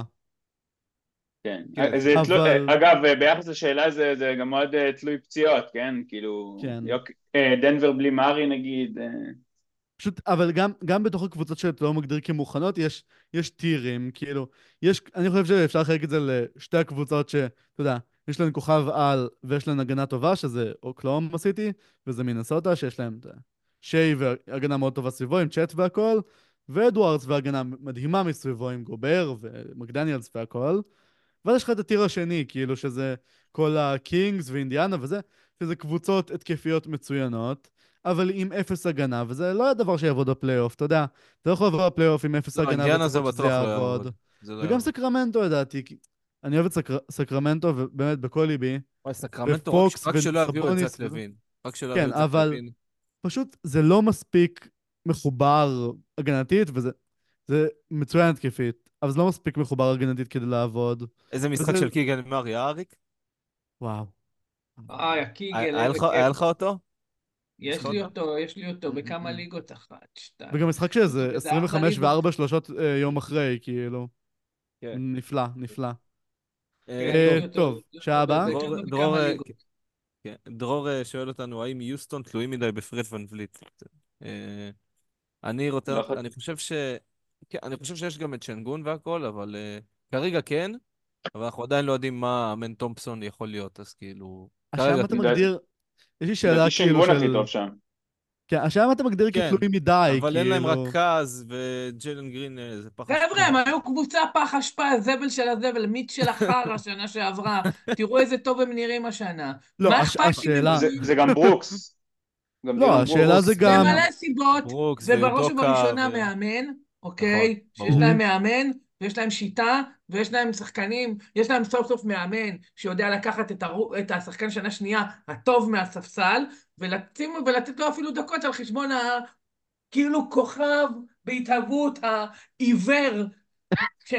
כן. כן. אבל... אגב, ביחס לשאלה זה גם מאוד תלוי פציעות, כן? כאילו, כן. דנבר בלי מארי נגיד. פשוט, אבל גם בתוך הקבוצות שאתה לא מגדיר כמוכנות, יש טירים, כאילו, אני חושב שאפשר לחלק את זה לשתי הקבוצות שאתה יודע, יש להן כוכב על ויש להן הגנה טובה, שזה אוקלאומה סיטי, וזה מינסוטה, שיש להם שיי והגנה מאוד טובה סביבו, עם צ'אט והכל, ואדוארדס והגנה מדהימה מסביבו, עם גובר ומקדניאלס והכל. ואז יש לך את הטיר השני, כאילו, שזה כל הקינגס ואינדיאנה וזה, שזה קבוצות התקפיות מצוינות. אבל עם אפס הגנה, וזה לא הדבר שיעבוד בפלייאוף, אתה יודע, אתה לא יכול לעבור בפלייאוף עם אפס לא, הגנה אינדיאנה זה ולצפות שזה בטוח לא יעבוד. יעבוד. זה לא וגם יעבוד. סקרמנטו לדעתי, כי אני אוהב את סקרמנטו, ובאמת בכל ליבי, וואי, סקרמנטו, ופוקס רק שלא יביאו את וסבוניס זק וזה. לוין. רק שלא יביאו כן, את זק אבל לוין. פשוט זה לא מספיק מחובר הגנתית, זה מצוין התקפית, אבל זה לא מספיק מחובר הגנתית כדי לעבוד. איזה משחק וזה, של קיגן מרי, אריק? וואו. הקיגל, היה איזה לך היה כיף. לך אותו? יש לך אותו? יש לי אותו בכמה ליגות, אחת, שתיים. וגם משחק שזה וזה אחלה 25 ליגות. ו-4 שלושות יום אחרי, כאילו. כן. נפלא, נפלא. כן, יש לי אותו, טוב, שעה הבאה? בכמה ליגות. כן. דרור שואל אותנו, האם יוסטון תלויים מדי בפרד ון וליט? אה, לא אני חושב כן, אני חושב שיש גם את שנגון והכל, אבל כרגע כן, אבל אנחנו עדיין לא יודעים מה מן תומפסון יכול להיות, אז כאילו... השאלה כרגע מה אתה כן. מגדיר, יש לי שאלה לדעתי כאילו שנגון הכי של... טוב שם. כן, השאלה מה אתה מגדיר כן, כתלוי מדי, אבל אין להם כאילו... רכז, וג'יילן גרין זה פח אשפה. חבר'ה, הם היו קבוצה פח אשפה, הזבל של הזבל, מיץ של החרא שנה שעברה. תראו איזה טוב הם נראים השנה. לא, מה אכפת לי השאלה... זה גם ברוקס. גם לא, דילון השאלה זה ברוקס. גם... במלא סיבות, ברוקס ובראש ויודוקה ובראשונה מאמן, נכון, אוקיי? שיש ברור. להם מאמן, ויש להם שיטה, ויש להם שחקנים, יש להם סוף סוף מאמן שיודע לקחת את השחקן שנה שנייה הטוב מהספסל, ולתת לו אפילו דקות על חשבון כאילו כוכב בהתהוות העיוור. ש...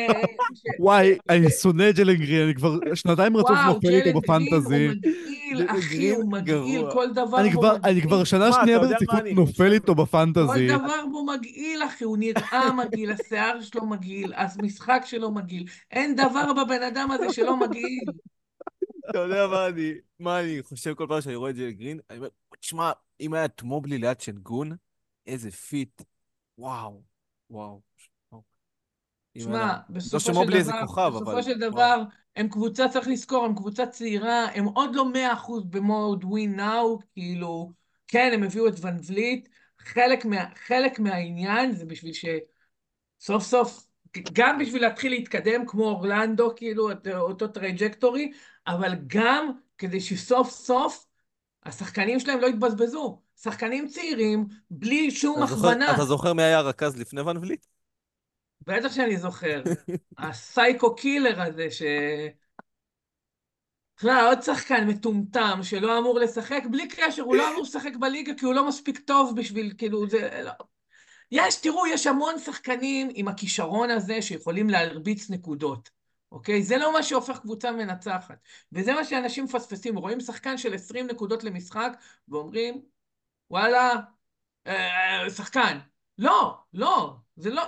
וואי, אני שונא את ג'לן גרין, אני כבר שנתיים רצוף וואו, נופל איתו ג'יילן גרין הוא בפנטזי. מגעיל, ג'יילן אחי, גרין הוא מגעיל, גרוע. כל דבר בו אני כבר מגעיל. שנה מה, שנייה אתה יודע מה ברציפות אני נופל חושב? איתו כל בפנטזי. דבר בו מגעיל, אחי, הוא נראה מגעיל, השיער שלו מגעיל, המשחק שלו מגעיל, אין דבר בבן אדם הזה שלא מגעיל. אתה יודע מה אני חושב כל פעם שאני רואה את ג'יילן גרין? אני אומר, תשמע, אם היה את מובלי ליד שנגון, איזה פיט. וואו, וואו. וואו. אם היה שמע, להם- לא שמובלי איזה כוכב, בסופו אבל של וואו. דבר, הם קבוצה, צריך לזכור, הם קבוצה צעירה, הם עוד לא 100% במוד win now, כאילו, כן, הם הביאו את ון וליט, חלק מהעניין זה בשביל שסוף סוף, גם בשביל להתחיל להתקדם כמו אורלנדו, כאילו, אותו טרייג'קטורי, אבל גם כדי שסוף סוף השחקנים שלהם לא יתבזבזו. שחקנים צעירים, בלי שום הכוונה. אתה זוכר מי היה הרכז לפני ון וליט? בטח שאני זוכר. הסייקו קילר הזה עוד שחקן מטומטם שלא אמור לשחק, בלי קשר, הוא לא אמור לשחק בליגה כי הוא לא מספיק טוב בשביל, כאילו, זה... לא. תראו, יש המון שחקנים עם הכישרון הזה שיכולים להרביץ נקודות, אוקיי? זה לא מה שהופך קבוצה מנצחת. וזה מה שאנשים מפספסים, רואים שחקן של 20 נקודות למשחק, ואומרים, וואלה, שחקן. לא, לא, זה לא,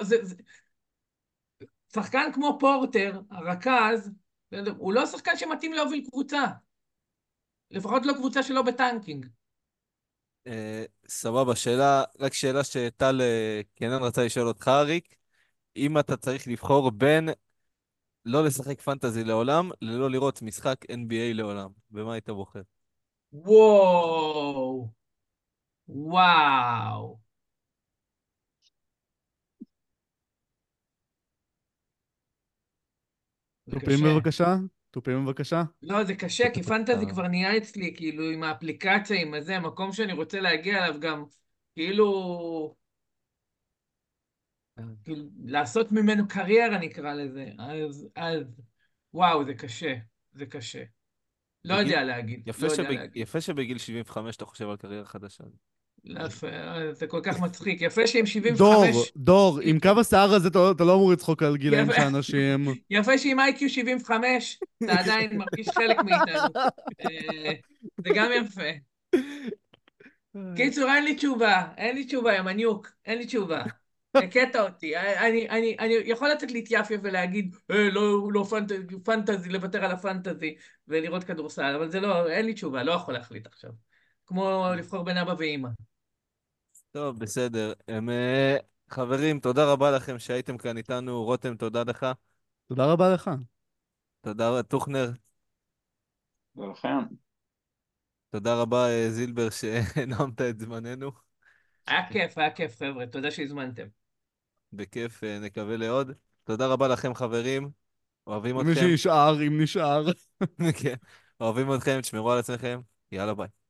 שחקן כמו פורטר, הרכז, בסדר, הוא לא שחקן שמתאים להוביל קבוצה. לפחות לא קבוצה שלא בטנקינג. סבבה, רק שאלה שטל קנן רצה לשאול אותך, אריק. אם אתה צריך לבחור בין לא לשחק פנטזי לעולם, ללא לראות משחק NBA לעולם, במה היית בוחר? וואו, וואו. זה תופים קשה. בבקשה, תופים בבקשה. לא, זה קשה, כי פנטזי אה, כבר נהיה אצלי, כאילו, עם האפליקציה, עם הזה, מקום שאני רוצה להגיע אליו גם, כאילו, כאילו, לעשות ממנו קריירה, נקרא לזה. וואו, זה קשה, זה קשה. לא בגיל... יודע להגיד, לא יודע להגיד. יפה שבגיל 75 אתה חושב על קריירה חדשה. לא יפה, זה כל כך מצחיק. יפה שעם דור, 75, דור, עם קו השיער הזה אתה לא אמור לצחוק על גילאים יפה, של אנשים. יפה שעם איי-קיו 75, אתה עדיין מרגיש חלק מאיתנו. זה גם יפה. קיצור, אין לי תשובה, יא מניוק, אין לי תשובה. הקטע אותי, אני יכול לצאת להתייפייף ולהגיד, לא פנטזי, לוותר על הפנטזי ולראות כדורסל, אבל זה לא, אין לי תשובה, לא יכול להחליט עכשיו. כמו לבחור בין אבא ואמא. טוב, בסדר. חברים, תודה רבה לכם שהייתם כאן איתנו. רותם, תודה לך. תודה רבה לך. תודה רבה, טוכנר. ולכן, תודה רבה, זילבר, שהנעמת את זמננו. היה כיף, חבר'ה, תודה שהזמנתם. בכיף, נקווה לעוד. תודה רבה לכם, חברים. אוהבים למי אתכם. שנשאר, אם נשאר. כן. אוהבים אתכם, תשמרו על עצמכם. יאללה, ביי.